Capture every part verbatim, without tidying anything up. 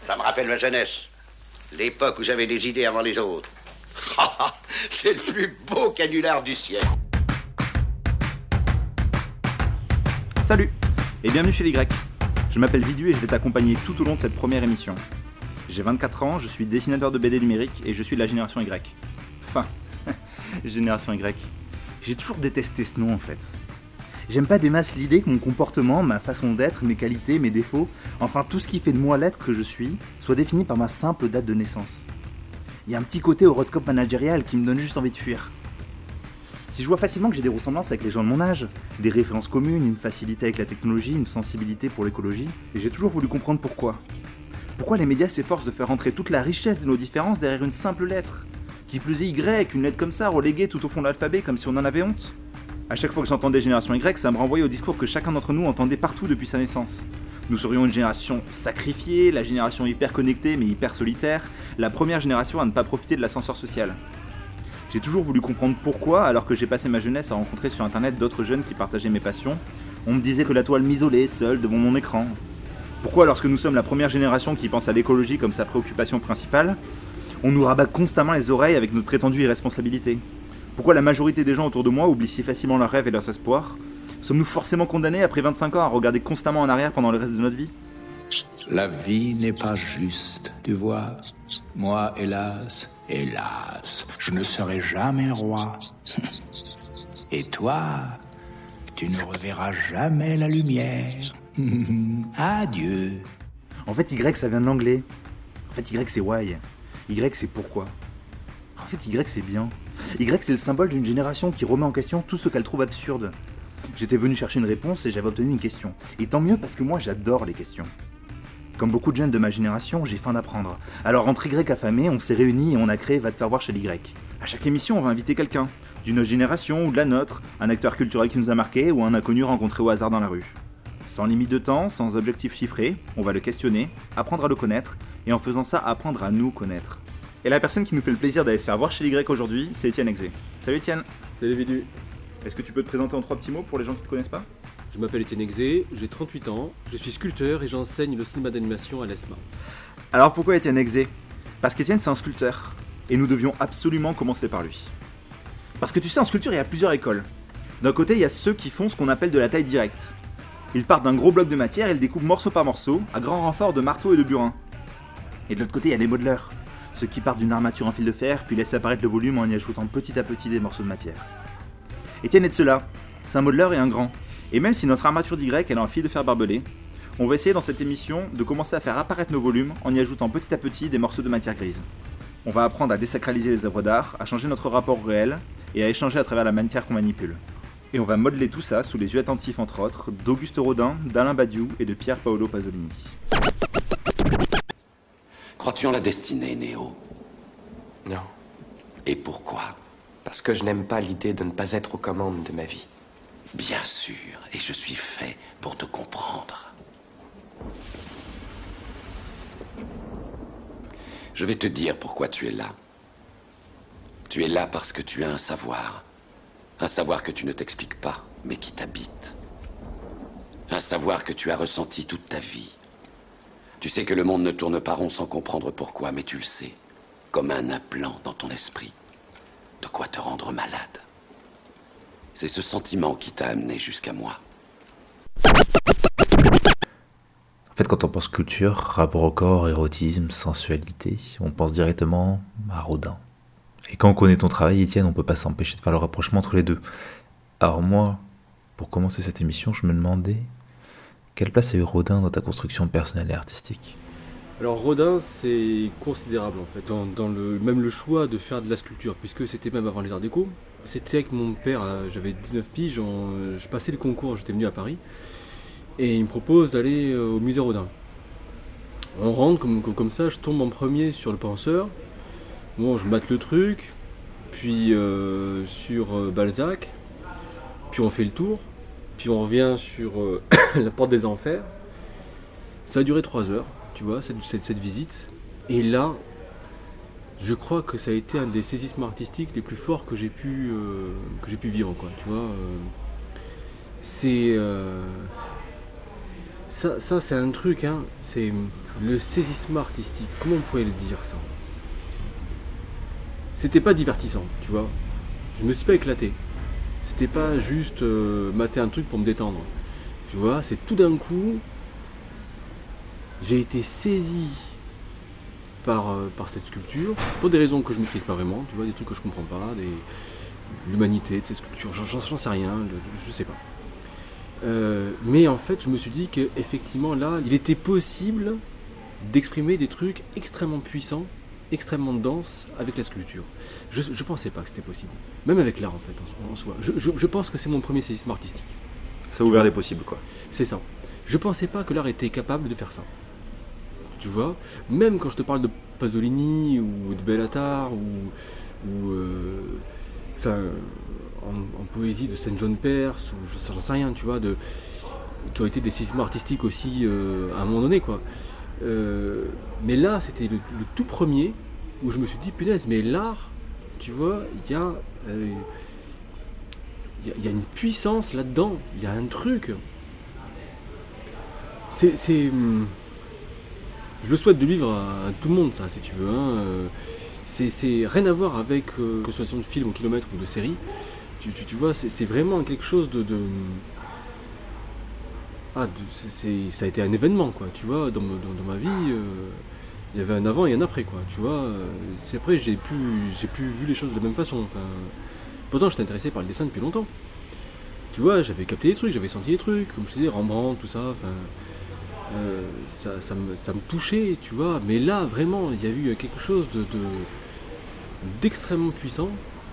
Ça me rappelle ma jeunesse. L'époque où j'avais des idées avant les autres. C'est le plus beau canular du ciel. Salut et bienvenue chez les Grecs. Je m'appelle Vidu et je vais t'accompagner tout au long de cette première émission. J'ai vingt-quatre ans, je suis dessinateur de B D numérique et je suis de la génération Y. Enfin, génération Y. J'ai toujours détesté ce nom en fait. J'aime pas des masses l'idée que mon comportement, ma façon d'être, mes qualités, mes défauts, enfin tout ce qui fait de moi l'être que je suis, soit défini par ma simple date de naissance. Il y a un petit côté horoscope managérial qui me donne juste envie de fuir. Si je vois facilement que j'ai des ressemblances avec les gens de mon âge, des références communes, une facilité avec la technologie, une sensibilité pour l'écologie, et j'ai toujours voulu comprendre pourquoi. Pourquoi les médias s'efforcent de faire entrer toute la richesse de nos différences derrière une simple lettre ? Qui plus est Y, une lettre comme ça, reléguée tout au fond de l'alphabet comme si on en avait honte ? À chaque fois que j'entendais Génération Y, ça me renvoyait au discours que chacun d'entre nous entendait partout depuis sa naissance. Nous serions une génération sacrifiée, la génération hyper connectée mais hyper solitaire, la première génération à ne pas profiter de l'ascenseur social. J'ai toujours voulu comprendre pourquoi, alors que j'ai passé ma jeunesse à rencontrer sur internet d'autres jeunes qui partageaient mes passions, on me disait que la toile m'isolait, seul, devant mon écran. Pourquoi, lorsque nous sommes la première génération qui pense à l'écologie comme sa préoccupation principale, on nous rabat constamment les oreilles avec notre prétendue irresponsabilité ? Pourquoi la majorité des gens autour de moi oublient si facilement leurs rêves et leurs espoirs ? Sommes-nous forcément condamnés après vingt-cinq ans à regarder constamment en arrière pendant le reste de notre vie ? La vie n'est pas juste, tu vois. Moi, hélas, hélas, je ne serai jamais roi. Et toi, tu ne reverras jamais la lumière. Adieu. En fait, Y, ça vient de l'anglais. En fait, Y, c'est why. Y, c'est pourquoi. En fait, Y, c'est bien. Y, c'est le symbole d'une génération qui remet en question tout ce qu'elle trouve absurde. J'étais venu chercher une réponse et j'avais obtenu une question. Et tant mieux parce que moi, j'adore les questions. Comme beaucoup de jeunes de ma génération, j'ai faim d'apprendre. Alors entre Y affamés, on s'est réunis et on a créé Va te faire voir chez les Grecs. À chaque émission, on va inviter quelqu'un, d'une autre génération ou de la nôtre, un acteur culturel qui nous a marqué ou un inconnu rencontré au hasard dans la rue. Sans limite de temps, sans objectif chiffré, on va le questionner, apprendre à le connaître, et en faisant ça, apprendre à nous connaître. Et la personne qui nous fait le plaisir d'aller se faire voir chez les Grecs aujourd'hui, c'est Étienne Exé. Salut Étienne. Salut Vidu. Est-ce que tu peux te présenter en trois petits mots pour les gens qui ne te connaissent pas ? Je m'appelle Étienne Exé, j'ai trente-huit ans, je suis sculpteur et j'enseigne le cinéma d'animation à l'E S M A. Alors pourquoi Étienne Exé ? Parce qu'Étienne c'est un sculpteur, et nous devions absolument commencer par lui. Parce que tu sais, en sculpture, il y a plusieurs écoles. D'un côté, il y a ceux qui font ce qu'on appelle de la taille directe. Ils partent d'un gros bloc de matière et le découpent morceau par morceau, à grand renfort de marteau et de burin. Et de l'autre côté, il y a les modeleurs, ceux qui partent d'une armature en fil de fer, puis laissent apparaître le volume en y ajoutant petit à petit des morceaux de matière. Étienne est de ceux-là, c'est un modeleur et un grand. Et même si notre armature d'Y elle est en fil de fer barbelé, on va essayer dans cette émission de commencer à faire apparaître nos volumes en y ajoutant petit à petit des morceaux de matière grise. On va apprendre à désacraliser les œuvres d'art, à changer notre rapport au réel et à échanger à travers la matière qu'on manipule. Et on va modeler tout ça sous les yeux attentifs entre autres d'Auguste Rodin, d'Alain Badiou et de Pier Paolo Pasolini. Crois-tu en la destinée, Néo ? Non. Et pourquoi ? Parce que je n'aime pas l'idée de ne pas être aux commandes de ma vie. Bien sûr, et je suis fait pour te comprendre. Je vais te dire pourquoi tu es là. Tu es là parce que tu as un savoir. Un savoir que tu ne t'expliques pas, mais qui t'habite. Un savoir que tu as ressenti toute ta vie. Tu sais que le monde ne tourne pas rond sans comprendre pourquoi, mais tu le sais. Comme un implant dans ton esprit. De quoi te rendre malade. C'est ce sentiment qui t'a amené jusqu'à moi. En fait, quand on pense culture, rapport au corps, érotisme, sensualité, on pense directement à Rodin. Et quand on connaît ton travail, Étienne, on peut pas s'empêcher de faire le rapprochement entre les deux. Alors moi, pour commencer cette émission, je me demandais quelle place a eu Rodin dans ta construction personnelle et artistique ? Alors Rodin, c'est considérable en fait, dans, dans le, même le choix de faire de la sculpture, puisque c'était même avant les arts déco. C'était avec mon père, j'avais dix-neuf piges, en, je passais le concours, j'étais venu à Paris, et il me propose d'aller au musée Rodin. On rentre comme, comme, comme ça, je tombe en premier sur le penseur, bon je mate le truc, puis euh, sur euh, Balzac, puis on fait le tour, puis on revient sur euh, la porte des enfers. Ça a duré trois heures. Tu vois, cette, cette, cette visite. Et là, je crois que ça a été un des saisissements artistiques les plus forts que j'ai pu, euh, que j'ai pu vivre, quoi. Tu vois, euh, c'est, euh, ça, ça c'est un truc, hein, c'est le saisissement artistique. Comment on pourrait le dire ça? C'était pas divertissant, tu vois. Je me suis pas éclaté. C'était pas juste euh, mater un truc pour me détendre. Tu vois, c'est tout d'un coup, j'ai été saisi par, euh, par cette sculpture, pour des raisons que je maîtrise pas vraiment, tu vois, des trucs que je comprends pas, des... l'humanité de ces sculptures, j'en, j'en sais rien, je, je sais pas. Euh, mais en fait, je me suis dit qu'effectivement, là, il était possible d'exprimer des trucs extrêmement puissants, extrêmement denses avec la sculpture. Je, je pensais pas que c'était possible, même avec l'art en fait, en, en soi. Je, je, je pense que c'est mon premier séisme artistique. Ça a ouvert les possibles, quoi. C'est ça. Je pensais pas que l'art était capable de faire ça. Tu vois, même quand je te parle de Pasolini ou de Bellatar ou, ou euh, enfin, en, en poésie de Saint John Perse ou j'en sais rien, tu vois, de, qui ont été des séismes artistiques aussi euh, à un moment donné, quoi. Euh, mais là, c'était le, le tout premier où je me suis dit, punaise, mais l'art, tu vois, il y a, euh, il y a, il y a une puissance là-dedans, il y a un truc. C'est, c'est, je le souhaite de vivre à, à tout le monde, ça, si tu veux. Hein. C'est, c'est rien à voir avec euh, que ce soit de film au kilomètre ou de série. Tu, tu, tu vois, c'est, c'est vraiment quelque chose de, de ah, de, c'est, c'est, ça a été un événement, quoi. Tu vois, dans, dans, dans ma vie, euh, il y avait un avant et un après, quoi. Tu vois, c'est après j'ai pu, j'ai pu vu les choses de la même façon. Enfin, pourtant, j'étais intéressé par le dessin depuis longtemps. Tu vois, j'avais capté des trucs, j'avais senti des trucs, comme je disais, Rembrandt, tout ça. Enfin. Euh, ça, ça, me, ça me touchait, tu vois, mais là vraiment il y a eu quelque chose de, de d'extrêmement puissant.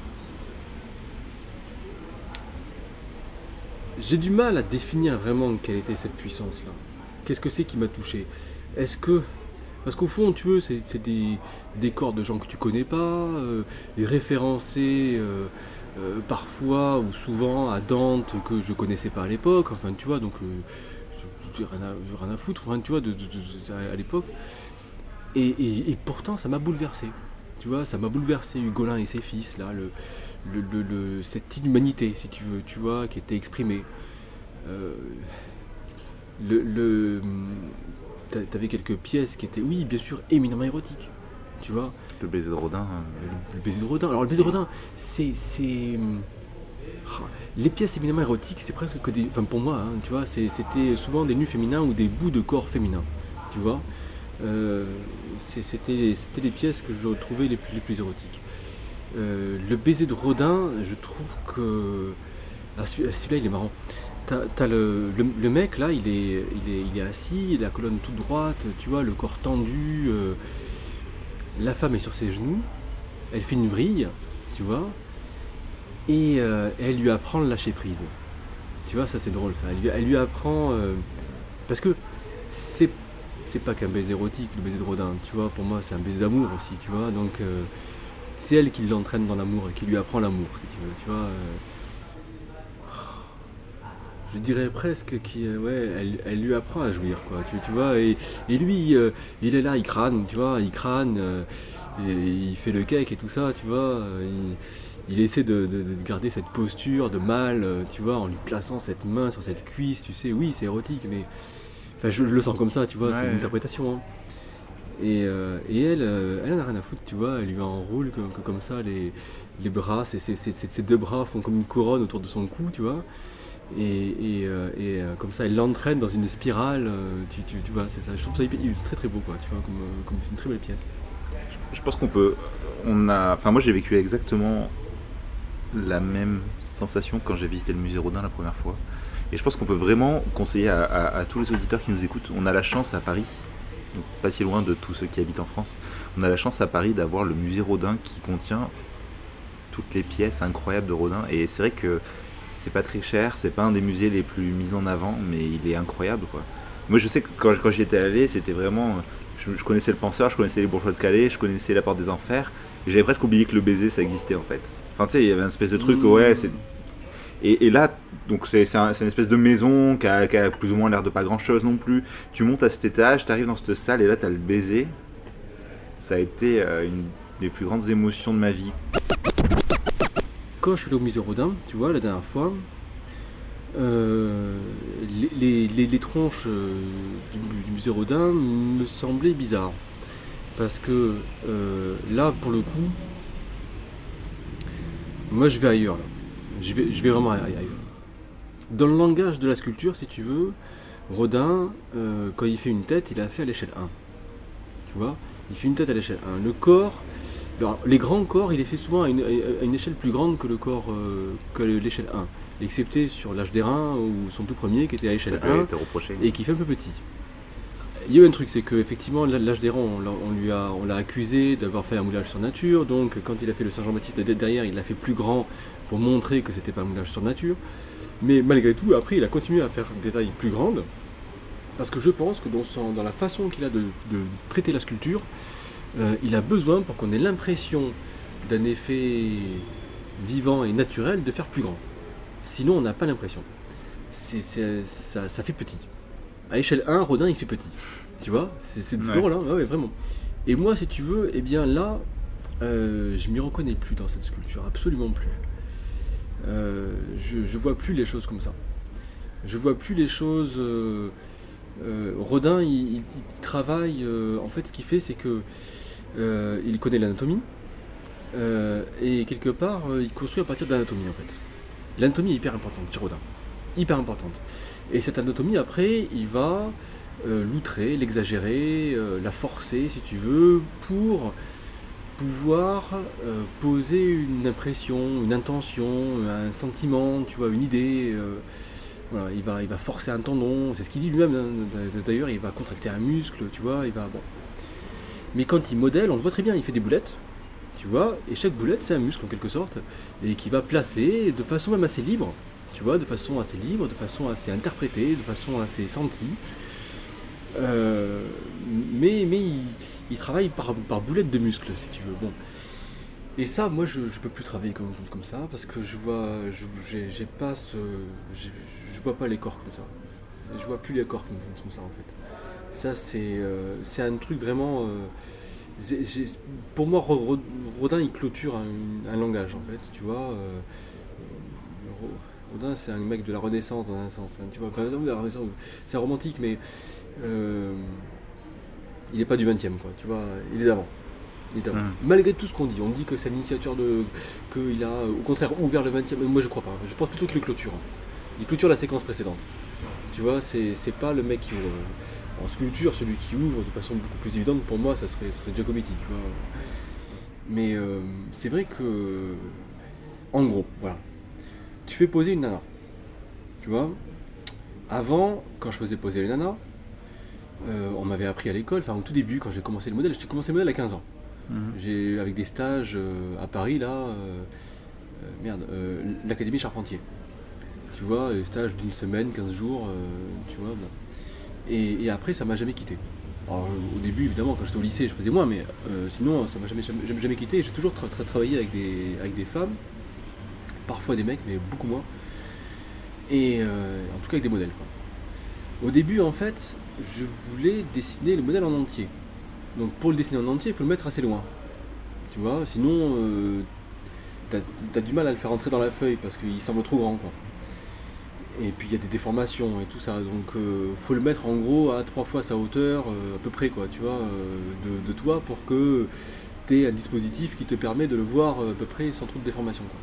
J'ai du mal à définir vraiment quelle était cette puissance là. Qu'est-ce que c'est qui m'a touché? Est-ce que, parce qu'au fond tu veux c'est, c'est des, des corps de gens que tu connais pas, euh, référencés euh, euh, parfois ou souvent à Dante que je connaissais pas à l'époque, enfin tu vois, donc euh, j'ai rien à, rien à foutre, enfin, tu vois, de, de, de, à l'époque. Et, et, et pourtant, ça m'a bouleversé. Tu vois, ça m'a bouleversé, Hugolin et ses fils, là, le, le, le, le, cette inhumanité, si tu veux, tu vois, qui était exprimée. Euh, le, le, t'avais quelques pièces qui étaient, oui, bien sûr, éminemment érotiques, tu vois. Le baiser de Rodin. Euh... Le, le baiser de Rodin. Alors, le baiser de Rodin, c'est... c'est les pièces éminemment érotiques, c'est presque que des... Enfin, pour moi, hein, tu vois, c'est, c'était souvent des nus féminins ou des bouts de corps féminins, tu vois. Euh, c'est, c'était, c'était les pièces que je trouvais les plus, les plus érotiques. Euh, le baiser de Rodin, je trouve que... Ah, celui-là, il est marrant. T'as, t'as le, le, le mec, là, il est, il, est, il est assis, la colonne toute droite, tu vois, le corps tendu. Euh, la femme est sur ses genoux, elle fait une vrille, tu vois. Et euh, elle lui apprend le lâcher prise. Tu vois, ça c'est drôle ça. Elle lui, elle lui apprend. Euh, parce que c'est, c'est pas qu'un baiser érotique, le baiser de Rodin. Tu vois, pour moi c'est un baiser d'amour aussi. Tu vois, donc euh, c'est elle qui l'entraîne dans l'amour et qui lui apprend l'amour, si tu veux. Tu vois, euh, je dirais presque qu'elle ouais, elle, elle lui apprend à jouir, quoi. Tu, tu vois, et, et lui, euh, il est là, il crâne, tu vois, il crâne, euh, et, il fait le cake et tout ça, tu vois. Il, Il essaie de, de, de garder cette posture de mâle, tu vois, en lui plaçant cette main sur cette cuisse, tu sais, oui, c'est érotique, mais... Enfin, je, je le sens comme ça, tu vois, ouais, c'est une interprétation. Hein. Et, euh, et elle, euh, elle en a rien à foutre, tu vois, elle lui enroule comme, comme ça les, les bras, c'est, c'est, c'est, ses deux bras font comme une couronne autour de son cou, tu vois. Et, et, euh, et euh, comme ça, elle l'entraîne dans une spirale, euh, tu, tu, tu vois, c'est ça. Je trouve ça hyper, très très beau, quoi, tu vois, comme, comme une très belle pièce. Je, je pense qu'on peut... On a... Enfin, moi, j'ai vécu exactement... la même sensation quand j'ai visité le musée Rodin la première fois. Et je pense qu'on peut vraiment conseiller à, à, à tous les auditeurs qui nous écoutent. On a la chance à Paris, donc pas si loin de tous ceux qui habitent en France, on a la chance à Paris d'avoir le musée Rodin qui contient toutes les pièces incroyables de Rodin. Et c'est vrai que c'est pas très cher, c'est pas un des musées les plus mis en avant, mais il est incroyable, quoi. Moi je sais que quand, quand j'y étais allé, c'était vraiment... Je, je connaissais le Penseur, je connaissais les Bourgeois de Calais, je connaissais la Porte des Enfers. Et j'avais presque oublié que le baiser ça existait en fait. Enfin tu sais, il y avait une espèce de truc, mmh. ouais, c'est... Et, et là, donc c'est, c'est, un, c'est une espèce de maison qui a, qui a plus ou moins l'air de pas grand chose non plus. Tu montes à cet étage, tu arrives dans cette salle et là t'as le baiser. Ça a été euh, une des plus grandes émotions de ma vie. Quand je suis allé au musée Rodin, tu vois, la dernière fois, euh, les, les, les tronches euh, du, du musée Rodin me semblaient bizarres. Parce que euh, là, pour le coup, moi je vais ailleurs. Là. Je, vais, je vais vraiment ailleurs. Dans le langage de la sculpture, si tu veux, Rodin, euh, quand il fait une tête, il a fait à l'échelle un. Tu vois, il fait une tête à l'échelle un. Le corps, alors, les grands corps, il les fait souvent à une, à une échelle plus grande que le corps, euh, que l'échelle un. Excepté sur l'Âge d'airain, ou son tout premier, qui était à l'échelle un, et qui fait un peu petit. Il y a eu un truc, c'est qu'effectivement, l'Âge d'airain, on, on, lui a, on l'a accusé d'avoir fait un moulage sur nature, donc quand il a fait le Saint-Jean-Baptiste derrière, il l'a fait plus grand pour montrer que c'était pas un moulage sur nature. Mais malgré tout, après, il a continué à faire des tailles plus grandes, parce que je pense que dans, son, dans la façon qu'il a de, de traiter la sculpture, euh, il a besoin, pour qu'on ait l'impression d'un effet vivant et naturel, de faire plus grand. Sinon, on n'a pas l'impression. C'est, c'est, ça, ça fait petit. À échelle un, Rodin, il fait petit. Tu vois, c'est, c'est ouais. drôle, hein ouais, ouais, vraiment. Et moi, si tu veux, eh bien là, euh, je m'y reconnais plus dans cette sculpture, absolument plus. Euh, je, je vois plus les choses comme ça. Je vois plus les choses. Euh, euh, Rodin, il, il, il travaille. Euh, en fait, ce qu'il fait, c'est que euh, il connaît l'anatomie euh, et quelque part, euh, il construit à partir de l'anatomie. En fait, l'anatomie est hyper importante chez Rodin, hyper importante. Et cette anatomie, après, il va euh, l'outrer, l'exagérer, euh, la forcer, si tu veux, pour pouvoir euh, poser une impression, une intention, un sentiment, tu vois, une idée. Euh, voilà, il va, il va forcer un tendon, c'est ce qu'il dit lui-même. Hein, d'ailleurs, il va contracter un muscle, tu vois, il va bon. Mais quand il modèle, on le voit très bien, il fait des boulettes, tu vois, et chaque boulette c'est un muscle en quelque sorte, et qu'il va placer de façon même assez libre, tu vois, de façon assez libre, de façon assez interprétée, de façon assez sentie. Euh, mais mais il, il travaille par, par boulettes de muscles, si tu veux. Bon. Et ça, moi, je ne peux plus travailler comme, comme ça, parce que je vois, je, j'ai, j'ai pas ce, j'ai, je vois pas les corps comme ça. Je vois plus les corps comme, comme ça, en fait. Ça, c'est, euh, c'est un truc vraiment... Euh, j'ai, j'ai, pour moi, Rodin, il clôture un, un langage, en fait, tu vois. Euh, Rodin, c'est un mec de la Renaissance, dans un sens. Enfin, tu vois, de la Renaissance, c'est romantique, mais... Euh, il n'est pas du vingtième, quoi, tu vois, il est d'avant. Il est d'avant. Mmh. Malgré tout ce qu'on dit, on dit que c'est l'initiateur de. Qu'il a au contraire ouvert le vingtième. Moi je crois pas, je pense plutôt qu'il le clôture. En fait. Il clôture la séquence précédente. Tu vois, c'est, c'est pas le mec qui ouvre. En sculpture, celui qui ouvre de façon beaucoup plus évidente, pour moi, ça serait, ça serait Giacometti, tu vois. Mais euh, c'est vrai que. En gros, voilà. Tu fais poser une nana. Tu vois. Avant, quand je faisais poser les nanas, Euh, on m'avait appris à l'école, enfin au tout début quand j'ai commencé le modèle, j'ai commencé le modèle à quinze ans. Mmh. J'ai, avec des stages euh, à Paris là, euh, euh, merde, euh, l'Académie Charpentier. Tu vois, des stages d'une semaine, quinze jours, euh, tu vois. Bon. Et, et après ça m'a jamais quitté. Alors au début évidemment quand j'étais au lycée je faisais moins, mais euh, sinon ça m'a jamais, jamais, jamais quitté. J'ai toujours tra- tra- travaillé avec des, avec des femmes, parfois des mecs, mais beaucoup moins. Et euh, en tout cas avec des modèles, quoi. Au début en fait, je voulais dessiner le modèle en entier. Donc pour le dessiner en entier, il faut le mettre assez loin. Tu vois, sinon euh, t'as, t'as du mal à le faire entrer dans la feuille parce qu'il semble trop grand, quoi. Et puis il y a des déformations et tout ça. Donc euh, faut le mettre en gros à trois fois sa hauteur, euh, à peu près, quoi, tu vois, euh, de, de toi pour que t'aies un dispositif qui te permet de le voir à peu près sans trop de déformation, quoi.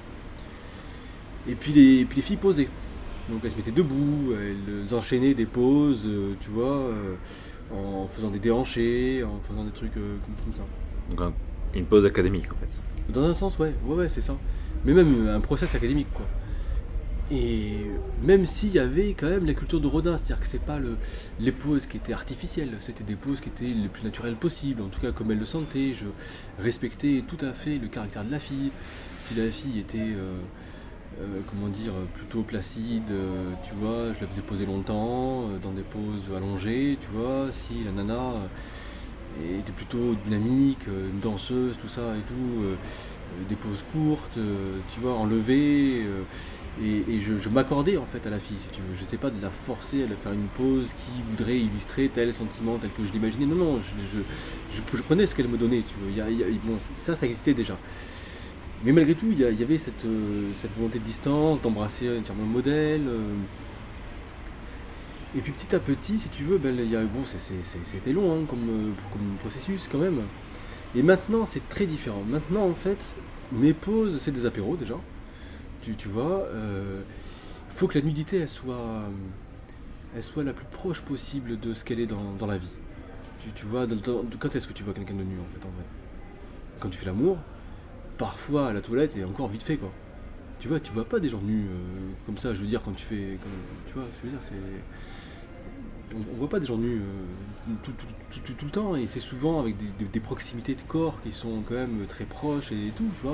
Et puis les, puis les filles posaient. Donc elles se mettaient debout, elles enchaînaient des poses, euh, tu vois, euh, en faisant des déhanchés, en faisant des trucs euh, comme, comme ça. Donc un, une pose académique en fait. Dans un sens, ouais, ouais, ouais, c'est ça. Mais même un process académique, quoi. Et même s'il y avait quand même la culture de Rodin, c'est-à-dire que c'est pas le, les poses qui étaient artificielles, c'était des poses qui étaient les plus naturelles possibles, en tout cas comme elle le sentait. Je respectais tout à fait le caractère de la fille. Si la fille était... Euh, Euh, comment dire, plutôt placide, euh, tu vois, je la faisais poser longtemps, euh, dans des poses allongées, tu vois, si la nana euh, était plutôt dynamique, euh, une danseuse, tout ça et tout, euh, euh, des poses courtes, euh, tu vois, enlevées, euh, et, et je, je m'accordais en fait à la fille, si tu veux, je sais pas de la forcer à faire une pose qui voudrait illustrer tel sentiment, tel que je l'imaginais, non, non, je, je, je, je prenais ce qu'elle me donnait, tu vois, y a, y a, bon, ça, ça existait déjà. Mais malgré tout, il y, y avait cette, euh, cette volonté de distance, d'embrasser entièrement le modèle. Euh, et puis petit à petit, si tu veux, ben, y a, bon, c'est, c'est, c'est, c'était long hein, comme, comme processus quand même. Et maintenant, c'est très différent. Maintenant, en fait, mes pauses, c'est des apéros déjà. Tu, tu vois, il euh, faut que la nudité, elle soit, elle soit la plus proche possible de ce qu'elle est dans, dans la vie. Tu, tu vois, dans, dans, quand est-ce que tu vois quelqu'un de nu en fait, en vrai ? Quand tu fais l'amour, parfois à la toilette et encore vite fait quoi. Tu vois, tu vois pas des gens nus euh, comme ça. Je veux dire quand tu fais, comme, tu vois, je veux dire c'est, on, on voit pas des gens nus euh, tout, tout, tout, tout, tout le temps et c'est souvent avec des, des, des proximités de corps qui sont quand même très proches et tout, tu vois.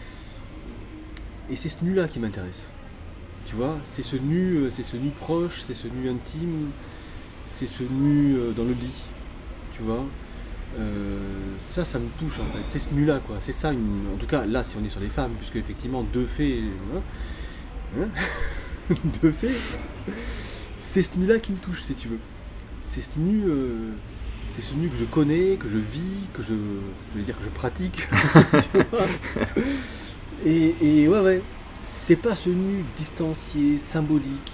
Et c'est ce nu là qui m'intéresse. Tu vois, c'est ce nu, c'est ce nu proche, c'est ce nu intime, c'est ce nu euh, dans le lit. Tu vois. Euh, ça, ça me touche en fait. C'est ce nu-là, quoi. C'est ça, une... en tout cas, là, si on est sur les femmes, puisque effectivement, deux faits, hein, hein deux faits, c'est ce nu-là qui me touche, si tu veux. C'est ce nu, euh... c'est ce nu que je connais, que je vis, que je, je vais dire que je pratique. Tu vois et, et ouais, ouais, c'est pas ce nu distancié, symbolique.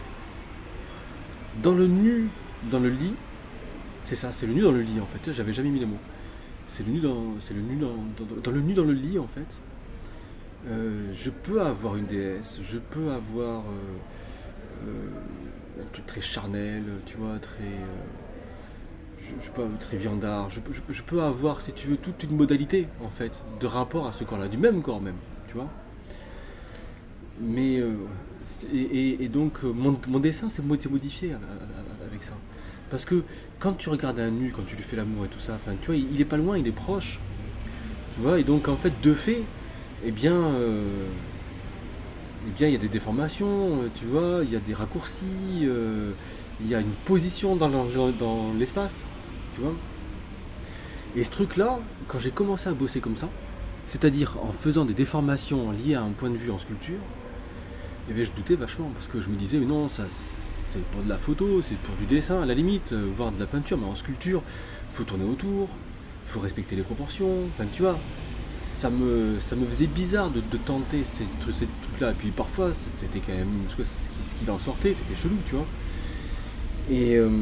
Dans le nu, dans le lit. C'est ça, c'est le nu dans le lit en fait, j'avais jamais mis les mots. C'est le nu dans, c'est le nu dans, dans, dans le nu dans le lit en fait. Euh, je peux avoir une déesse, je peux avoir euh, euh, un truc très charnel, tu vois, très, euh, je, je peux avoir très viandard. Je, je, je peux avoir, si tu veux, toute une modalité en fait de rapport à ce corps-là, du même corps même, tu vois. Mais euh, et, et, et donc mon, mon dessin s'est modifié avec ça. Parce que quand tu regardes un nu, quand tu lui fais l'amour et tout ça, enfin, tu vois, il, il est pas loin, il est proche. Tu vois, et donc en fait, de fait, eh bien, euh, eh bien, il y a des déformations, tu vois, il y a des raccourcis, euh, il y a une position dans, dans, dans l'espace, tu vois. Et ce truc-là, quand j'ai commencé à bosser comme ça, c'est-à-dire en faisant des déformations liées à un point de vue en sculpture, eh bien, je doutais vachement, parce que je me disais, mais non, ça... c'est pour de la photo, c'est pour du dessin à la limite, euh, voire de la peinture, mais en sculpture, il faut tourner autour, il faut respecter les proportions, enfin tu vois, ça me, ça me faisait bizarre de, de tenter ces, ces trucs-là, et puis parfois c'était quand même, ce qu'il en sortait, c'était chelou, tu vois, et euh,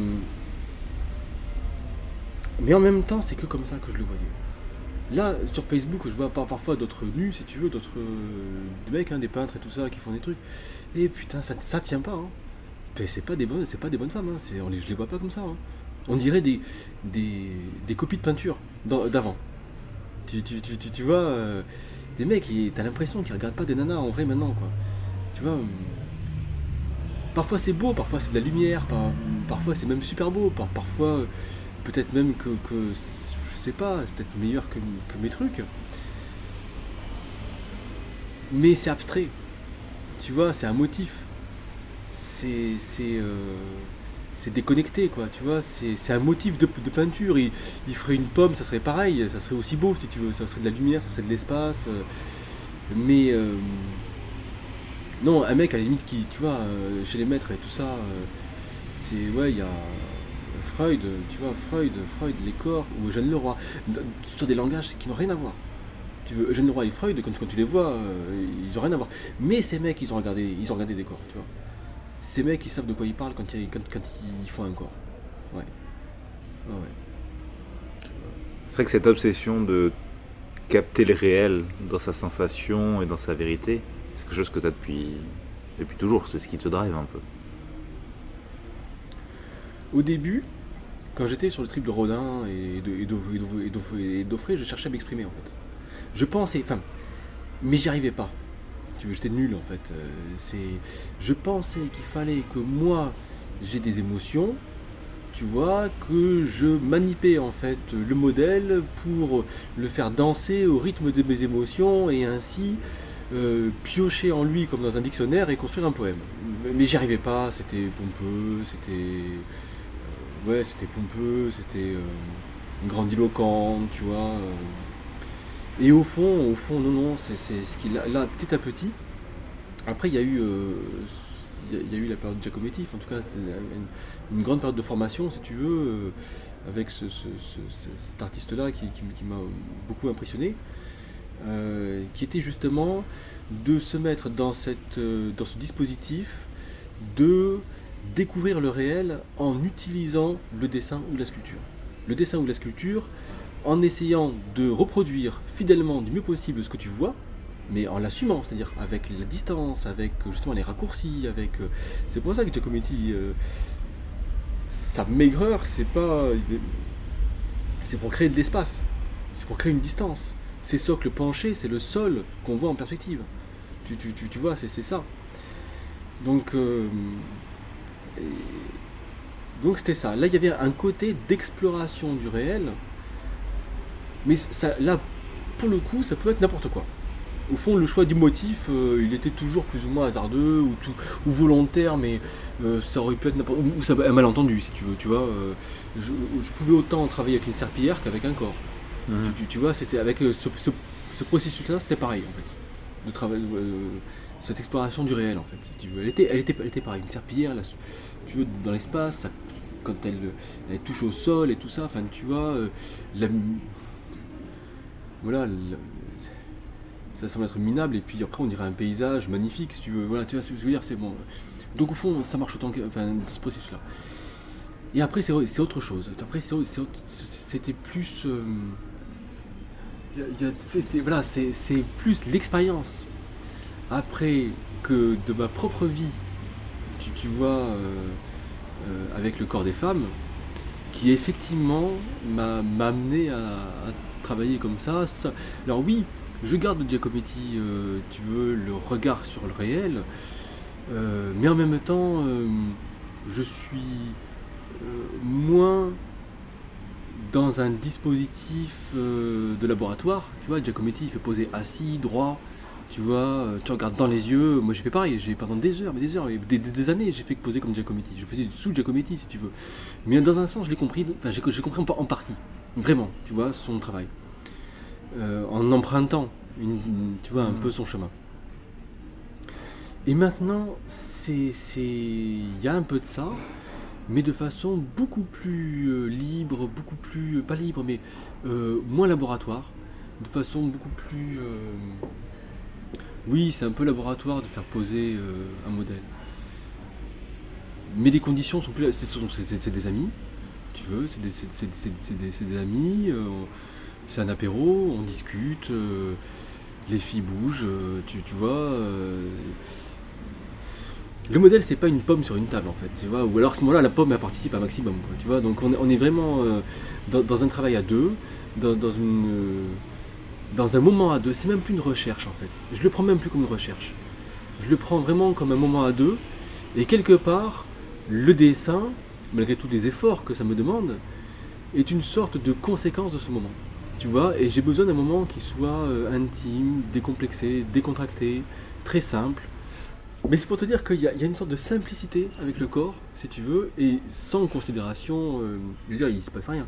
mais en même temps, c'est que comme ça que je le voyais. Là, sur Facebook, je vois parfois d'autres nus, si tu veux, d'autres des mecs, hein, des peintres et tout ça, qui font des trucs, et putain, ça, ça tient pas, hein. C'est pas des bonnes, c'est pas des bonnes femmes, hein. C'est, on les, je les vois pas comme ça. Hein. On dirait des, des, des copies de peinture d'avant. Tu, tu, tu, tu, tu vois, euh, des mecs, ils, t'as l'impression qu'ils regardent pas des nanas en vrai maintenant, quoi. Tu vois, parfois c'est beau, parfois c'est de la lumière, par, parfois c'est même super beau, par, parfois peut-être même que, que je sais pas, peut-être meilleur que, que mes trucs. Mais c'est abstrait. Tu vois, c'est un motif. C'est, c'est, euh, c'est déconnecté, quoi, tu vois, c'est, c'est un motif de, de peinture. Il, il ferait une pomme, ça serait pareil, ça serait aussi beau si tu veux, ça serait de la lumière, ça serait de l'espace. Euh, mais euh, non, un mec à la limite qui, tu vois, euh, chez les maîtres et tout ça, euh, c'est, ouais, il y a Freud, tu vois, Freud, Freud, les corps, ou Eugène Leroy, sur des langages qui n'ont rien à voir. Tu veux, Eugène Leroy et Freud, quand, quand tu les vois, euh, ils n'ont rien à voir. Mais ces mecs, ils ont regardé, ils ont regardé des corps, tu vois. Ces mecs, ils savent de quoi ils parlent quand, ils, quand, quand ils font un corps. Ouais. Ouais, ouais. C'est vrai que cette obsession de capter le réel dans sa sensation et dans sa vérité, c'est quelque chose que tu as depuis, depuis toujours, c'est ce qui te drive un peu. Au début, quand j'étais sur le trip de Rodin et, de, et, de, et, de, et d'Offray, je cherchais à m'exprimer en fait. Je pensais, enfin, mais j'y arrivais pas. Tu veux, j'étais nul en fait. Euh, c'est, je pensais qu'il fallait que moi j'ai des émotions, tu vois, que je manipais en fait le modèle pour le faire danser au rythme de mes émotions et ainsi euh, piocher en lui comme dans un dictionnaire et construire un poème. Mais j'y arrivais pas, c'était pompeux, c'était euh, ouais, c'était pompeux, c'était euh, grandiloquent, tu vois. Euh, et au fond, au fond, non, non, c'est, c'est ce qu'il a là, petit à petit. Après, il y a eu, euh, il y a eu la période Giacometti. En tout cas, c'est une, une grande période de formation, si tu veux, euh, avec ce, ce, ce, cet artiste-là qui, qui, qui m'a beaucoup impressionné. euh, qui était justement de se mettre dans, cette, euh, dans ce dispositif de découvrir le réel en utilisant le dessin ou la sculpture. Le dessin ou la sculpture, en essayant de reproduire fidèlement du mieux possible ce que tu vois, mais en l'assumant, c'est-à-dire avec la distance, avec justement les raccourcis, avec... Euh, c'est pour ça que Giacometti, euh, sa maigreur, c'est pas... C'est pour créer de l'espace, c'est pour créer une distance. Ces socles penchés, c'est le sol qu'on voit en perspective. Tu, tu, tu, tu vois, c'est, c'est ça. Donc, euh, et, donc c'était ça. Là, il y avait un côté d'exploration du réel, mais ça, là, pour le coup, ça pouvait être n'importe quoi. Au fond, le choix du motif, euh, il était toujours plus ou moins hasardeux ou, tout, ou volontaire, mais euh, ça aurait pu être n'importe ou ça, un malentendu, si tu veux. Tu vois, euh, je, je pouvais autant travailler avec une serpillière qu'avec un corps. Mmh. Tu, tu, tu vois, c'est, c'est avec ce, ce, ce processus-là, c'était pareil en fait. De travail, euh, cette exploration du réel en fait. Si tu veux. Elle était, elle était, elle était pareille. Une serpillière, là, tu veux, dans l'espace, ça, quand elle, elle touche au sol et tout ça, enfin, tu vois, euh, la, voilà. La, ça semble être minable et puis après on dirait un paysage magnifique si tu veux, voilà, tu vois ce que je veux dire, c'est bon. Donc au fond ça marche autant que, enfin, dans ce processus là. Et après c'est, c'est autre chose, après c'est, c'est, c'était plus, euh, y a, y a, c'est, c'est, voilà, c'est, c'est plus l'expérience après que de ma propre vie, tu, tu vois, euh, euh, avec le corps des femmes, qui effectivement m'a, m'a amené à, à travailler comme ça, ça. Alors oui, je garde de Giacometti, euh, tu veux, le regard sur le réel, euh, mais en même temps, euh, je suis euh, moins dans un dispositif euh, de laboratoire. Tu vois, Giacometti, il fait poser assis, droit, tu vois, euh, tu regardes dans les yeux. Moi, j'ai fait pareil, j'ai pendant des heures, mais des heures, des, des, des années, j'ai fait poser comme Giacometti. Je faisais sous Giacometti, si tu veux. Mais dans un sens, je l'ai compris, enfin, j'ai, j'ai compris en, en partie, vraiment, tu vois, son travail. Euh, en empruntant, une, une, tu vois, un mmh. peu son chemin. Et maintenant, c'est, c'est, il y a un peu de ça, mais de façon beaucoup plus euh, libre, beaucoup plus, euh, pas libre, mais euh, moins laboratoire, de façon beaucoup plus, euh, oui, c'est un peu laboratoire de faire poser euh, un modèle. Mais les conditions sont plus, c'est, c'est, c'est, c'est des amis, tu veux, c'est des, c'est, c'est, c'est, c'est des, c'est des amis. Euh, C'est un apéro, on discute, euh, les filles bougent, euh, tu, tu vois. Euh, le modèle, c'est pas une pomme sur une table en fait, tu vois. Ou alors à ce moment-là, la pomme elle participe un maximum, quoi, tu vois. Donc on, on est vraiment euh, dans, dans un travail à deux, dans, dans, une, euh, dans un moment à deux. C'est même plus une recherche en fait. Je le prends même plus comme une recherche. Je le prends vraiment comme un moment à deux. Et quelque part, le dessin, malgré tous les efforts que ça me demande, est une sorte de conséquence de ce moment. Tu vois, et j'ai besoin d'un moment qui soit euh, intime, décomplexé, décontracté, très simple. Mais c'est pour te dire qu'il y a, il y a une sorte de simplicité avec le corps, si tu veux, et sans considération, euh, je veux dire, il ne se passe rien.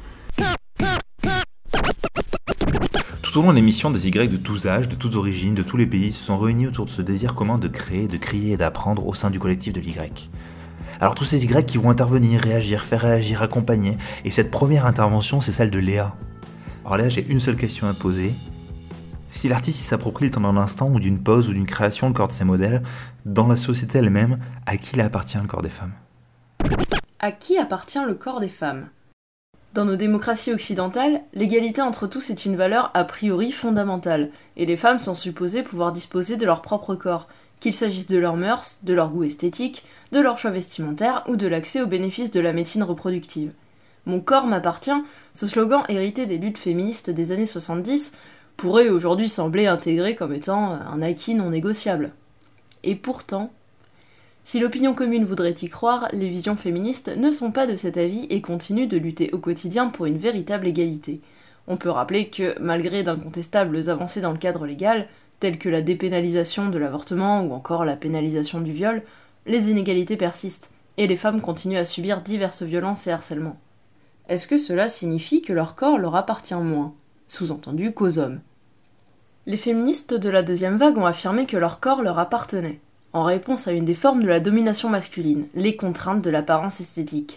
Tout au long de l'émission, des Y de tous âges, de toutes origines, de tous les pays se sont réunis autour de ce désir commun de créer, de crier et d'apprendre au sein du collectif de l'Y. Alors tous ces Y qui vont intervenir, réagir, faire réagir, accompagner, et cette première intervention, c'est celle de Léa. Alors là, j'ai une seule question à te poser. Si l'artiste s'approprie le temps d'un instant ou d'une pause ou d'une création le corps de ses modèles, dans la société elle-même, à qui appartient le corps des femmes ? À qui appartient le corps des femmes ? Dans nos démocraties occidentales, l'égalité entre tous est une valeur a priori fondamentale, et les femmes sont supposées pouvoir disposer de leur propre corps, qu'il s'agisse de leurs mœurs, de leur goût esthétique, de leur choix vestimentaire ou de l'accès aux bénéfices de la médecine reproductive. Mon corps m'appartient, ce slogan hérité des luttes féministes des années soixante-dix pourrait aujourd'hui sembler intégré comme étant un acquis non négociable. Et pourtant, si l'opinion commune voudrait y croire, les visions féministes ne sont pas de cet avis et continuent de lutter au quotidien pour une véritable égalité. On peut rappeler que, malgré d'incontestables avancées dans le cadre légal, telles que la dépénalisation de l'avortement ou encore la pénalisation du viol, les inégalités persistent, et les femmes continuent à subir diverses violences et harcèlements. Est-ce que cela signifie que leur corps leur appartient moins ? Sous-entendu qu'aux hommes. Les féministes de la deuxième vague ont affirmé que leur corps leur appartenait, en réponse à une des formes de la domination masculine, les contraintes de l'apparence esthétique.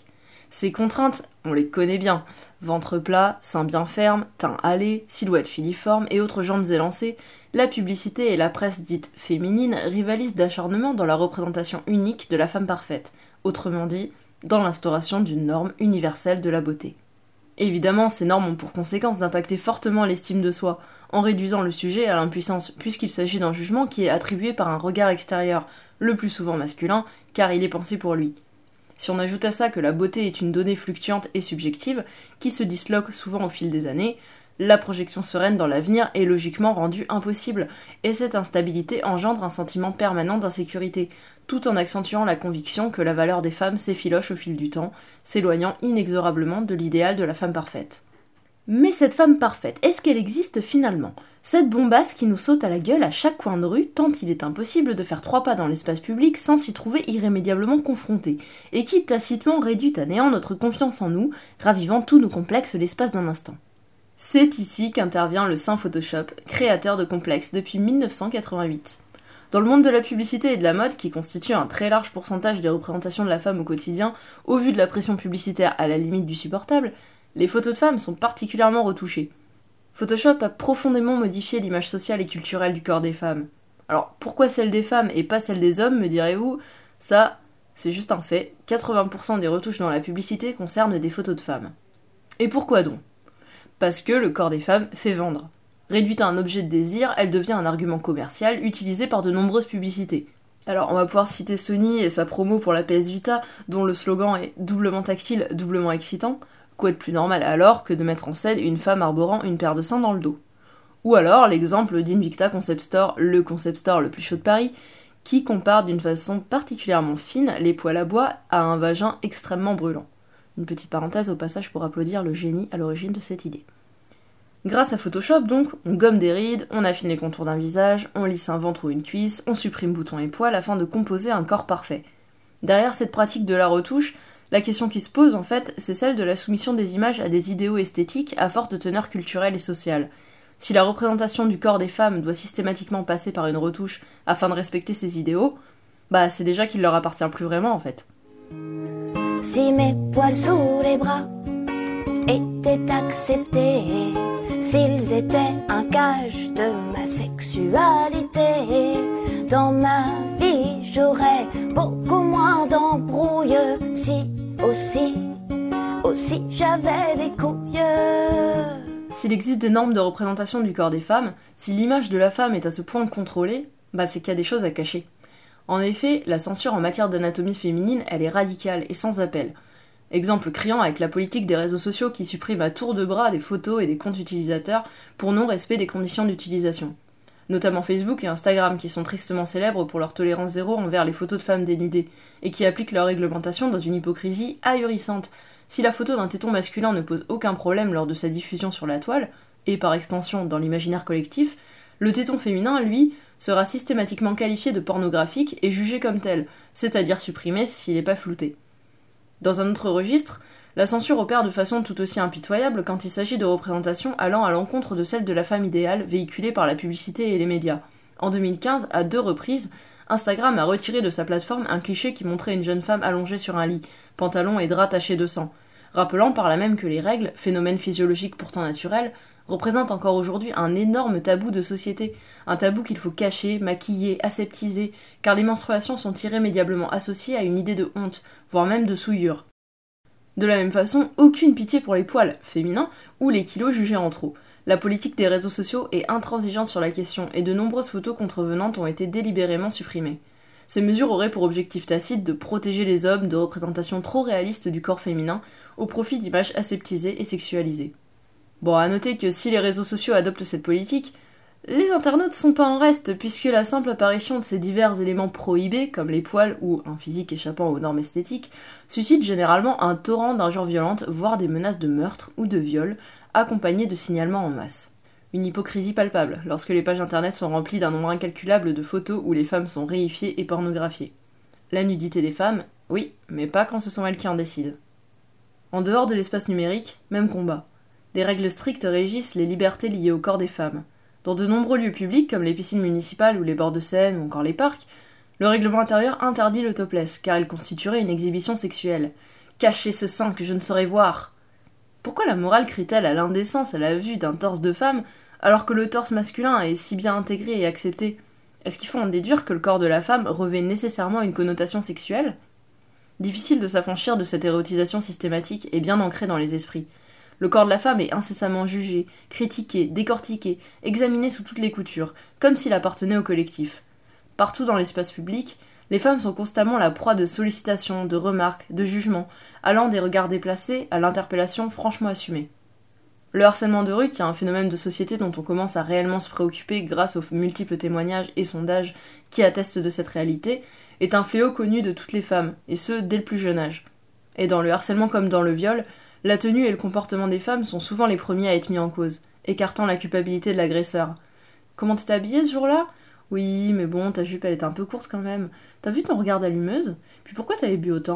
Ces contraintes, on les connaît bien. Ventre plat, seins bien fermes, teint hâlé, silhouette filiforme et autres jambes élancées, la publicité et la presse dite féminine rivalisent d'acharnement dans la représentation unique de la femme parfaite, autrement dit, dans l'instauration d'une norme universelle de la beauté. Évidemment, ces normes ont pour conséquence d'impacter fortement l'estime de soi, en réduisant le sujet à l'impuissance, puisqu'il s'agit d'un jugement qui est attribué par un regard extérieur, le plus souvent masculin, car il est pensé pour lui. Si on ajoute à ça que la beauté est une donnée fluctuante et subjective, qui se disloque souvent au fil des années, la projection sereine dans l'avenir est logiquement rendue impossible, et cette instabilité engendre un sentiment permanent d'insécurité, tout en accentuant la conviction que la valeur des femmes s'effiloche au fil du temps, s'éloignant inexorablement de l'idéal de la femme parfaite. Mais cette femme parfaite, est-ce qu'elle existe finalement ? Cette bombasse qui nous saute à la gueule à chaque coin de rue, tant il est impossible de faire trois pas dans l'espace public sans s'y trouver irrémédiablement confronté, et qui tacitement réduit à néant notre confiance en nous, ravivant tous nos complexes l'espace d'un instant. C'est ici qu'intervient le saint Photoshop, créateur de complexes depuis mille neuf cent quatre-vingt-huit. Dans le monde de la publicité et de la mode, qui constitue un très large pourcentage des représentations de la femme au quotidien, au vu de la pression publicitaire à la limite du supportable, les photos de femmes sont particulièrement retouchées. Photoshop a profondément modifié l'image sociale et culturelle du corps des femmes. Alors, pourquoi celle des femmes et pas celle des hommes, me direz-vous ? Ça, c'est juste un fait, quatre-vingts pour cent des retouches dans la publicité concernent des photos de femmes. Et pourquoi donc ? Parce que le corps des femmes fait vendre. Réduite à un objet de désir, elle devient un argument commercial utilisé par de nombreuses publicités. Alors, on va pouvoir citer Sony et sa promo pour la P S Vita, dont le slogan est « doublement tactile, doublement excitant », quoi de plus normal alors que de mettre en scène une femme arborant une paire de seins dans le dos. Ou alors l'exemple d'Invicta Concept Store, le concept store le plus chaud de Paris, qui compare d'une façon particulièrement fine les poils à bois à un vagin extrêmement brûlant. Une petite parenthèse au passage pour applaudir le génie à l'origine de cette idée. Grâce à Photoshop donc, on gomme des rides, on affine les contours d'un visage, on lisse un ventre ou une cuisse, on supprime boutons et poils afin de composer un corps parfait. Derrière cette pratique de la retouche, la question qui se pose en fait, c'est celle de la soumission des images à des idéaux esthétiques à forte teneur culturelle et sociale. Si la représentation du corps des femmes doit systématiquement passer par une retouche afin de respecter ces idéaux, bah c'est déjà qu'il leur appartient plus vraiment en fait. Si mes poils sous les bras étaient acceptés, s'ils étaient un gage de ma sexualité, dans ma vie j'aurais beaucoup moins d'embrouilles. Si aussi, aussi j'avais des couilles. S'il existe des normes de représentation du corps des femmes, si l'image de la femme est à ce point contrôlée, bah c'est qu'il y a des choses à cacher. En effet, la censure en matière d'anatomie féminine, elle est radicale et sans appel. Exemple criant avec la politique des réseaux sociaux qui suppriment à tour de bras des photos et des comptes utilisateurs pour non-respect des conditions d'utilisation. Notamment Facebook et Instagram qui sont tristement célèbres pour leur tolérance zéro envers les photos de femmes dénudées et qui appliquent leur réglementation dans une hypocrisie ahurissante. Si la photo d'un téton masculin ne pose aucun problème lors de sa diffusion sur la toile, et par extension dans l'imaginaire collectif, le téton féminin, lui, sera systématiquement qualifié de pornographique et jugé comme tel, c'est-à-dire supprimé s'il n'est pas flouté. Dans un autre registre, la censure opère de façon tout aussi impitoyable quand il s'agit de représentations allant à l'encontre de celle de la femme idéale véhiculée par la publicité et les médias. En deux mille quinze, à deux reprises, Instagram a retiré de sa plateforme un cliché qui montrait une jeune femme allongée sur un lit, pantalon et drap tachés de sang, rappelant par là même que les règles, phénomène physiologique pourtant naturel, représentent encore aujourd'hui un énorme tabou de société, un tabou qu'il faut cacher, maquiller, aseptiser, car les menstruations sont irrémédiablement associées à une idée de honte, voire même de souillure. De la même façon, aucune pitié pour les poils féminins ou les kilos jugés en trop. La politique des réseaux sociaux est intransigeante sur la question et de nombreuses photos contrevenantes ont été délibérément supprimées. Ces mesures auraient pour objectif tacite de protéger les hommes de représentations trop réalistes du corps féminin au profit d'images aseptisées et sexualisées. Bon, à noter que si les réseaux sociaux adoptent cette politique, les internautes sont pas en reste, puisque la simple apparition de ces divers éléments prohibés, comme les poils ou un physique échappant aux normes esthétiques, suscite généralement un torrent d'injures violentes, voire des menaces de meurtre ou de viol, accompagnées de signalements en masse. Une hypocrisie palpable, lorsque les pages internet sont remplies d'un nombre incalculable de photos où les femmes sont réifiées et pornographiées. La nudité des femmes, oui, mais pas quand ce sont elles qui en décident. En dehors de l'espace numérique, même combat. Des règles strictes régissent les libertés liées au corps des femmes. Dans de nombreux lieux publics, comme les piscines municipales ou les bords de Seine ou encore les parcs, le règlement intérieur interdit le topless, car il constituerait une exhibition sexuelle. Cachez ce sein que je ne saurais voir. Pourquoi la morale crie-t-elle à l'indécence à la vue d'un torse de femme, alors que le torse masculin est si bien intégré et accepté? Est-ce qu'il faut en déduire que le corps de la femme revêt nécessairement une connotation sexuelle? Difficile de s'affranchir de cette érotisation systématique et bien ancrée dans les esprits. Le corps de la femme est incessamment jugé, critiqué, décortiqué, examiné sous toutes les coutures, comme s'il appartenait au collectif. Partout dans l'espace public, les femmes sont constamment la proie de sollicitations, de remarques, de jugements, allant des regards déplacés à l'interpellation franchement assumée. Le harcèlement de rue, qui est un phénomène de société dont on commence à réellement se préoccuper grâce aux multiples témoignages et sondages qui attestent de cette réalité, est un fléau connu de toutes les femmes, et ce, dès le plus jeune âge. Et dans le harcèlement comme dans le viol, la tenue et le comportement des femmes sont souvent les premiers à être mis en cause, écartant la culpabilité de l'agresseur. « Comment t'es habillée ce jour-là ? Oui, mais bon, ta jupe elle est un peu courte quand même. T'as vu ton regard d'allumeuse ? Puis pourquoi t'avais bu autant ?»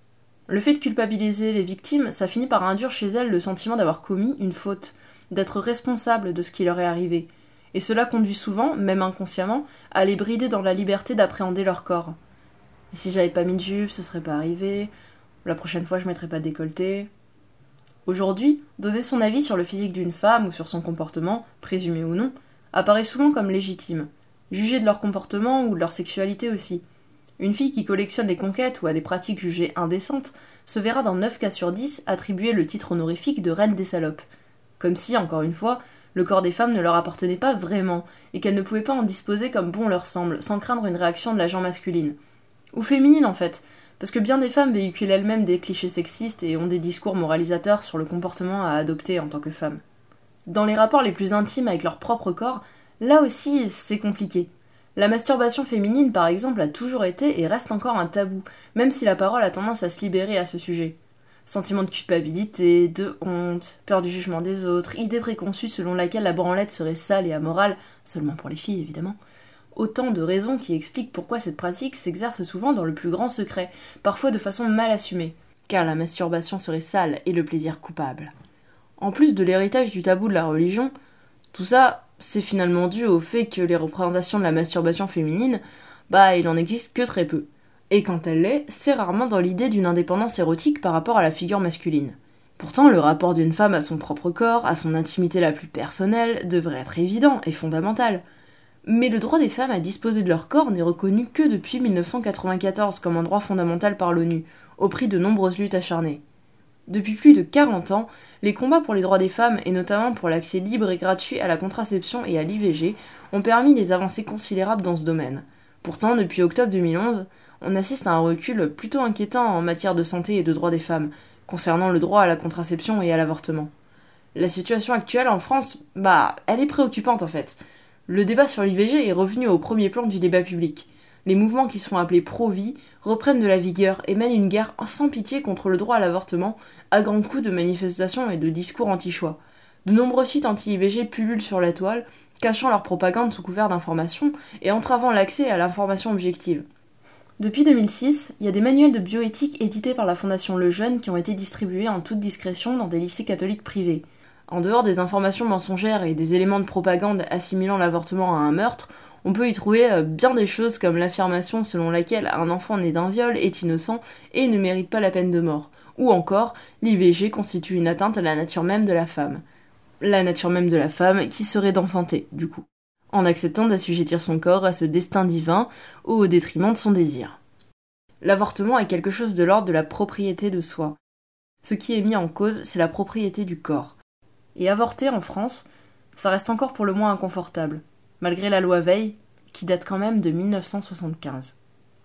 Le fait de culpabiliser les victimes, ça finit par induire chez elles le sentiment d'avoir commis une faute, d'être responsable de ce qui leur est arrivé. Et cela conduit souvent, même inconsciemment, à les brider dans la liberté d'appréhender leur corps. Et si j'avais pas mis de jupe, ce serait pas arrivé. La prochaine fois, je mettrais pas de décolleté. Aujourd'hui, donner son avis sur le physique d'une femme ou sur son comportement, présumé ou non, apparaît souvent comme légitime. Juger de leur comportement ou de leur sexualité aussi. Une fille qui collectionne les conquêtes ou a des pratiques jugées indécentes se verra dans neuf cas sur dix attribuer le titre honorifique de reine des salopes. Comme si, encore une fois, le corps des femmes ne leur appartenait pas vraiment et qu'elles ne pouvaient pas en disposer comme bon leur semble, sans craindre une réaction de la gent masculine. Ou féminine en fait, parce que bien des femmes véhiculent elles-mêmes des clichés sexistes et ont des discours moralisateurs sur le comportement à adopter en tant que femme. Dans les rapports les plus intimes avec leur propre corps, là aussi c'est compliqué. La masturbation féminine, par exemple, a toujours été et reste encore un tabou, même si la parole a tendance à se libérer à ce sujet. Sentiment de culpabilité, de honte, peur du jugement des autres, idée préconçue selon laquelle la branlette serait sale et amorale, seulement pour les filles évidemment. Autant de raisons qui expliquent pourquoi cette pratique s'exerce souvent dans le plus grand secret, parfois de façon mal assumée, car la masturbation serait sale et le plaisir coupable. En plus de l'héritage du tabou de la religion, tout ça, c'est finalement dû au fait que les représentations de la masturbation féminine, bah il en existe que très peu. Et quand elle l'est, c'est rarement dans l'idée d'une indépendance érotique par rapport à la figure masculine. Pourtant, le rapport d'une femme à son propre corps, à son intimité la plus personnelle, devrait être évident et fondamental. Mais le droit des femmes à disposer de leur corps n'est reconnu que depuis mille neuf cent quatre-vingt-quatorze comme un droit fondamental par l'ONU, au prix de nombreuses luttes acharnées. Depuis plus de quarante ans, les combats pour les droits des femmes, et notamment pour l'accès libre et gratuit à la contraception et à l'I V G, ont permis des avancées considérables dans ce domaine. Pourtant, depuis octobre deux mille onze, on assiste à un recul plutôt inquiétant en matière de santé et de droits des femmes, concernant le droit à la contraception et à l'avortement. La situation actuelle en France, bah, elle est préoccupante en fait. Le débat sur l'I V G est revenu au premier plan du débat public. Les mouvements qui se font appeler pro-vie reprennent de la vigueur et mènent une guerre sans pitié contre le droit à l'avortement, à grands coups de manifestations et de discours anti-choix. De nombreux sites anti-I V G pullulent sur la toile, cachant leur propagande sous couvert d'information et entravant l'accès à l'information objective. Depuis deux mille six, il y a des manuels de bioéthique édités par la Fondation Lejeune qui ont été distribués en toute discrétion dans des lycées catholiques privés. En dehors des informations mensongères et des éléments de propagande assimilant l'avortement à un meurtre, on peut y trouver bien des choses comme l'affirmation selon laquelle un enfant né d'un viol est innocent et ne mérite pas la peine de mort, ou encore l'I V G constitue une atteinte à la nature même de la femme. La nature même de la femme qui serait d'enfanter, du coup, en acceptant d'assujettir son corps à ce destin divin au détriment de son désir. L'avortement est quelque chose de l'ordre de la propriété de soi. Ce qui est mis en cause, c'est la propriété du corps. Et avorter en France, ça reste encore pour le moins inconfortable, malgré la loi Veil, qui date quand même de mille neuf cent soixante-quinze.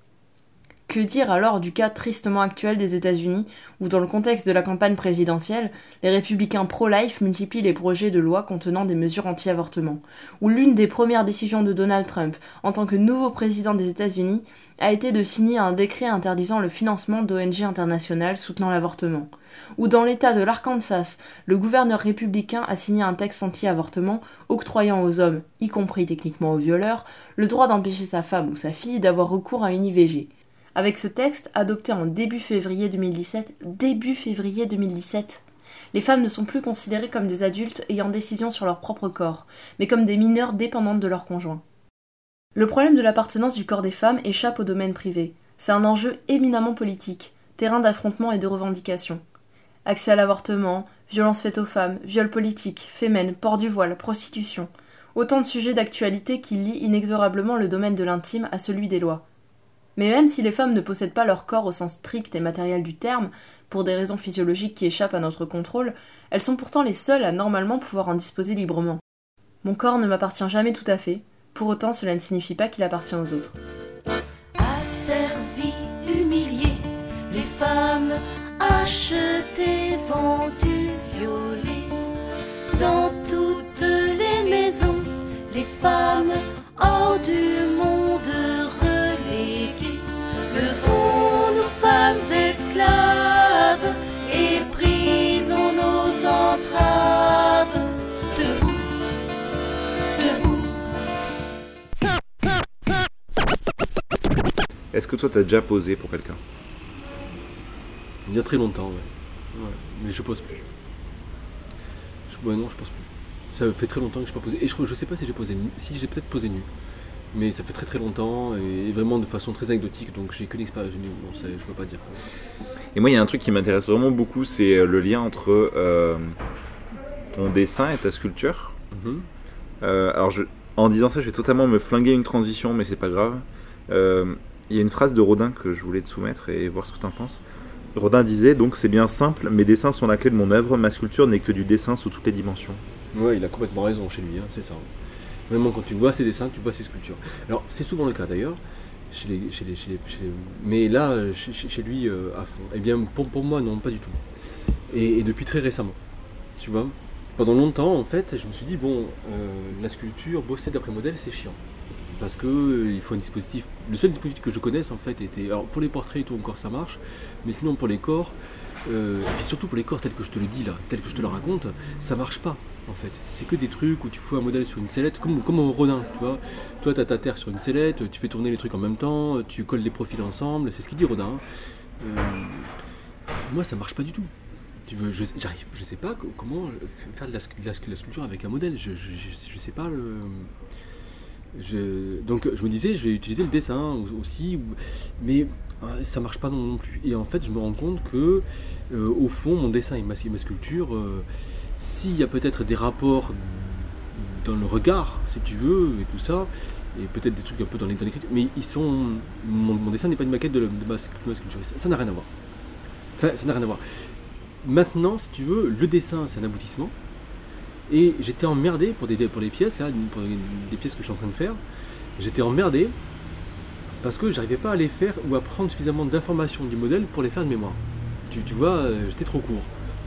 Que dire alors du cas tristement actuel des États-Unis, où dans le contexte de la campagne présidentielle, les républicains pro-life multiplient les projets de loi contenant des mesures anti-avortement, où l'une des premières décisions de Donald Trump, en tant que nouveau président des États-Unis, a été de signer un décret interdisant le financement d'O N G internationales soutenant l'avortement, où dans l'État de l'Arkansas, le gouverneur républicain a signé un texte anti-avortement octroyant aux hommes, y compris techniquement aux violeurs, le droit d'empêcher sa femme ou sa fille d'avoir recours à une I V G. Avec ce texte, adopté en début février deux mille dix-sept, début février deux mille dix-sept, les femmes ne sont plus considérées comme des adultes ayant décision sur leur propre corps, mais comme des mineures dépendantes de leur conjoint. Le problème de l'appartenance du corps des femmes échappe au domaine privé. C'est un enjeu éminemment politique, terrain d'affrontement et de revendication. Accès à l'avortement, violences faites aux femmes, viols politiques, fémènes, port du voile, prostitution. Autant de sujets d'actualité qui lient inexorablement le domaine de l'intime à celui des lois. Mais même si les femmes ne possèdent pas leur corps au sens strict et matériel du terme, pour des raisons physiologiques qui échappent à notre contrôle, elles sont pourtant les seules à normalement pouvoir en disposer librement. Mon corps ne m'appartient jamais tout à fait, pour autant cela ne signifie pas qu'il appartient aux autres. Asservies, humiliées, les femmes achetées, vendues, violées, dans toutes les maisons, les femmes hors du monde reléguées, levons nos femmes esclaves et brisons nos entraves, debout, debout. Est-ce que toi t'as déjà posé pour quelqu'un ? Il y a très longtemps, ouais. ouais. Mais je pose plus. Je... Ouais, non, je pose plus. Ça fait très longtemps que je n'ai pas posé. Et je, je sais pas si j'ai posé nu. Si j'ai peut-être posé nu. Mais ça fait très très longtemps et vraiment de façon très anecdotique. Donc j'ai qu'une expérience nue. Bon, ça, je peux pas dire. Quoi. Et moi, il y a un truc qui m'intéresse vraiment beaucoup, c'est le lien entre euh, ton dessin et ta sculpture. Mm-hmm. Euh, alors, je, en disant ça, je vais totalement me flinguer une transition, mais c'est pas grave. Euh, il y a une phrase de Rodin que je voulais te soumettre et voir ce que tu en penses. Rodin disait donc c'est bien simple, mes dessins sont la clé de mon œuvre, ma sculpture n'est que du dessin sous toutes les dimensions. Ouais, il a complètement raison chez lui, hein, c'est ça. Même quand tu vois ses dessins, tu vois ses sculptures. Alors c'est souvent le cas d'ailleurs, chez les, chez les, chez les, chez les... mais là chez, chez lui euh, à fond. Eh bien pour, pour moi non, pas du tout. Et, et depuis très récemment, tu vois. Pendant longtemps en fait, je me suis dit bon, euh, la sculpture, bosser d'après modèle, c'est chiant. Parce que euh, il faut un dispositif. Le seul dispositif que je connaisse en fait était. Alors pour les portraits et tout encore ça marche, mais sinon pour les corps, euh, et puis surtout pour les corps tels que je te le dis là, tels que je te le raconte, ça marche pas en fait. C'est que des trucs où tu fous un modèle sur une sellette, comme, comme au Rodin, tu vois. Toi t'as ta terre sur une sellette, tu fais tourner les trucs en même temps, tu colles les profils ensemble, c'est ce qu'il dit Rodin. Euh, moi ça marche pas du tout. Tu veux, je, j'arrive, je sais pas comment faire de la, de la, de la sculpture avec un modèle, je, je, je, je sais pas le. Je, donc je me disais je vais utiliser le dessin aussi, mais euh, ça marche pas non, non plus. Et en fait je me rends compte que euh, au fond mon dessin et ma, et ma sculpture, euh, s'il y a peut-être des rapports dans le regard si tu veux et tout ça, et peut-être des trucs un peu dans l'écriture, mais ils sont mon, mon dessin n'est pas une maquette de, la, de, ma, de ma sculpture, ça, ça n'a rien à voir. Enfin ça n'a rien à voir. Maintenant si tu veux le dessin c'est un aboutissement. Et j'étais emmerdé pour des, pour des pièces, là, pour des pièces que je suis en train de faire. J'étais emmerdé parce que j'arrivais pas à les faire ou à prendre suffisamment d'informations du modèle pour les faire de mémoire. Tu, tu vois, j'étais trop court.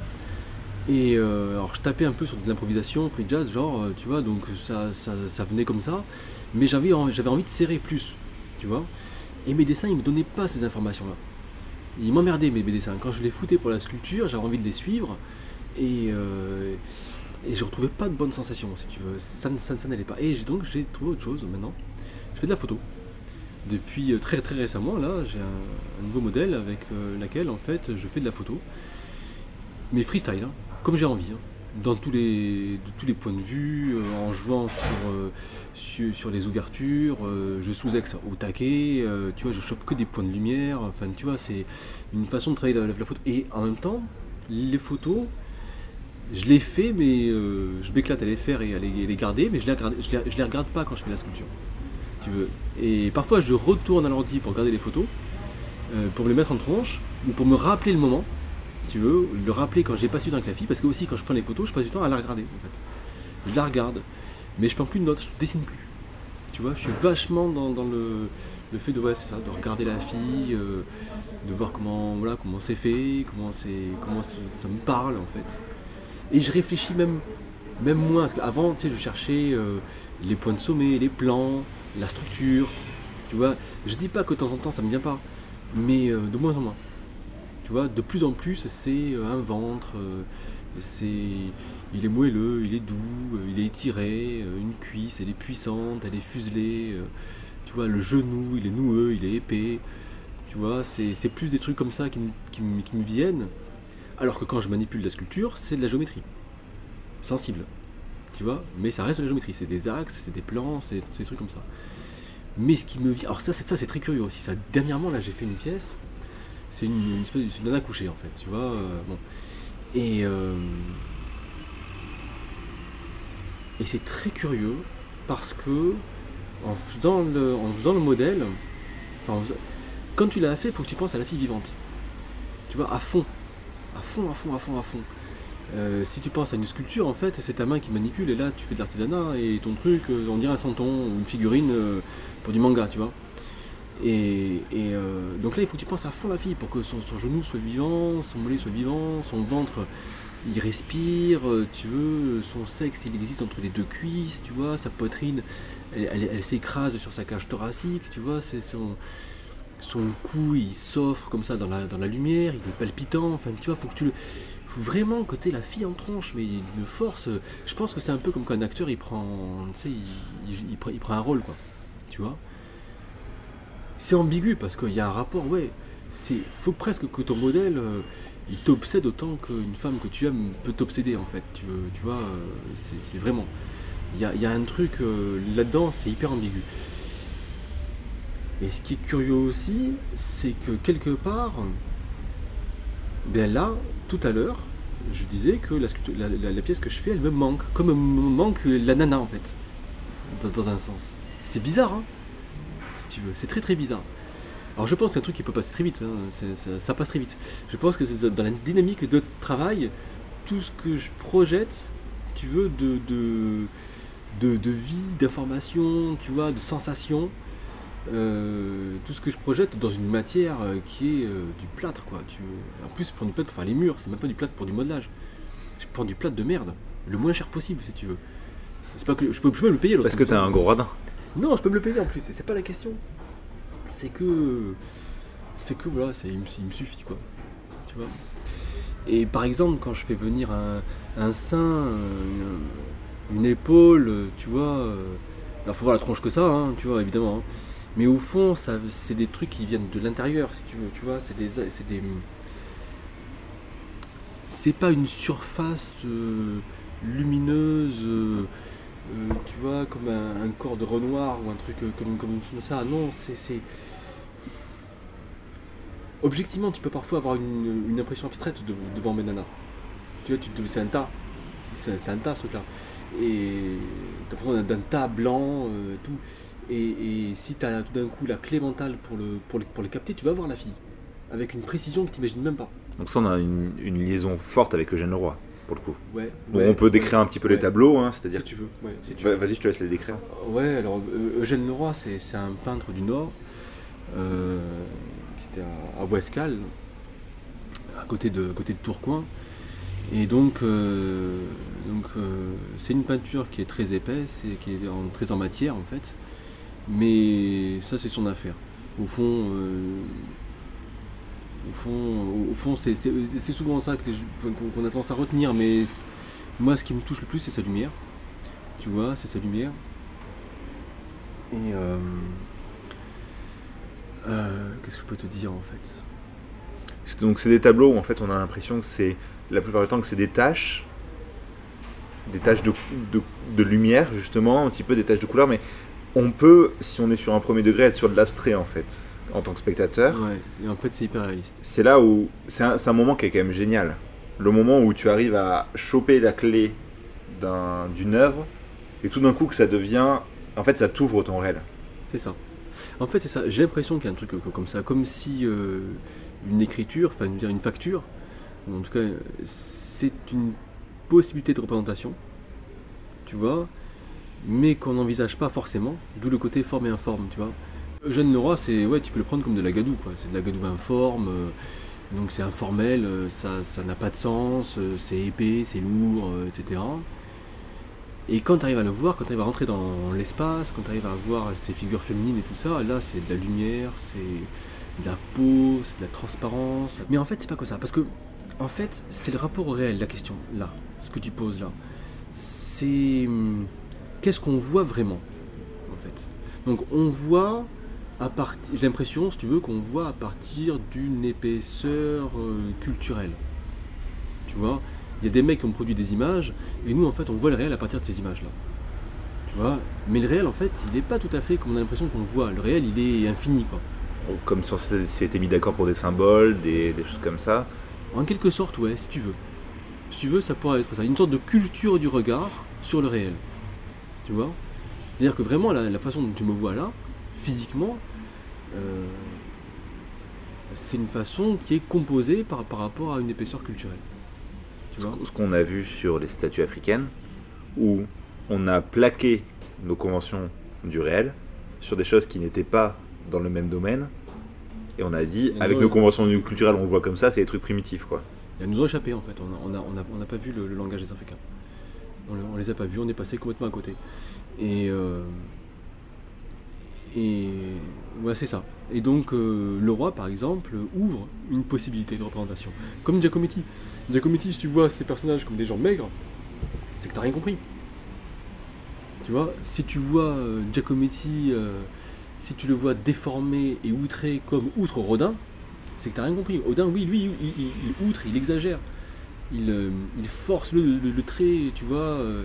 Et euh, alors je tapais un peu sur de l'improvisation, free jazz, genre, tu vois, donc ça, ça, ça venait comme ça. Mais j'avais, j'avais envie de serrer plus, tu vois. Et mes dessins, ils me donnaient pas ces informations-là. Ils m'emmerdaient mes, mes dessins. Quand je les foutais pour la sculpture, j'avais envie de les suivre. Et... Euh, Et je retrouvais pas de bonnes sensations, si tu veux, ça, ça, ça n'allait pas. Et j'ai, donc j'ai trouvé autre chose maintenant. Je fais de la photo. Depuis très très récemment, là, j'ai un, un nouveau modèle avec euh, laquelle en fait je fais de la photo. Mais freestyle, hein, comme j'ai envie, hein, dans tous les, de tous les points de vue, euh, en jouant sur, euh, sur, sur les ouvertures, euh, je sous-exe au taquet, euh, tu vois, je chope que des points de lumière, enfin tu vois, c'est une façon de travailler la, la photo. Et en même temps, les photos, je les fais, mais euh, je m'éclate à les faire et à les, à les garder, mais je les, regarde, je, les, je les regarde pas quand je fais la sculpture. Tu veux. Et parfois, je retourne à l'ordi pour regarder les photos, euh, pour me les mettre en tronche, ou pour me rappeler le moment, tu veux, le rappeler quand j'ai passé du temps avec la fille, parce que aussi quand je prends les photos, je passe du temps à la regarder, en fait. Je la regarde, mais je prends plus de notes, je dessine plus. Tu vois, je suis vachement dans, dans le, le fait de, ouais, c'est ça, de regarder la fille, euh, de voir comment, voilà, comment c'est fait, comment, c'est, comment c'est, ça me parle, en fait. Et je réfléchis même, même moins, parce qu'avant, tu sais, je cherchais euh, les points de sommet, les plans, la structure, tu vois. Je dis pas que de temps en temps ça me vient pas, mais euh, de moins en moins. Tu vois, de plus en plus, c'est euh, un ventre, euh, c'est, il est moelleux, il est doux, euh, il est étiré, euh, une cuisse, elle est puissante, elle est fuselée, euh, tu vois, le genou, il est noueux, il est épais, tu vois, c'est, c'est plus des trucs comme ça qui, qui, qui me viennent. Alors que quand je manipule la sculpture, c'est de la géométrie. Sensible. Tu vois, mais ça reste de la géométrie. C'est des axes, c'est des plans, c'est, c'est des trucs comme ça. Mais ce qui me vient... Alors ça c'est, ça, c'est très curieux aussi. Ça, dernièrement, là, j'ai fait une pièce. c'est une, une espèce de c'est une nana couchée en fait, tu vois. Euh, bon. Et, euh, et c'est très curieux parce que en faisant le, en faisant le modèle, enfin, en faisant, quand tu l'as fait, il faut que tu penses à la fille vivante. Tu vois, à fond. À fond, à fond, à fond, à fond. Euh, si tu penses à une sculpture, en fait, c'est ta main qui manipule et là tu fais de l'artisanat et ton truc, euh, on dirait un santon ou une figurine euh, pour du manga, tu vois. Et, et euh, donc là, il faut que tu penses à fond la fille pour que son, son genou soit vivant, son mollet soit vivant, son ventre il respire, tu veux, son sexe il existe entre les deux cuisses, tu vois, sa poitrine elle, elle, elle s'écrase sur sa cage thoracique, tu vois, c'est son, son cou il s'offre comme ça dans la, dans la lumière, il est palpitant, enfin tu vois, faut que tu le. Faut vraiment que t'aies la fille en tronche, mais une force. Je pense que c'est un peu comme quand un acteur il prend, tu sais, il, il, il, il prend un rôle, quoi. Tu vois. C'est ambigu parce qu'il y a un rapport, ouais. C'est, faut presque que ton modèle, euh, il t'obsède autant qu'une femme que tu aimes peut t'obséder en fait. Tu, tu vois, euh, c'est, c'est vraiment. Il y a, y a un truc euh, là-dedans, c'est hyper ambigu. Et ce qui est curieux aussi, c'est que quelque part, ben là, tout à l'heure, je disais que la, la, la, la pièce que je fais, elle me manque, comme me manque la nana en fait, dans, dans un sens. C'est bizarre, hein, si tu veux, c'est très très bizarre. Alors je pense que c'est un truc qui peut passer très vite, hein. c'est, ça, ça passe très vite. Je pense que c'est dans la dynamique de travail, tout ce que je projette, tu veux, de, de, de, de vie, d'information, tu vois, de sensations, euh, tout ce que je projette dans une matière qui est euh, du plâtre, quoi. Tu, en plus, je prends du plâtre pour faire les murs, c'est même pas du plâtre pour du modelage. Je prends du plâtre de merde, le moins cher possible, si tu veux. C'est pas que je peux, je peux me le payer. Parce que t'as un gros radin. Non, je peux me le payer en plus, c'est, c'est pas la question. C'est que, c'est que voilà, c'est, il, me, il me suffit, quoi. Tu vois. Et par exemple, quand je fais venir un, un sein, une, une épaule, tu vois, euh, alors faut voir la tronche que ça, hein, tu vois, évidemment. Hein. Mais au fond, ça, c'est des trucs qui viennent de l'intérieur, si tu veux, tu vois, c'est des, c'est des, c'est pas une surface euh, lumineuse, euh, euh, tu vois, comme un, un corps de Renoir ou un truc euh, comme, comme ça. Non, c'est, c'est, objectivement, tu peux parfois avoir une, une impression abstraite de, devant mes nanas. Tu vois, tu te, c'est un tas, c'est, c'est un tas ce truc-là, et t'as l'impression d'un, d'un tas blanc, euh, tout. Et, et si tu as tout d'un coup la clé mentale pour le, pour, le, pour le capter, tu vas voir la fille. Avec une précision que tu n'imagines même pas. Donc ça, on a une, une liaison forte avec Eugène Leroy, pour le coup. Ouais. Bon, ouais on peut décrire ouais, un petit peu ouais. les tableaux, hein, c'est-à-dire... Si tu veux. Ouais, si tu Va, veux. Vas-y, je te laisse les décrire. Ouais, alors euh, Eugène Leroy, c'est, c'est un peintre du Nord, euh, qui était à, à Ouescal, à côté de, à côté de Tourcoing. Et donc, euh, donc euh, c'est une peinture qui est très épaisse et qui est en, très en matière, en fait. Mais ça, c'est son affaire. Au fond, euh, au fond, au fond c'est, c'est, c'est souvent ça que les, qu'on a tendance à retenir. Mais moi, ce qui me touche le plus, c'est sa lumière. Tu vois, c'est sa lumière. Et euh, euh, qu'est-ce que je peux te dire en fait ? C'est, donc, c'est des tableaux où en fait, on a l'impression que c'est la plupart du temps que c'est des taches, des taches de, de, de lumière justement, un petit peu des taches de couleur, mais on peut, si on est sur un premier degré, être sur de l'abstrait en fait, en tant que spectateur. Ouais, et en fait c'est hyper réaliste. C'est là où, c'est un, c'est un moment qui est quand même génial. Le moment où tu arrives à choper la clé d'un, d'une œuvre, et tout d'un coup que ça devient, en fait ça t'ouvre ton réel. C'est ça. En fait c'est ça, j'ai l'impression qu'il y a un truc comme ça, comme si euh, une écriture, enfin une, une facture, en tout cas c'est une possibilité de représentation, tu vois, mais qu'on n'envisage pas forcément, d'où le côté forme et informe, tu vois. Eugène Leroy, c'est, ouais, tu peux le prendre comme de la gadoue, quoi. C'est de la gadoue informe, euh, donc c'est informel, euh, ça, ça n'a pas de sens, euh, c'est épais, c'est lourd, euh, et cetera. Et quand tu arrives à le voir, quand tu arrives à rentrer dans l'espace, quand tu arrives à voir ces figures féminines et tout ça, là c'est de la lumière, c'est de la peau, c'est de la transparence. Mais en fait, c'est pas que ça, parce que, en fait, c'est le rapport au réel, la question, là, ce que tu poses là. C'est... Qu'est-ce qu'on voit vraiment, en fait ? Donc on voit, à partir, j'ai l'impression, si tu veux, qu'on voit à partir d'une épaisseur euh, culturelle. Tu vois ? Il y a des mecs qui ont produit des images, et nous, en fait, on voit le réel à partir de ces images-là. Tu vois ? Mais le réel, en fait, il n'est pas tout à fait comme on a l'impression qu'on le voit. Le réel, il est infini, quoi. Comme si on s'était mis d'accord pour des symboles, des, des choses comme ça. En quelque sorte, ouais, si tu veux. Si tu veux, ça pourrait être ça. Une sorte de culture du regard sur le réel. Tu vois ? C'est-à-dire que vraiment, la, la façon dont tu me vois là, physiquement, euh, c'est une façon qui est composée par, par rapport à une épaisseur culturelle. Tu vois ? Ce qu'on a vu sur les statues africaines, où on a plaqué nos conventions du réel sur des choses qui n'étaient pas dans le même domaine, et on a dit, et avec nos conventions culturelles, on le voit comme ça, c'est des trucs primitifs, quoi. Elles nous ont échappé, en fait. On n'a on a, on a, on a pas vu le, le langage des Africains. On, on les a pas vus, on est passé complètement à côté. Et... Euh, et... ouais, c'est ça. Et donc, euh, le roi, par exemple, ouvre une possibilité de représentation. Comme Giacometti. Giacometti, si tu vois ces personnages comme des gens maigres, c'est que t'as rien compris. Tu vois, si tu vois euh, Giacometti... Euh, si tu le vois déformé et outré comme outre Rodin, c'est que tu n'as rien compris. Rodin, oui, lui, il, il, il outre, il exagère. Il, euh, il force le, le, le trait, tu vois. Euh,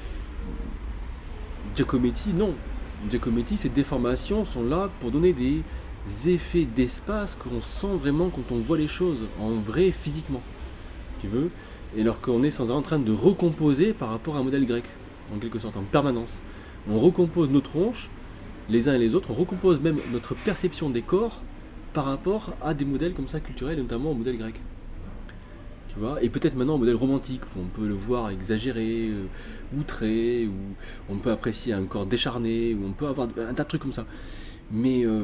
Giacometti, non. Giacometti, ces déformations sont là pour donner des effets d'espace qu'on sent vraiment quand on voit les choses, en vrai, physiquement. Tu veux ? Et alors qu'on est sans arrêt en train de recomposer par rapport à un modèle grec, en quelque sorte, en permanence. On recompose nos tronches, les uns et les autres, on recompose même notre perception des corps par rapport à des modèles comme ça culturels, notamment au modèle grec. Tu vois, et peut-être maintenant au modèle romantique, où on peut le voir exagéré, euh, outré, où on peut apprécier un corps décharné, où on peut avoir un tas de trucs comme ça. Mais euh,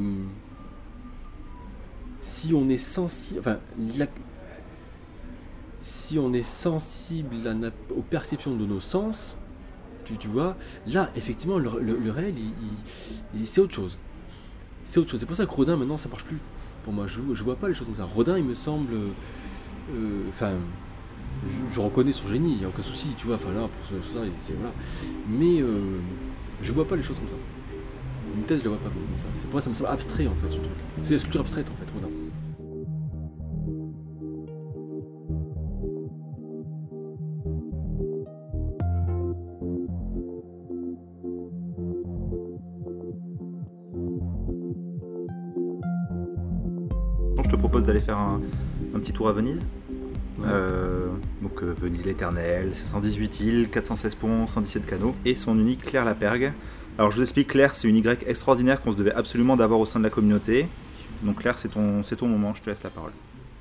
si on est sensible, enfin, la, si on est sensible à, aux perceptions de nos sens, Tu, tu vois, là, effectivement, le, le, le réel, il, il, il, c'est autre chose. C'est autre chose. C'est pour ça que Rodin, maintenant, ça marche plus. Pour moi, je, je vois pas les choses comme ça. Rodin, il me semble... Enfin, euh, je, je reconnais son génie, il n'y a aucun souci, tu vois. Enfin, là, pour ça, c'est... Voilà. Mais euh, je vois pas les choses comme ça. Une thèse, je la vois pas comme ça. C'est pour moi, ça me semble abstrait, en fait, ce truc. C'est la sculpture abstraite, en fait, Rodin. Je te propose d'aller faire un, un petit tour à Venise. Ouais. Euh, donc euh, Venise l'éternelle, c'est cent dix-huit îles, quatre cent seize ponts, cent dix-sept canaux et son unique Claire Lapergue. Alors je vous explique, Claire c'est une Y extraordinaire qu'on se devait absolument d'avoir au sein de la communauté. Donc Claire c'est ton, c'est ton moment, je te laisse la parole.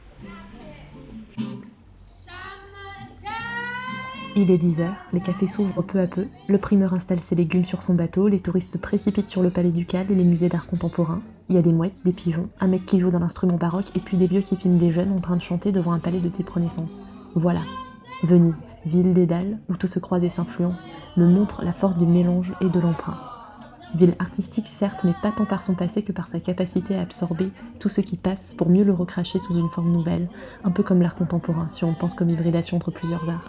Il est dix heures, les cafés s'ouvrent peu à peu, le primeur installe ses légumes sur son bateau, les touristes se précipitent sur le palais ducal et les musées d'art contemporain. Il y a des mouettes, des pigeons, un mec qui joue d'un instrument baroque et puis des vieux qui filment des jeunes en train de chanter devant un palais de type Renaissance. Voilà. Venise, ville des dalles, où tout se croise et s'influence, me montre la force du mélange et de l'emprunt. Ville artistique certes, mais pas tant par son passé que par sa capacité à absorber tout ce qui passe pour mieux le recracher sous une forme nouvelle, un peu comme l'art contemporain, si on pense comme hybridation entre plusieurs arts.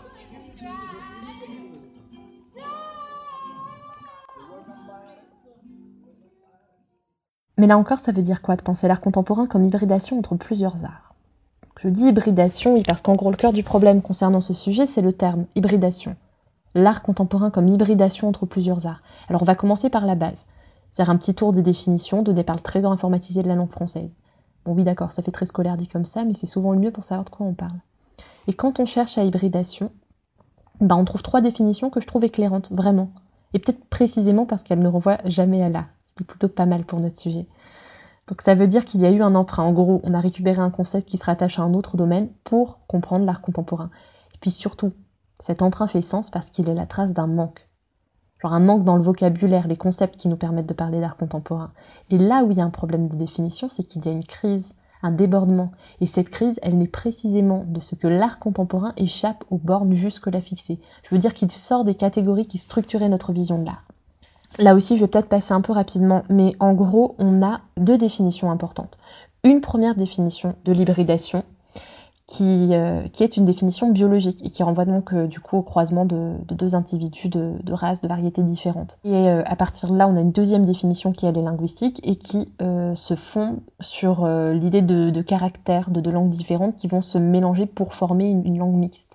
Mais là encore, ça veut dire quoi de penser l'art contemporain comme hybridation entre plusieurs arts ? Je dis hybridation, oui, parce qu'en gros, le cœur du problème concernant ce sujet, c'est le terme hybridation. L'art contemporain comme hybridation entre plusieurs arts. Alors on va commencer par la base, c'est-à-dire un petit tour des définitions, donné par le trésor informatisé de la langue française. Bon oui d'accord, ça fait très scolaire dit comme ça, mais c'est souvent le mieux pour savoir de quoi on parle. Et quand on cherche à hybridation, bah on trouve trois définitions que je trouve éclairantes, vraiment. Et peut-être précisément parce qu'elles ne renvoient jamais à l'art. C'est plutôt pas mal pour notre sujet. Donc ça veut dire qu'il y a eu un emprunt. En gros, on a récupéré un concept qui se rattache à un autre domaine pour comprendre l'art contemporain. Et puis surtout, cet emprunt fait sens parce qu'il est la trace d'un manque. Genre un manque dans le vocabulaire, les concepts qui nous permettent de parler d'art contemporain. Et là où il y a un problème de définition, c'est qu'il y a une crise, un débordement. Et cette crise, elle naît précisément de ce que l'art contemporain échappe aux bornes jusque-là fixées. Je veux dire qu'il sort des catégories qui structuraient notre vision de l'art. Là aussi, je vais peut-être passer un peu rapidement, mais en gros, on a deux définitions importantes. Une première définition de l'hybridation, qui, euh, qui est une définition biologique et qui renvoie donc euh, du coup au croisement de, de deux individus de, de races, de variétés différentes. Et euh, à partir de là, on a une deuxième définition qui elle est linguistique et qui euh, se fonde sur euh, l'idée de, de caractères, de deux langues différentes qui vont se mélanger pour former une, une langue mixte.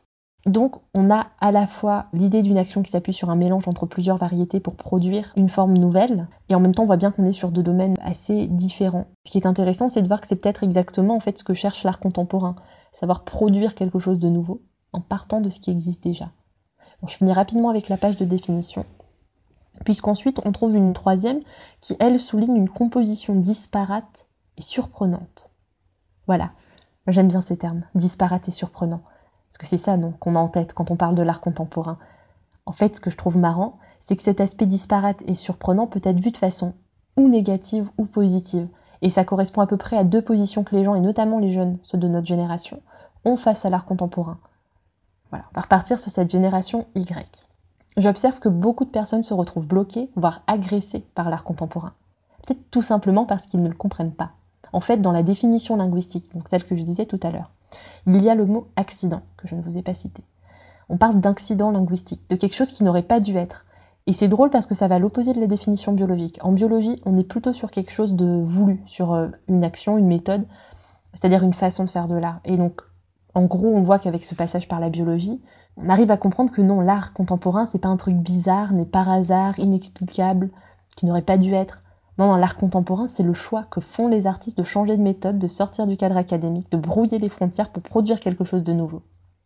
Donc on a à la fois l'idée d'une action qui s'appuie sur un mélange entre plusieurs variétés pour produire une forme nouvelle, et en même temps on voit bien qu'on est sur deux domaines assez différents. Ce qui est intéressant, c'est de voir que c'est peut-être exactement en fait ce que cherche l'art contemporain, savoir produire quelque chose de nouveau en partant de ce qui existe déjà. Bon, je finis rapidement avec la page de définition, puisqu'ensuite on trouve une troisième qui, elle, souligne une composition disparate et surprenante. Voilà, j'aime bien ces termes, disparate et surprenant. Parce que c'est ça non, qu'on a en tête quand on parle de l'art contemporain. En fait, ce que je trouve marrant, c'est que cet aspect disparate et surprenant peut être vu de façon ou négative ou positive. Et ça correspond à peu près à deux positions que les gens, et notamment les jeunes, ceux de notre génération, ont face à l'art contemporain. Voilà, on va repartir sur cette génération Y. J'observe que beaucoup de personnes se retrouvent bloquées, voire agressées par l'art contemporain. Peut-être tout simplement parce qu'ils ne le comprennent pas. En fait, dans la définition linguistique, donc celle que je disais tout à l'heure, il y a le mot « accident » que je ne vous ai pas cité. On parle d'incident linguistique, de quelque chose qui n'aurait pas dû être. Et c'est drôle parce que ça va à l'opposé de la définition biologique. En biologie, on est plutôt sur quelque chose de voulu, sur une action, une méthode, c'est-à-dire une façon de faire de l'art. Et donc, en gros, on voit qu'avec ce passage par la biologie, on arrive à comprendre que non, l'art contemporain, c'est pas un truc bizarre, né par hasard, inexplicable, qui n'aurait pas dû être. Non, non, l'art contemporain, c'est le choix que font les artistes de changer de méthode, de sortir du cadre académique, de brouiller les frontières pour produire quelque chose de nouveau.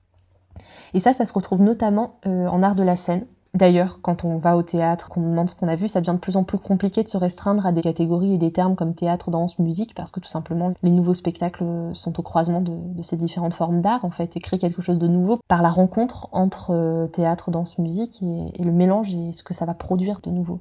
Et ça, ça se retrouve notamment euh, en art de la scène. D'ailleurs, quand on va au théâtre, qu'on demande ce qu'on a vu, ça devient de plus en plus compliqué de se restreindre à des catégories et des termes comme théâtre, danse, musique, parce que tout simplement, les nouveaux spectacles sont au croisement de, de ces différentes formes d'art, en fait, et créent quelque chose de nouveau par la rencontre entre euh, théâtre, danse, musique, et, et le mélange et ce que ça va produire de nouveau.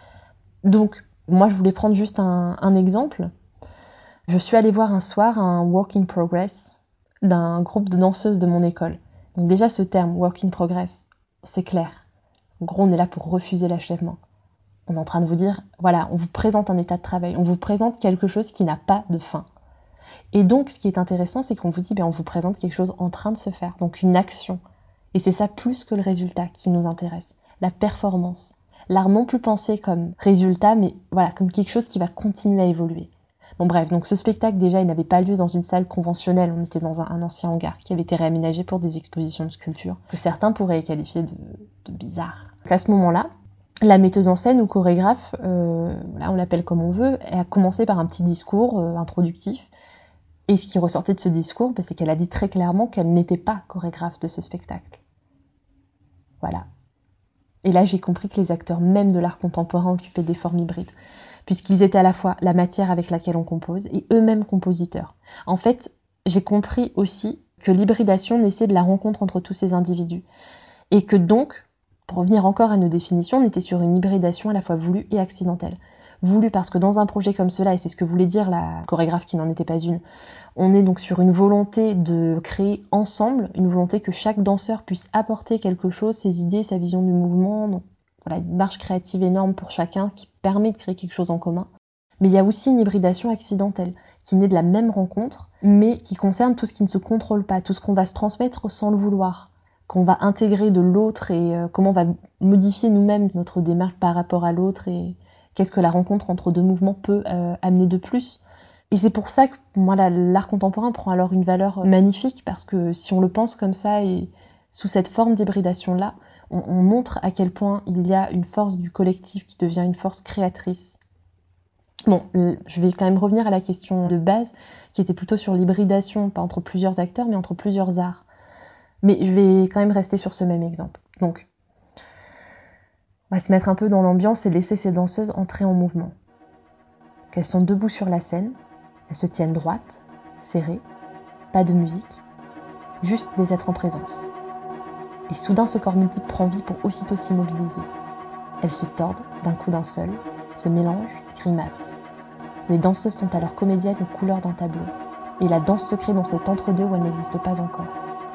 Donc, moi, je voulais prendre juste un, un exemple. Je suis allée voir un soir un work in progress d'un groupe de danseuses de mon école. Donc déjà, ce terme, work in progress, c'est clair. En gros, on est là pour refuser l'achèvement. On est en train de vous dire, voilà, on vous présente un état de travail, on vous présente quelque chose qui n'a pas de fin. Et donc, ce qui est intéressant, c'est qu'on vous dit, ben, on vous présente quelque chose en train de se faire, donc une action. Et c'est ça plus que le résultat qui nous intéresse, la performance. L'art non plus pensé comme résultat, mais voilà, comme quelque chose qui va continuer à évoluer. Bon bref, donc ce spectacle déjà, il n'avait pas lieu dans une salle conventionnelle, on était dans un, un ancien hangar qui avait été réaménagé pour des expositions de sculpture, que certains pourraient qualifier de, de bizarre. Donc à ce moment-là, la metteuse en scène ou chorégraphe, euh, là on l'appelle comme on veut, elle a commencé par un petit discours euh, introductif, et ce qui ressortait de ce discours, bah, c'est qu'elle a dit très clairement qu'elle n'était pas chorégraphe de ce spectacle. Voilà. Et là, j'ai compris que les acteurs même de l'art contemporain occupaient des formes hybrides, puisqu'ils étaient à la fois la matière avec laquelle on compose et eux-mêmes compositeurs. En fait, j'ai compris aussi que l'hybridation naissait de la rencontre entre tous ces individus, et que donc, pour revenir encore à nos définitions, on était sur une hybridation à la fois voulue et accidentelle. Voulue parce que dans un projet comme cela, et c'est ce que voulait dire la chorégraphe qui n'en était pas une, on est donc sur une volonté de créer ensemble, une volonté que chaque danseur puisse apporter quelque chose, ses idées, sa vision du mouvement. Donc voilà, une marge créative énorme pour chacun qui permet de créer quelque chose en commun. Mais il y a aussi une hybridation accidentelle qui naît de la même rencontre, mais qui concerne tout ce qui ne se contrôle pas, tout ce qu'on va se transmettre sans le vouloir, qu'on va intégrer de l'autre et euh, comment on va modifier nous-mêmes notre démarche par rapport à l'autre et qu'est-ce que la rencontre entre deux mouvements peut euh, amener de plus. Et c'est pour ça que moi, là, l'art contemporain prend alors une valeur magnifique, parce que si on le pense comme ça et sous cette forme d'hybridation-là, on, on montre à quel point il y a une force du collectif qui devient une force créatrice. Bon, je vais quand même revenir à la question de base, qui était plutôt sur l'hybridation, pas entre plusieurs acteurs, mais entre plusieurs arts. Mais je vais quand même rester sur ce même exemple. Donc, on va se mettre un peu dans l'ambiance et laisser ces danseuses entrer en mouvement. Qu'elles sont debout sur la scène, elles se tiennent droites, serrées, pas de musique, juste des êtres en présence. Et soudain, ce corps multiple prend vie pour aussitôt s'immobiliser. Elles se tordent d'un coup d'un seul, se mélangent, grimacent. Les danseuses sont alors comédiennes aux couleurs d'un tableau, et la danse se crée dans cet entre-deux où elle n'existe pas encore.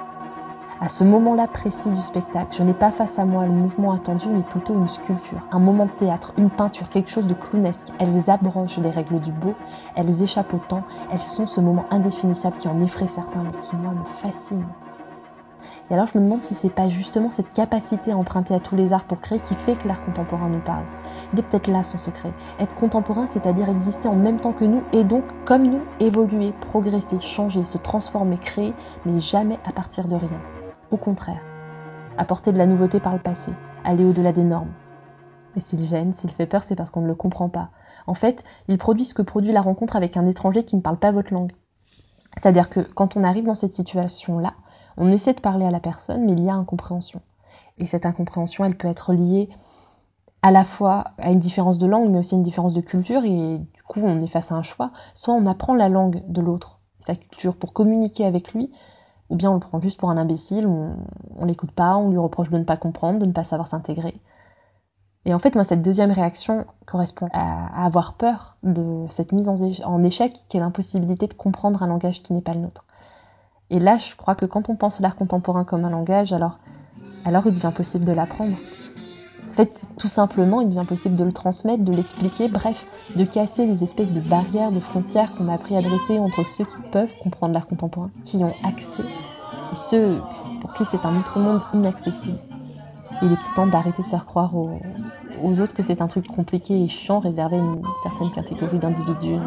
À ce moment-là précis du spectacle, je n'ai pas face à moi le mouvement attendu, mais plutôt une sculpture, un moment de théâtre, une peinture, quelque chose de clownesque. Elles abrogent les règles du beau, elles échappent au temps, elles sont ce moment indéfinissable qui en effraie certains, mais qui, moi, me fascine. Et alors je me demande si c'est pas justement cette capacité à emprunter à tous les arts pour créer qui fait que l'art contemporain nous parle. Il est peut-être là son secret. Être contemporain, c'est-à-dire exister en même temps que nous, et donc, comme nous, évoluer, progresser, changer, se transformer, créer, mais jamais à partir de rien. Au contraire, apporter de la nouveauté par le passé, aller au-delà des normes. Et s'il gêne, s'il fait peur, c'est parce qu'on ne le comprend pas. En fait, il produit ce que produit la rencontre avec un étranger qui ne parle pas votre langue. C'est-à-dire que quand on arrive dans cette situation-là, on essaie de parler à la personne, mais il y a incompréhension. Et cette incompréhension, elle peut être liée à la fois à une différence de langue, mais aussi à une différence de culture, et du coup, on est face à un choix. Soit on apprend la langue de l'autre, sa culture, pour communiquer avec lui, ou bien on le prend juste pour un imbécile, on, on l'écoute pas, on lui reproche de ne pas comprendre, de ne pas savoir s'intégrer. Et en fait, moi, cette deuxième réaction correspond à, à avoir peur de cette mise en, é- en échec, qui est l'impossibilité de comprendre un langage qui n'est pas le nôtre. Et là, je crois que quand on pense l'art contemporain comme un langage, alors, alors il devient possible de l'apprendre. En fait, tout simplement, il devient possible de le transmettre, de l'expliquer, bref, de casser les espèces de barrières, de frontières qu'on a appris à dresser entre ceux qui peuvent comprendre l'art contemporain, qui ont accès, et ceux pour qui c'est un autre monde inaccessible. Il est temps d'arrêter de faire croire aux, aux autres que c'est un truc compliqué et chiant réservé à une certaine catégorie d'individus.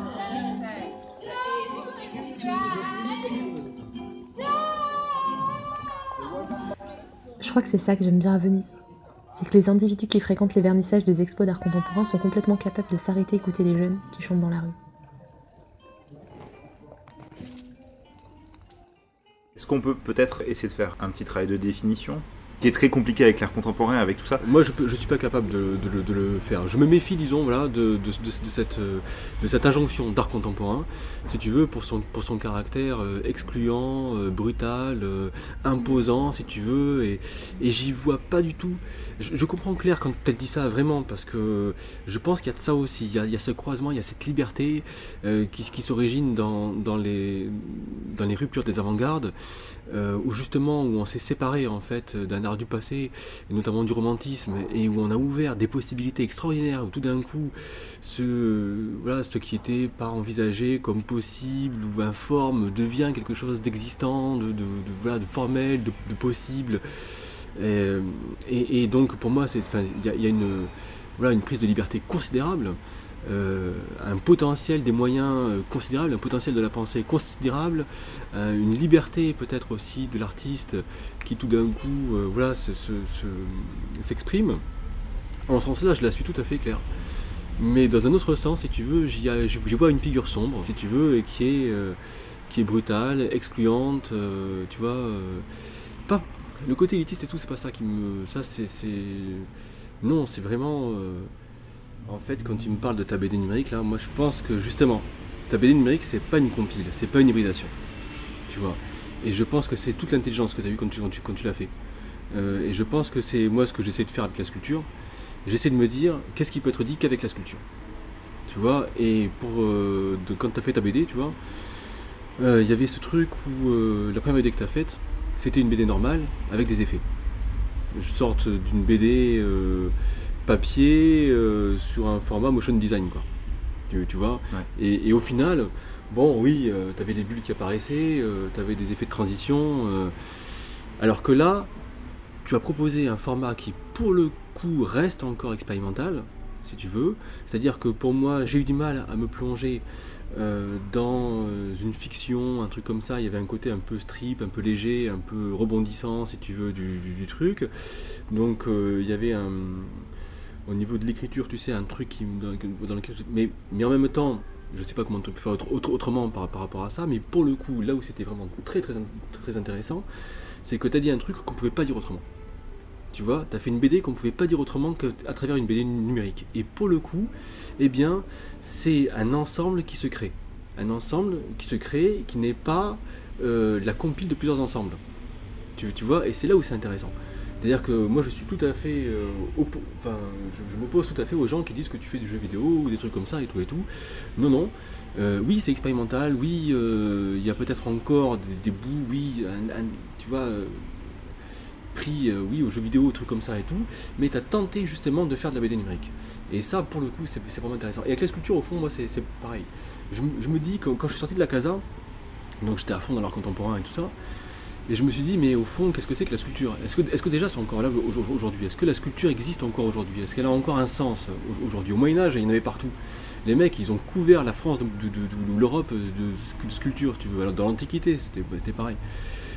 Je crois que c'est ça que j'aime bien à Venise. C'est que les individus qui fréquentent les vernissages des expos d'art contemporain sont complètement capables de s'arrêter et écouter les jeunes qui chantent dans la rue. Est-ce qu'on peut peut-être essayer de faire un petit travail de définition qui est très compliqué avec l'art contemporain, avec tout ça? Moi, je ne suis pas capable de, de, de le faire. Je me méfie, disons, voilà, de, de, de, de, cette, de cette injonction d'art contemporain, si tu veux, pour son, pour son caractère excluant, brutal, imposant, si tu veux, et, et j'y vois pas du tout. Je, je comprends Claire quand elle dit ça, vraiment, parce que je pense qu'il y a de ça aussi. Il y a, il y a ce croisement, il y a cette liberté euh, qui, qui s'origine dans, dans, les, dans les ruptures des avant-gardes, Euh, où justement où on s'est séparé en fait d'un art du passé, et notamment du romantisme, et où on a ouvert des possibilités extraordinaires, où tout d'un coup ce, voilà, ce qui était pas envisagé comme possible ou informe devient quelque chose d'existant, de, de, de, voilà, de formel, de, de possible, et, et, et donc pour moi il y, y a une, voilà, une prise de liberté considérable. Euh, un potentiel des moyens euh, considérable, un potentiel de la pensée considérable, euh, une liberté peut-être aussi de l'artiste qui tout d'un coup euh, voilà, se, se, se, s'exprime. En ce sens-là, je la suis tout à fait claire. Mais dans un autre sens, si tu veux, j'y, j'y vois une figure sombre, si tu veux, et qui est, euh, qui est brutale, excluante, euh, tu vois. Euh, pas, le côté élitiste et tout, c'est pas ça qui me... Ça, c'est... c'est non, c'est vraiment... Euh, En fait, quand tu me parles de ta B D numérique, là, moi je pense que justement, ta B D numérique, c'est pas une compile, c'est pas une hybridation, tu vois. Et je pense que c'est toute l'intelligence que tu as eue quand tu, quand tu, quand tu l'as fait. Euh, et je pense que c'est moi ce que j'essaie de faire avec la sculpture. J'essaie de me dire, qu'est-ce qui peut être dit qu'avec la sculpture, tu vois. Et pour euh, de, quand tu as fait ta B D, tu vois, il euh, y avait ce truc où euh, la première B D que tu as faite, c'était une B D normale avec des effets. Je sorte d'une B D... Euh, papier euh, sur un format motion design, quoi. Tu, tu vois, ouais. et, et au final, bon, oui, euh, tu avais les bulles qui apparaissaient, euh, tu avais des effets de transition, euh, alors que là, tu as proposé un format qui, pour le coup, reste encore expérimental, si tu veux. C'est-à-dire que pour moi, j'ai eu du mal à me plonger euh, dans une fiction, un truc comme ça. Il y avait un côté un peu strip, un peu léger, un peu rebondissant, si tu veux, du, du, du truc. Donc, euh, il y avait un... Au niveau de l'écriture, tu sais, un truc qui, dans, dans lequel... Mais, mais en même temps, je sais pas comment tu peux faire autre, autre, autrement par, par rapport à ça, mais pour le coup, là où c'était vraiment très, très, très intéressant, c'est que tu as dit un truc qu'on pouvait pas dire autrement. Tu vois, tu as fait une B D qu'on pouvait pas dire autrement qu'à travers une B D numérique. Et pour le coup, eh bien, c'est un ensemble qui se crée. Un ensemble qui se crée, qui n'est pas euh, la compile de plusieurs ensembles. Tu, tu vois, et c'est là où c'est intéressant. C'est-à-dire que moi je suis tout à fait, euh, oppo- enfin, je, je m'oppose tout à fait aux gens qui disent que tu fais du jeu vidéo ou des trucs comme ça et tout et tout. Non, non. Euh, oui, c'est expérimental. Oui, il euh, y a peut-être encore des, des bouts. Oui, un, un, tu vois, euh, pris, euh, oui, aux jeux vidéo, trucs comme ça et tout. Mais tu as tenté justement de faire de la B D numérique. Et ça, pour le coup, c'est, c'est vraiment intéressant. Et avec la sculpture, au fond, moi, c'est, c'est pareil. Je, je me dis que quand je suis sorti de la Casa, donc j'étais à fond dans l'art contemporain et tout ça. Et je me suis dit, mais au fond, qu'est-ce que c'est que la sculpture ? Est-ce que, est-ce que déjà c'est encore là aujourd'hui ? Est-ce que la sculpture existe encore aujourd'hui ? Est-ce qu'elle a encore un sens aujourd'hui ? Au Moyen-Âge, il y en avait partout. Les mecs, ils ont couvert la France, de, de, de, de l'Europe de, de sculpture, tu veux. Alors dans l'Antiquité, c'était, c'était pareil.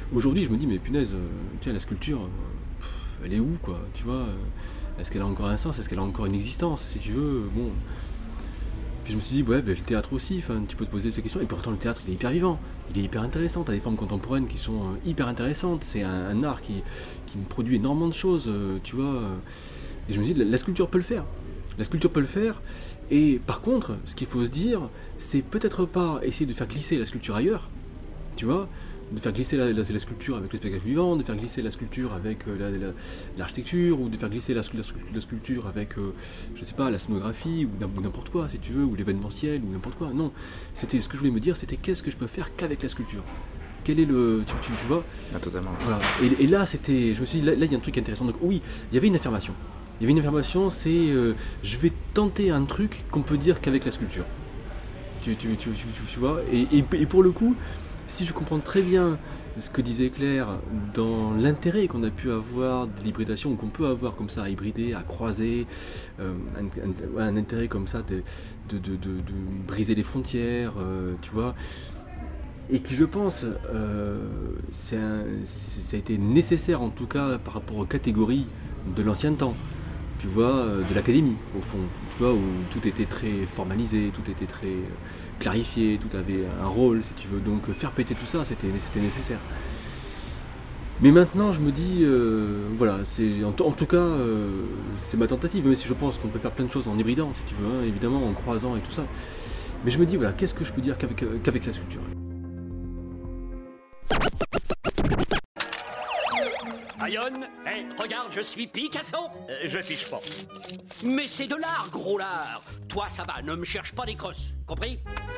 Aujourd'hui, je me dis, mais punaise, euh, tiens, la sculpture, euh, pff, elle est où, quoi, tu vois euh, Est-ce qu'elle a encore un sens? Est-ce qu'elle a encore une existence, si tu veux? Bon. Puis je me suis dit, ouais, ben, le théâtre aussi, enfin, tu peux te poser ces questions. Et pourtant, le théâtre, il est hyper vivant, il est hyper intéressant. T'as des formes contemporaines qui sont euh, hyper intéressantes. C'est un, un art qui, qui me produit énormément de choses, euh, tu vois. euh. Et je me dis, la, la sculpture peut le faire. La sculpture peut le faire. Et par contre, ce qu'il faut se dire, c'est peut-être pas essayer de faire glisser la sculpture ailleurs, tu vois, de faire glisser la, la, la sculpture avec le spectacle vivant, de faire glisser la sculpture avec euh, la, la, l'architecture, ou de faire glisser la, la, la sculpture avec, euh, je sais pas, la scénographie, ou n'importe quoi, si tu veux, ou l'événementiel, ou n'importe quoi. Non, c'était ce que je voulais me dire, c'était qu'est-ce que je peux faire qu'avec la sculpture. Quel est le... Tu, tu, tu vois ah, totalement. Voilà. Et, et là, c'était... Je me suis dit, là, là, il y a un truc intéressant. Donc oui, il y avait une affirmation. Il y avait une affirmation, c'est euh, je vais tenter un truc qu'on peut dire qu'avec la sculpture. Tu, tu, tu, tu, tu, tu vois et, et, et pour le coup, si je comprends très bien ce que disait Claire dans l'intérêt qu'on a pu avoir de l'hybridation, ou qu'on peut avoir comme ça à hybrider, à croiser, euh, un, un, un intérêt comme ça de, de, de, de, de briser les frontières, euh, tu vois, et qui je pense, euh, c'est un, c'est, ça a été nécessaire en tout cas par rapport aux catégories de l'ancien temps. Tu vois, de l'académie, au fond, tu vois, où tout était très formalisé, tout était très clarifié, tout avait un rôle, si tu veux. Donc faire péter tout ça, c'était, c'était nécessaire. Mais maintenant, je me dis, euh, voilà, c'est, en, en tout cas, euh, c'est ma tentative, même si je pense qu'on peut faire plein de choses en hybridant, si tu veux, hein, évidemment, en croisant et tout ça. Mais je me dis, voilà, qu'est-ce que je peux dire qu'avec, qu'avec la sculpture ? Ayonne, hey, regarde, je suis Picasso. Euh, je fiche pas. Mais c'est de l'art, gros lard. Toi, ça va, ne me cherche pas des crosses, compris?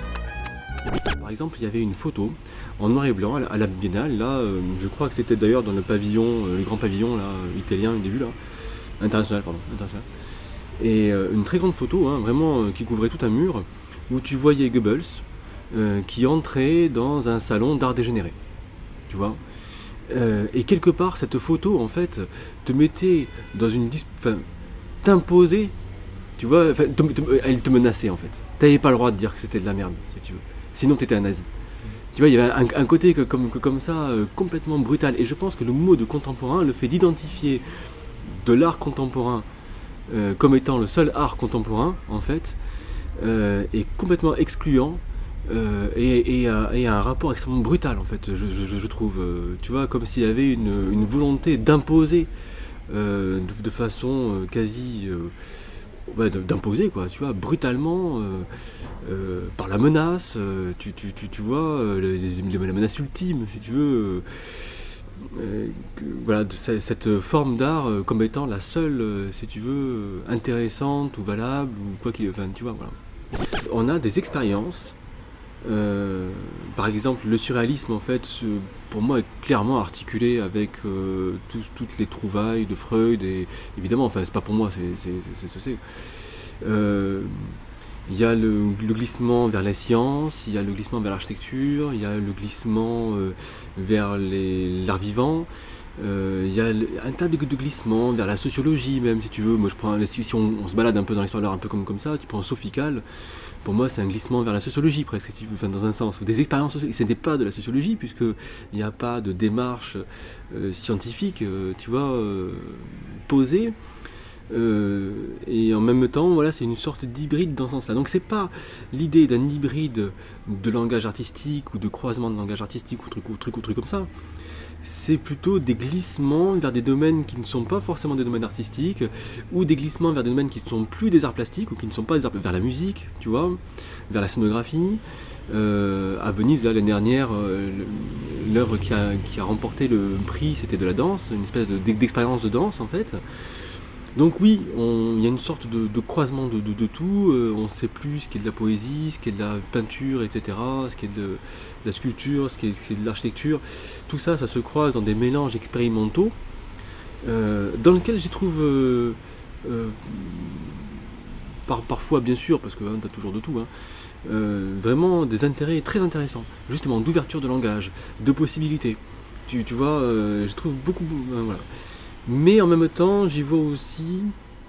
Par exemple, il y avait une photo en noir et blanc à la Biennale, là, euh, je crois que c'était d'ailleurs dans le pavillon, euh, le grand pavillon là, italien, au début là, international, pardon, international. Et euh, une très grande photo, hein, vraiment, euh, qui couvrait tout un mur, où tu voyais Goebbels euh, qui entrait dans un salon d'art dégénéré, tu vois. Euh, et quelque part, cette photo, en fait, te mettait dans une... Dis- enfin, t'imposait, tu vois, te, te, elle te menaçait, en fait. T'avais pas le droit de dire que c'était de la merde, si tu veux. Sinon, t'étais un nazi. Tu vois, il y avait un, un côté que, comme, que, comme ça, euh, complètement brutal. Et je pense que le mot de contemporain, le fait d'identifier de l'art contemporain euh, comme étant le seul art contemporain, en fait, euh, est complètement excluant. Euh, et, et, a, et a un rapport extrêmement brutal en fait, je, je, je trouve, euh, tu vois, comme s'il y avait une, une volonté d'imposer euh, de, de façon euh, quasi euh, ouais, d'imposer quoi, tu vois, brutalement euh, euh, par la menace, euh, tu, tu, tu, tu vois, euh, les, les, la menace ultime si tu veux, euh, que, voilà, de cette forme d'art euh, comme étant la seule, euh, si tu veux, intéressante ou valable ou quoi qu'il, enfin tu vois, voilà. On a des expériences. Euh, par exemple, le surréalisme, en fait, pour moi, est clairement articulé avec euh, tout, toutes les trouvailles de Freud. Et évidemment, enfin, c'est pas pour moi, c'est c'est c'est c'est. Euh, il y a le, le glissement vers la science, il y a le glissement vers l'architecture, il y a le glissement euh, vers les, l'art vivant. Euh, il y a un tas de, de glissements vers la sociologie, même si tu veux. Moi, je prends, si on, on se balade un peu dans l'histoire de l'art, un peu comme, comme ça, tu prends Sophicles. Pour moi, c'est un glissement vers la sociologie, presque, enfin, dans un sens. Des expériences sociologiques. Ce n'est pas de la sociologie, puisqu'il n'y a pas de démarche euh, scientifique, euh, tu vois, euh, posée. Euh, et en même temps, voilà, c'est une sorte d'hybride dans ce sens-là. Donc, c'est pas l'idée d'un hybride de langage artistique ou de croisement de langage artistique ou truc ou truc ou truc comme ça. C'est plutôt des glissements vers des domaines qui ne sont pas forcément des domaines artistiques, ou des glissements vers des domaines qui ne sont plus des arts plastiques, ou qui ne sont pas des arts, vers la musique, tu vois, vers la scénographie. Euh, à Venise, là, l'année dernière, euh, l'œuvre qui a, qui a remporté le prix, c'était de la danse, une espèce de, d'expérience de danse, en fait. Donc oui, il y a une sorte de, de croisement de, de, de tout, euh, on ne sait plus ce qui est de la poésie, ce qui est de la peinture, et cetera, ce qui est de, de la sculpture, ce qui est, ce qui est de l'architecture. Tout ça, ça se croise dans des mélanges expérimentaux, euh, dans lesquels j'y trouve, euh, euh, par, parfois bien sûr, parce que hein, tu as toujours de tout, hein, euh, vraiment des intérêts très intéressants, justement d'ouverture de langage, de possibilités. Tu, tu vois, euh, je trouve beaucoup... Euh, voilà. Mais en même temps, j'y vois aussi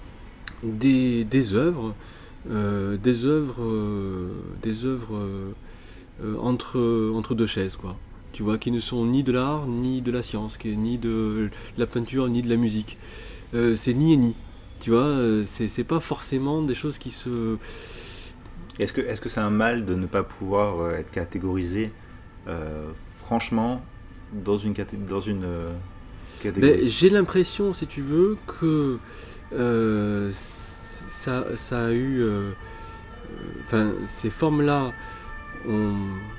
des, des œuvres, euh, des œuvres, euh, des œuvres euh, entre, entre deux chaises, quoi. tu vois, qui ne sont ni de l'art, ni de la science, qui, ni de la peinture, ni de la musique. Euh, c'est ni et ni, tu vois, euh, c'est, c'est pas forcément des choses qui se... Est-ce que, est-ce que c'est un mal de ne pas pouvoir euh, être catégorisé euh, franchement dans une, caté- dans une euh, catégorie? Ben, j'ai l'impression, si tu veux, que euh, ça, ça a eu... Enfin, euh, ces formes-là ont,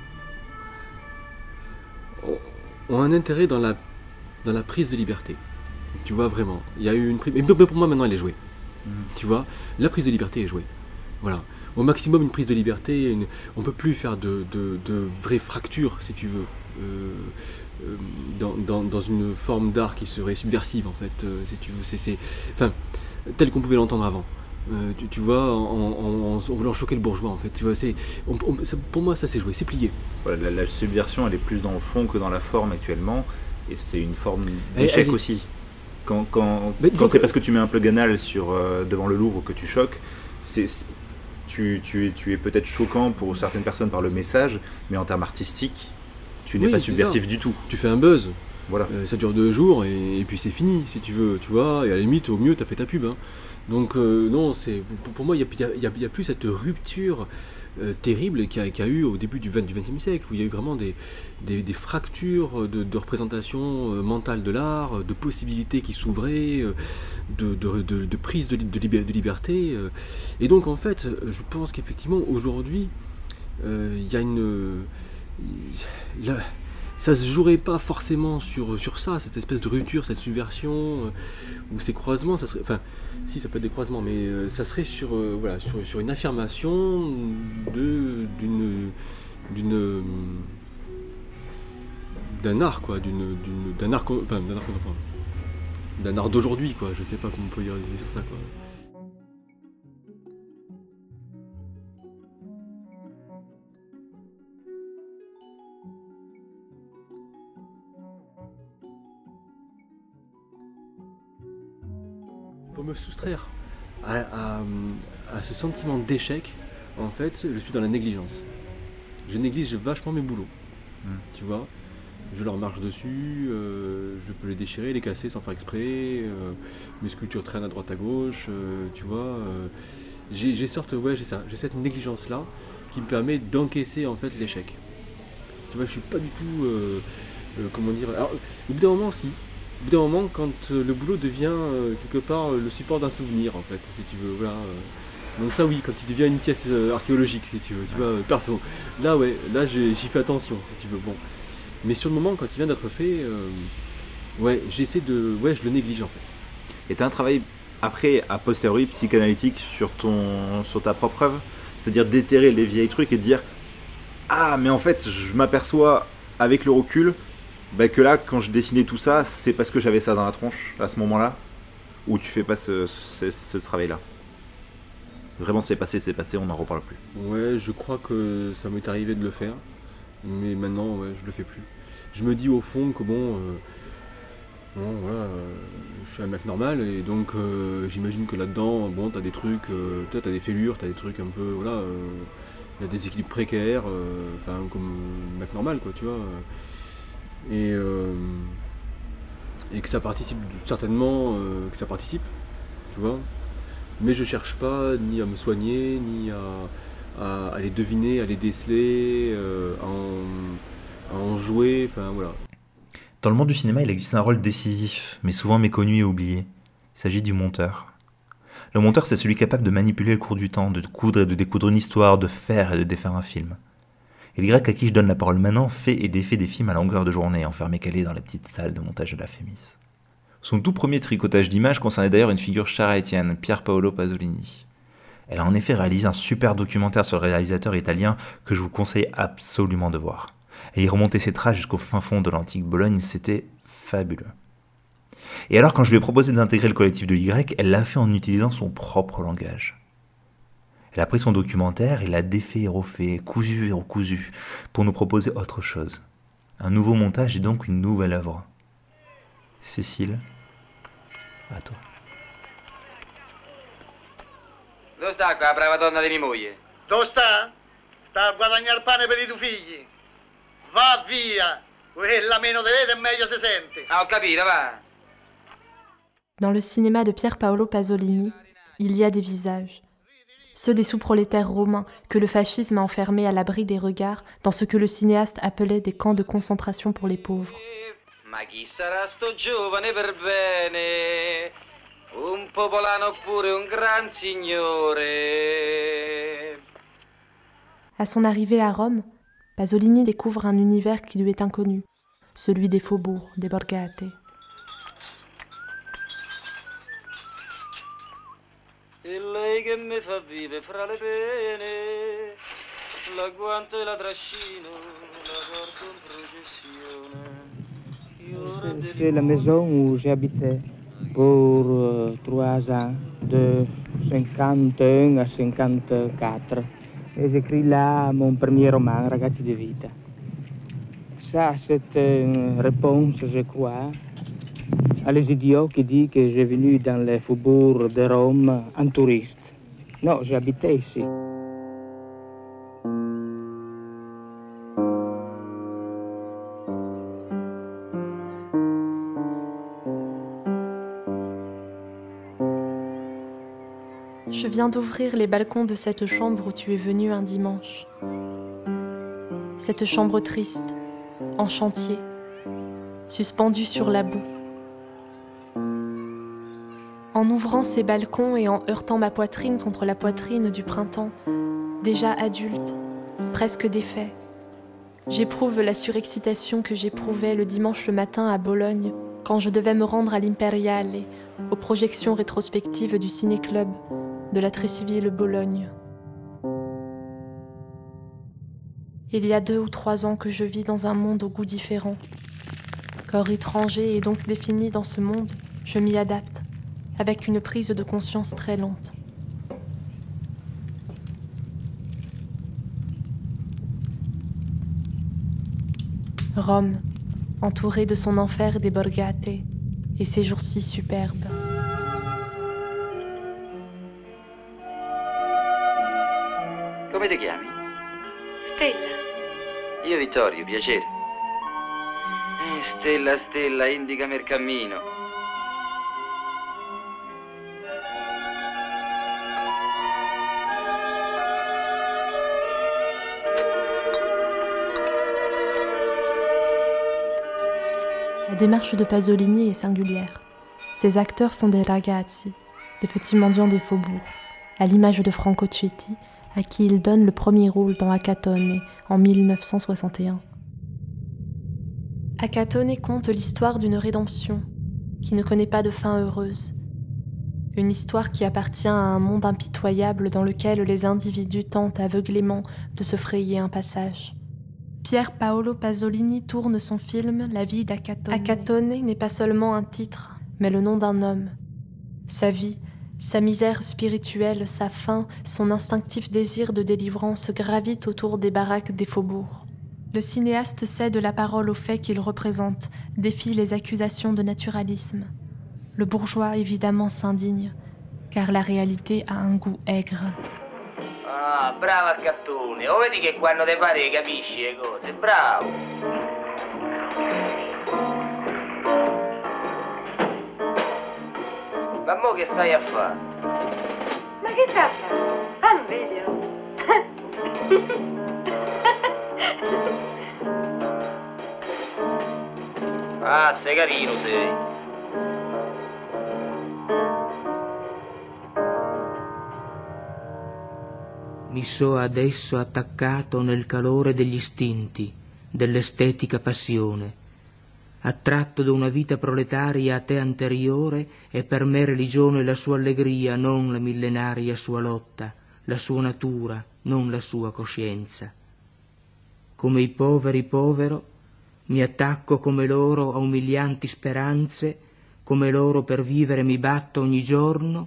ont, ont un intérêt dans la, dans la prise de liberté. Tu vois, vraiment. Il y a eu une prise... Mais pour moi, maintenant, elle est jouée. Mmh. Tu vois, la prise de liberté est jouée. Voilà. Au maximum, une prise de liberté, une... on ne peut plus faire de, de, de vraies fractures, si tu veux, euh, euh, dans, dans, dans une forme d'art qui serait subversive, en fait, euh, si tu veux. C'est, c'est... Enfin, tel qu'on pouvait l'entendre avant. Euh, tu, tu vois, en, en, en, en voulant choquer le bourgeois, en fait. Tu vois, c'est, on, on, ça, pour moi, ça s'est joué, c'est plié. Voilà, la, la subversion, elle est plus dans le fond que dans la forme actuellement, et c'est une forme d'échec elle, elle aussi. Quand, quand, quand c'est que... parce que tu mets un plug anal sur, euh, devant le Louvre que tu choques, c'est, c'est, tu, tu, es, tu es peut-être choquant pour certaines personnes par le message, mais en termes artistiques, tu n'es oui, pas subversif du tout. Tu fais un buzz, voilà. euh, ça dure deux jours et, et puis c'est fini, si tu veux, tu vois, et à la limite, au mieux, tu as fait ta pub. Hein. Donc, euh, non, c'est, pour, pour moi, il n'y a, a, a, a plus cette rupture euh, terrible qu'il y, qu'il y a eu au début du vingtième siècle, où il y a eu vraiment des, des, des fractures de, de représentation euh, mentale de l'art, de possibilités qui s'ouvraient, euh, de, de, de, de prise de, de, de liberté. Euh. Et donc, en fait, je pense qu'effectivement, aujourd'hui, euh, il y a une... Il y a, ça se jouerait pas forcément sur, sur ça, cette espèce de rupture, cette subversion, euh, ou ces croisements, ça serait... Enfin, si, ça peut être des croisements, mais euh, ça serait sur, euh, voilà, sur, sur une affirmation de, d'une, d'une, d'un art, quoi, d'une, d'une, d'un art, enfin, d'un art, enfin, d'un art d'aujourd'hui, quoi, je sais pas comment on peut dire sur ça, quoi. Pour me soustraire à, à, à ce sentiment d'échec, en fait, je suis dans la négligence. Je néglige vachement mes boulots, mmh. tu vois. Je leur marche dessus, euh, je peux les déchirer, les casser sans faire exprès, euh, mes sculptures traînent à droite à gauche, euh, tu vois. Euh, j'ai, j'ai, sorte, ouais, j'ai, ça, j'ai cette négligence-là qui me permet d'encaisser en fait l'échec. Tu vois, je suis pas du tout, euh, euh, comment dire, alors, au bout d'un moment, si. Au bout d'un moment, quand euh, le boulot devient euh, quelque part euh, le support d'un souvenir, en fait, si tu veux, voilà. Euh. Donc ça, oui, quand il devient une pièce euh, archéologique, si tu veux, tu vois, euh, perso. Là, ouais, là, j'ai, j'y fais attention, si tu veux, bon. Mais sur le moment, quand il vient d'être fait, euh, ouais, j'essaie de, ouais, je le néglige, en fait. Et t'as un travail, après, a posteriori, psychanalytique sur ton, sur ta propre œuvre, c'est-à-dire déterrer les vieilles trucs et de dire, ah, mais en fait, je m'aperçois, avec le recul, bah que là, quand je dessinais tout ça, c'est parce que j'avais ça dans la tronche, à ce moment-là, où tu fais pas ce, ce, ce travail-là. Vraiment, c'est passé, c'est passé, on n'en reparle plus. Ouais, je crois que ça m'est arrivé de le faire, mais maintenant, ouais, je le fais plus. Je me dis au fond que bon, euh, bon voilà, euh, je suis un mec normal, et donc euh, j'imagine que là-dedans, bon, t'as des trucs, euh, t'as des fêlures, t'as des trucs un peu, voilà, il euh, y a des équilibres précaires, enfin, euh, comme un mec normal, quoi, tu vois. Et, euh, et que ça participe certainement euh, que ça participe, tu vois, mais je cherche pas ni à me soigner ni à, à, à les deviner, à les déceler, euh, à, en, à en jouer, enfin voilà. Dans le monde du cinéma, il existe un rôle décisif, mais souvent méconnu et oublié. Il s'agit du monteur. Le monteur, c'est celui capable de manipuler le cours du temps, de coudre et de découdre une histoire, de faire et de défaire un film. Et le grec à qui je donne la parole maintenant fait et défait des films à longueur de journée, enfermé calé dans la petite salle de montage de la Fémis. Son tout premier tricotage d'images concernait d'ailleurs une figure chère à Étienne, Pier Paolo Pasolini. Elle a en effet réalisé un super documentaire sur le réalisateur italien que je vous conseille absolument de voir. Et y remonter ses traces jusqu'au fin fond de l'antique Bologne, c'était fabuleux. Et alors quand je lui ai proposé d'intégrer le collectif de l'Y, elle l'a fait en utilisant son propre langage. Elle a pris son documentaire et l'a défait et refait, cousu et recousu, pour nous proposer autre chose. Un nouveau montage et donc une nouvelle œuvre. Cécile, à toi. Dove sta qua, brava donna di mia moglie? Dove sta? Sta a guadagnare il pane per i tuoi figli. Va via! Quella meno te vede e meglio si sente. Ah, ho capito, va. Dans le cinéma de Pier Paolo Pasolini, il y a des visages. Ceux des sous-prolétaires romains que le fascisme a enfermés à l'abri des regards dans ce que le cinéaste appelait des camps de concentration pour les pauvres. Ma chi sarà sto giovane per bene? Un popolano oppure un gran signore? À son arrivée à Rome, Pasolini découvre un univers qui lui est inconnu, celui des faubourgs, des borgate. E lei che mi fa vivere fra le pene, l'agguanto e la trascino, la porto in processione. C'est la maison où j'habitais pour euh, trois ans, de cinquante et un à cinquante-quatre. Et j'écris là mon premier roman, Ragazzi di vita. Ça, c'est une réponse, je crois, à les idiots qui disent que j'ai venu dans les faubourgs de Rome en touriste. Non, j'habitais ici. Je viens d'ouvrir les balcons de cette chambre où tu es venu un dimanche. Cette chambre triste, en chantier, suspendue sur la boue. En ouvrant ces balcons et en heurtant ma poitrine contre la poitrine du printemps, déjà adulte, presque défait, j'éprouve la surexcitation que j'éprouvais le dimanche le matin à Bologne quand je devais me rendre à l'Imperiale, aux projections rétrospectives du ciné-club de la très civile Bologne. Il y a deux ou trois ans que je vis dans un monde aux goûts différents. Corps étranger et donc défini dans ce monde, je m'y adapte, avec une prise de conscience très lente. Rome, entourée de son enfer des borgate et ses jours si superbes. Come ti chiami? Stella. Io Vittorio, piacere. Eh, Stella, Stella, indicami il cammino. La démarche de Pasolini est singulière. Ses acteurs sont des ragazzi, des petits mendiants des faubourgs, à l'image de Franco Cetti, à qui il donne le premier rôle dans Acatone en mille neuf cent soixante et un. Acatone conte l'histoire d'une rédemption qui ne connaît pas de fin heureuse. Une histoire qui appartient à un monde impitoyable dans lequel les individus tentent aveuglément de se frayer un passage. Pier Paolo Pasolini tourne son film La vie d'Acatone. Acatone n'est pas seulement un titre, mais le nom d'un homme. Sa vie, sa misère spirituelle, sa faim, son instinctif désir de délivrance gravitent autour des baraques des faubourgs. Le cinéaste cède la parole aux faits qu'il représente, défie les accusations de naturalisme. Le bourgeois, évidemment, s'indigne, car la réalité a un goût aigre. Ah, bravo Acatone. O vedi che quando te pare capisci le cose. Bravo. Ma mo che stai a fare? Ma che sta a fare? Ah, non vedi? Ah, sei carino sei. Mi so adesso attaccato nel calore degli istinti, dell'estetica passione, attratto da una vita proletaria a te anteriore e per me religione la sua allegria, non la millenaria sua lotta, la sua natura, non la sua coscienza. Come i poveri povero, mi attacco come loro a umilianti speranze, come loro per vivere mi batto ogni giorno.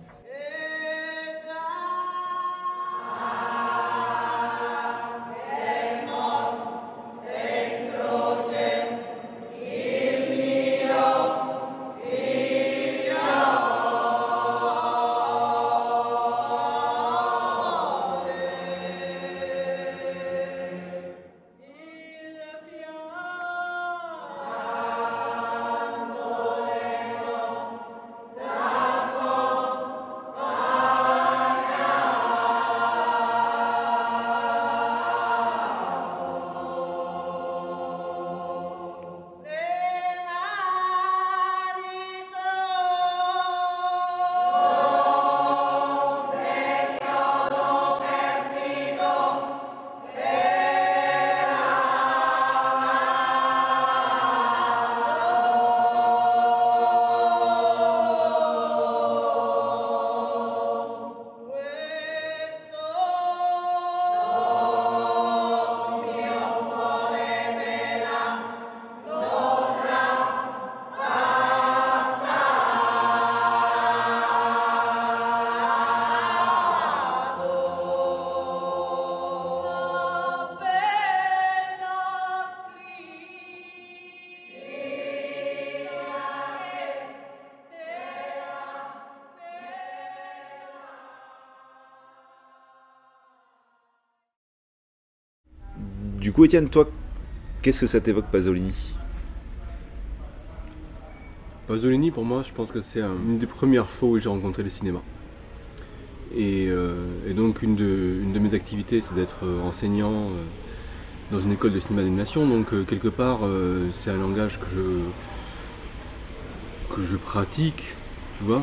Du coup, Étienne, toi, qu'est-ce que ça t'évoque Pasolini ? Pasolini, pour moi, je pense que c'est une des premières fois où j'ai rencontré le cinéma. Et, euh, et donc, une de, une de mes activités, c'est d'être enseignant euh, dans une école de cinéma d'animation. Donc, euh, quelque part, euh, c'est un langage que je, que je pratique, tu vois.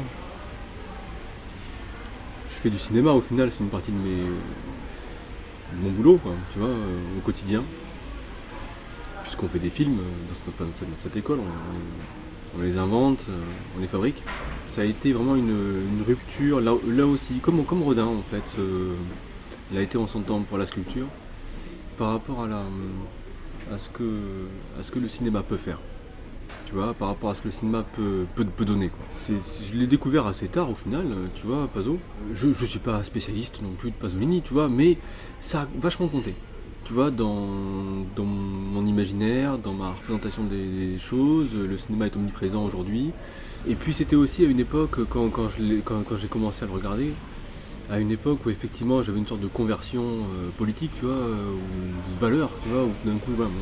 Je fais du cinéma, au final, c'est une partie de, mes, de mon boulot, quoi, tu vois, euh, au quotidien. Puisqu'on fait des films dans cette, enfin, dans cette école, on, on les invente, on les fabrique. Ça a été vraiment une, une rupture, là, là aussi, comme, comme Rodin en fait, euh, il a été en son temps pour la sculpture, par rapport à, la, à, ce que, à ce que le cinéma peut faire. Tu vois, par rapport à ce que le cinéma peut, peut, peut donner. Quoi. C'est, je l'ai découvert assez tard au final, tu vois, Paso. Je ne suis pas spécialiste non plus de Pasolini, tu vois, mais ça a vachement compté. Tu vois, dans, dans mon imaginaire, dans ma représentation des, des choses, le cinéma est omniprésent aujourd'hui. Et puis c'était aussi à une époque, quand, quand, je l'ai, quand, quand j'ai commencé à le regarder, à une époque où effectivement j'avais une sorte de conversion euh, politique, tu vois, euh, ou de valeur, tu vois, où d'un coup, voilà.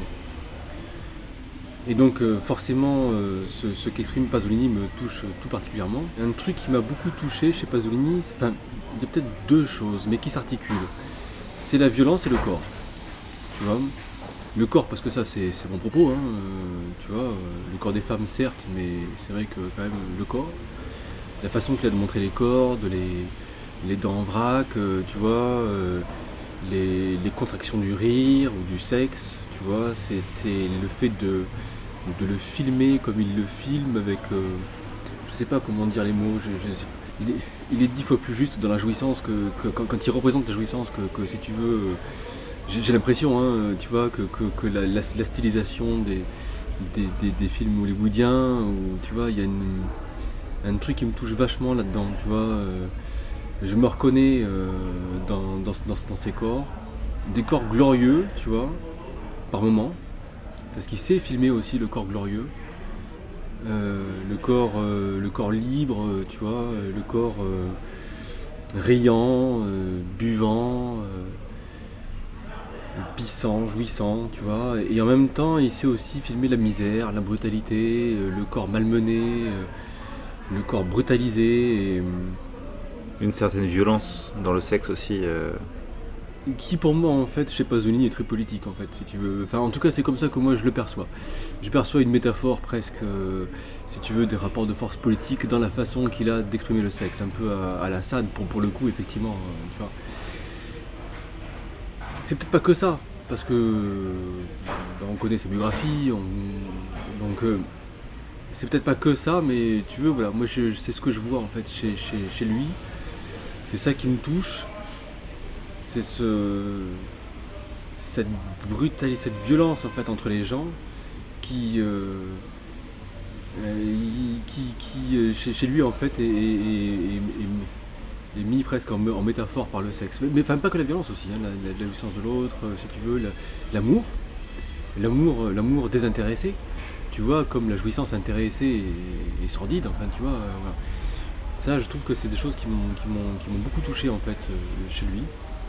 Et donc euh, forcément, euh, ce, ce qu'exprime Pasolini me touche tout particulièrement. Un truc qui m'a beaucoup touché chez Pasolini, c'est, enfin, il y a peut-être deux choses, mais qui s'articulent. C'est la violence et le corps. Tu vois, le corps, parce que ça c'est, c'est mon propos, hein, euh, tu vois, euh, le corps des femmes certes, mais c'est vrai que quand même le corps, la façon qu'il a de montrer les corps, de les, les dents en vrac, euh, tu vois, euh, les, les contractions du rire ou du sexe, tu vois, c'est, c'est le fait de, de le filmer comme il le filme avec, euh, je sais pas comment dire les mots, je, je, il, est, il est dix fois plus juste dans la jouissance que, que quand, quand il représente la jouissance que, que si tu veux... Euh, J'ai l'impression, hein, tu vois, que, que, que la, la, la stylisation des, des, des, des films hollywoodiens, où, tu vois, il y a une, un truc qui me touche vachement là-dedans, tu vois. Euh, je me reconnais euh, dans, dans, dans, dans ces corps, des corps glorieux, tu vois, par moments, parce qu'il sait filmer aussi le corps glorieux, euh, le corps, euh, le corps libre, tu vois, le corps euh, riant, euh, buvant. Euh, pissant, jouissant, tu vois, et en même temps il sait aussi filmer la misère, la brutalité, le corps malmené, le corps brutalisé. Et... Une certaine violence dans le sexe aussi. Euh... Qui pour moi en fait chez Pasolini est très politique en fait, si tu veux. Enfin en tout cas c'est comme ça que moi je le perçois. Je perçois une métaphore presque, euh, si tu veux, des rapports de force politique dans la façon qu'il a d'exprimer le sexe, un peu à, à la Sade pour, pour le coup effectivement, euh, tu vois. C'est peut-être pas que ça, parce que ben, on connaît ses biographies, on, donc euh, c'est peut-être pas que ça, mais tu veux, voilà, moi je, c'est ce que je vois en fait chez, chez, chez lui, c'est ça qui me touche, c'est ce, cette brutalité, cette violence en fait entre les gens qui, euh, qui, qui chez, chez lui en fait est, est, est, est est mis presque en, en métaphore par le sexe. Mais enfin, pas que la violence aussi, hein, la, la, la jouissance de l'autre, euh, si tu veux, la, l'amour, l'amour, l'amour désintéressé, tu vois, comme la jouissance intéressée et, et sordide, enfin, tu vois. Euh, voilà. Ça, je trouve que c'est des choses qui m'ont, qui m'ont, qui m'ont beaucoup touché, en fait, euh, chez lui.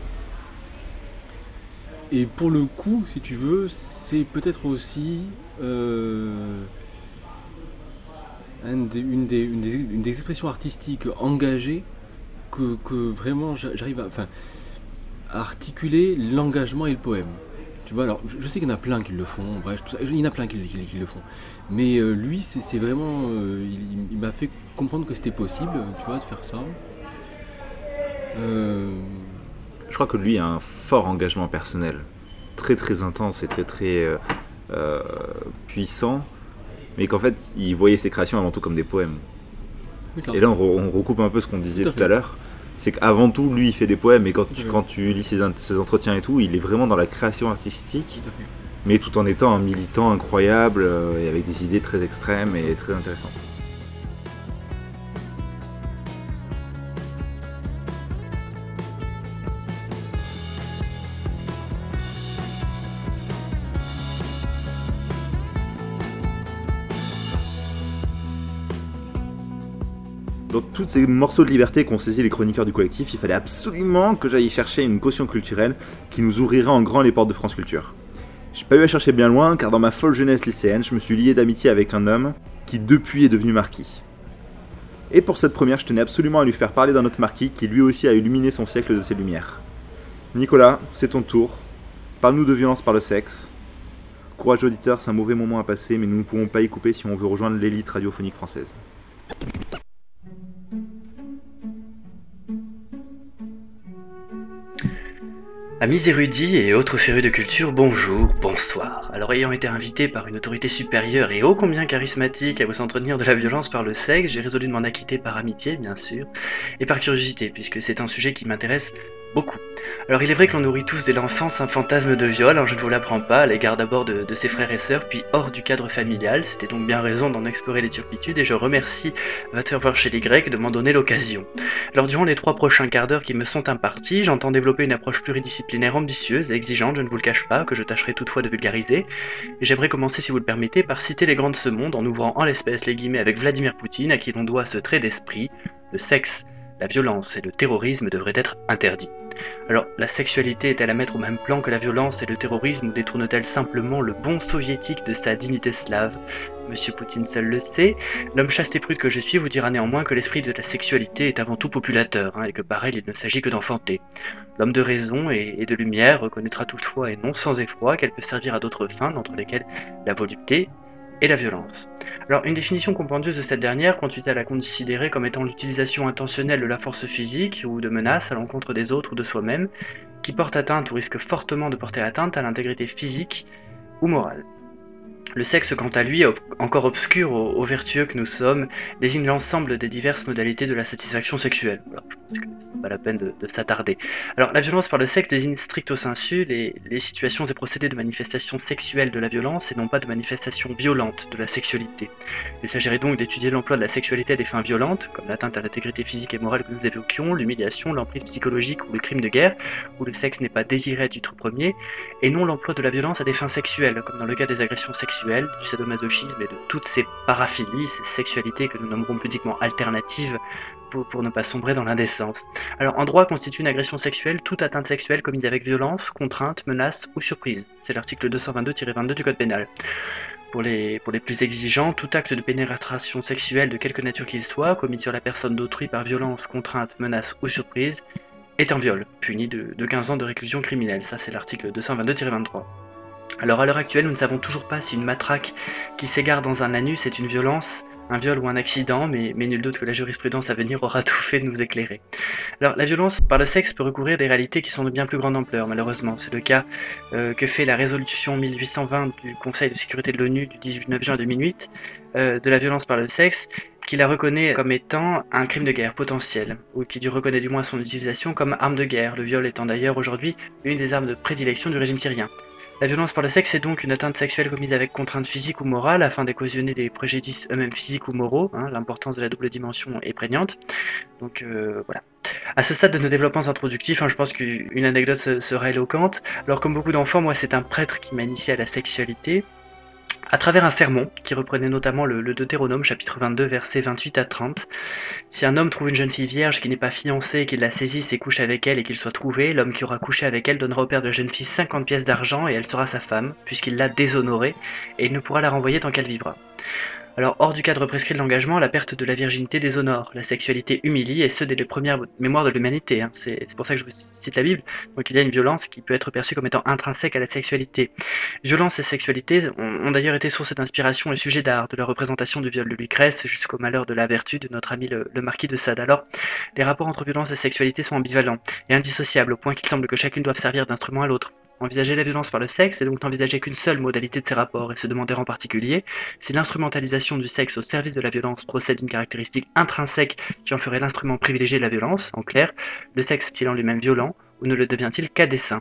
Et pour le coup, si tu veux, c'est peut-être aussi euh, un des, une, des, une, des, une des expressions artistiques engagées Que, que vraiment j'arrive à, enfin, à articuler l'engagement et le poème. Tu vois, alors je, je sais qu'il y en a plein qui le font, bref, tout ça, il y en a plein qui, qui, qui le font. Mais euh, lui, c'est, c'est vraiment, euh, il, il m'a fait comprendre que c'était possible, tu vois, de faire ça. Euh... Je crois que lui a un fort engagement personnel, très très intense et très très euh, euh, puissant, mais qu'en fait, il voyait ses créations avant tout comme des poèmes. Et là, on, re, on recoupe un peu ce qu'on disait tout, tout à l'heure. C'est qu'avant tout, lui, il fait des poèmes, et quand tu, quand tu lis ses, ses entretiens et tout, il est vraiment dans la création artistique, tout mais tout en étant un militant incroyable, euh, et avec des idées très extrêmes et très intéressantes. Dans tous ces morceaux de liberté qu'ont saisi les chroniqueurs du collectif, il fallait absolument que j'aille chercher une caution culturelle qui nous ouvrirait en grand les portes de France Culture. J'ai pas eu à chercher bien loin, car dans ma folle jeunesse lycéenne, je me suis lié d'amitié avec un homme qui depuis est devenu marquis. Et pour cette première, je tenais absolument à lui faire parler d'un autre marquis qui lui aussi a illuminé son siècle de ses lumières. Nicolas, c'est ton tour. Parle-nous de violence par le sexe. Courage auditeur, c'est un mauvais moment à passer, mais nous ne pouvons pas y couper si on veut rejoindre l'élite radiophonique française. Amis érudits et autres férus de culture, bonjour, bonsoir. Alors ayant été invité par une autorité supérieure et ô combien charismatique à vous entretenir de la violence par le sexe, j'ai résolu de m'en acquitter par amitié, bien sûr, et par curiosité, puisque c'est un sujet qui m'intéresse beaucoup. Alors il est vrai que l'on nourrit tous dès l'enfance un fantasme de viol, hein, je ne vous l'apprends pas, à l'égard d'abord de, de ses frères et sœurs, puis hors du cadre familial, c'était donc bien raison d'en explorer les turpitudes, et je remercie Va te faire voir chez les Grecs de m'en donner l'occasion. Alors durant les trois prochains quarts d'heure qui me sont impartis, j'entends développer une approche pluridisciplinaire ambitieuse et exigeante, je ne vous le cache pas, que je tâcherai toutefois de vulgariser, et j'aimerais commencer, si vous le permettez, par citer les grands de ce monde, en ouvrant en l'espèce les guillemets avec Vladimir Poutine, à qui l'on doit ce trait d'esprit: le sexe, la violence et le terrorisme devraient être interdits. Alors, la sexualité est-elle à mettre au même plan que la violence et le terrorisme, ou détourne-t-elle simplement le bon soviétique de sa dignité slave? Monsieur Poutine seul le sait. L'homme chaste et prude que je suis vous dira néanmoins que l'esprit de la sexualité est avant tout populateur, hein, et que par elle il ne s'agit que d'enfanter. L'homme de raison et, et de lumière reconnaîtra toutefois, et non sans effroi, qu'elle peut servir à d'autres fins, d'entre lesquelles la volupté et la violence. Alors, une définition compendieuse de cette dernière conduit à la considérer comme étant l'utilisation intentionnelle de la force physique ou de menaces à l'encontre des autres ou de soi-même, qui porte atteinte ou risque fortement de porter atteinte à l'intégrité physique ou morale. Le sexe, quant à lui, encore obscur aux, aux vertueux que nous sommes, désigne l'ensemble des diverses modalités de la satisfaction sexuelle. Alors, je pense que c'est pas la peine de, de s'attarder. Alors, la violence par le sexe désigne stricto sensu les, les situations et procédés de manifestation sexuelle de la violence et non pas de manifestation violente de la sexualité. Il s'agirait donc d'étudier l'emploi de la sexualité à des fins violentes, comme l'atteinte à l'intégrité physique et morale que nous évoquions, l'humiliation, l'emprise psychologique ou le crime de guerre, où le sexe n'est pas désiré à titre premier, et non l'emploi de la violence à des fins sexuelles, comme dans le cas des agressions sexuelles, du sadomasochisme et de toutes ces paraphilies, ces sexualités que nous nommerons pudiquement alternatives pour, pour ne pas sombrer dans l'indécence. Alors en droit constitue une agression sexuelle toute atteinte sexuelle commise avec violence, contrainte, menace ou surprise. C'est l'article deux cent vingt-deux tiret vingt-deux du Code pénal. Pour les, pour les plus exigeants, tout acte de pénétration sexuelle de quelque nature qu'il soit, commis sur la personne d'autrui par violence, contrainte, menace ou surprise, est un viol, puni de, de quinze ans de réclusion criminelle. Ça c'est l'article deux cent vingt-deux tiret vingt-trois. Alors à l'heure actuelle, nous ne savons toujours pas si une matraque qui s'égare dans un anus est une violence, un viol ou un accident, mais, mais nul doute que la jurisprudence à venir aura tout fait de nous éclairer. Alors la violence par le sexe peut recouvrir des réalités qui sont de bien plus grande ampleur, malheureusement. C'est le cas euh, que fait la résolution mille huit cent vingt du Conseil de sécurité de l'ONU du dix-neuf juin deux mille huit euh, de la violence par le sexe, qui la reconnaît comme étant un crime de guerre potentiel, ou qui reconnaît du moins son utilisation comme arme de guerre, le viol étant d'ailleurs aujourd'hui une des armes de prédilection du régime syrien. La violence par le sexe est donc une atteinte sexuelle commise avec contrainte physique ou morale afin d'occasionner des préjudices eux-mêmes physiques ou moraux, hein, l'importance de la double dimension est prégnante. Donc euh, voilà. À ce stade de nos développements introductifs, hein, je pense qu'une anecdote sera éloquente. Alors comme beaucoup d'enfants, moi c'est un prêtre qui m'a initié à la sexualité, à travers un sermon qui reprenait notamment le, le Deutéronome chapitre vingt-deux versets vingt-huit à trente. Si un homme trouve une jeune fille vierge qui n'est pas fiancée, qu'il la saisisse et couche avec elle et qu'il soit trouvé, l'homme qui aura couché avec elle donnera au père de la jeune fille cinquante pièces d'argent et elle sera sa femme, puisqu'il l'a déshonorée et il ne pourra la renvoyer tant qu'elle vivra. Alors, hors du cadre prescrit de l'engagement, la perte de la virginité déshonore, la sexualité humilie, et ce dès les premières mémoires de l'humanité. Hein. C'est, c'est pour ça que je vous cite la Bible. Donc il y a une violence qui peut être perçue comme étant intrinsèque à la sexualité. Violence et sexualité ont, ont d'ailleurs été source d'inspiration et sujet d'art, de la représentation du viol de Lucrèce jusqu'au malheur de la vertu de notre ami le, le marquis de Sade. Alors, les rapports entre violence et sexualité sont ambivalents et indissociables, au point qu'il semble que chacune doive servir d'instrument à l'autre. Envisager la violence par le sexe, c'est donc n'envisager qu'une seule modalité de ces rapports et se demander en particulier si l'instrumentalisation du sexe au service de la violence procède d'une caractéristique intrinsèque qui en ferait l'instrument privilégié de la violence. En clair, le sexe est-il en lui-même violent ou ne le devient-il qu'à dessein?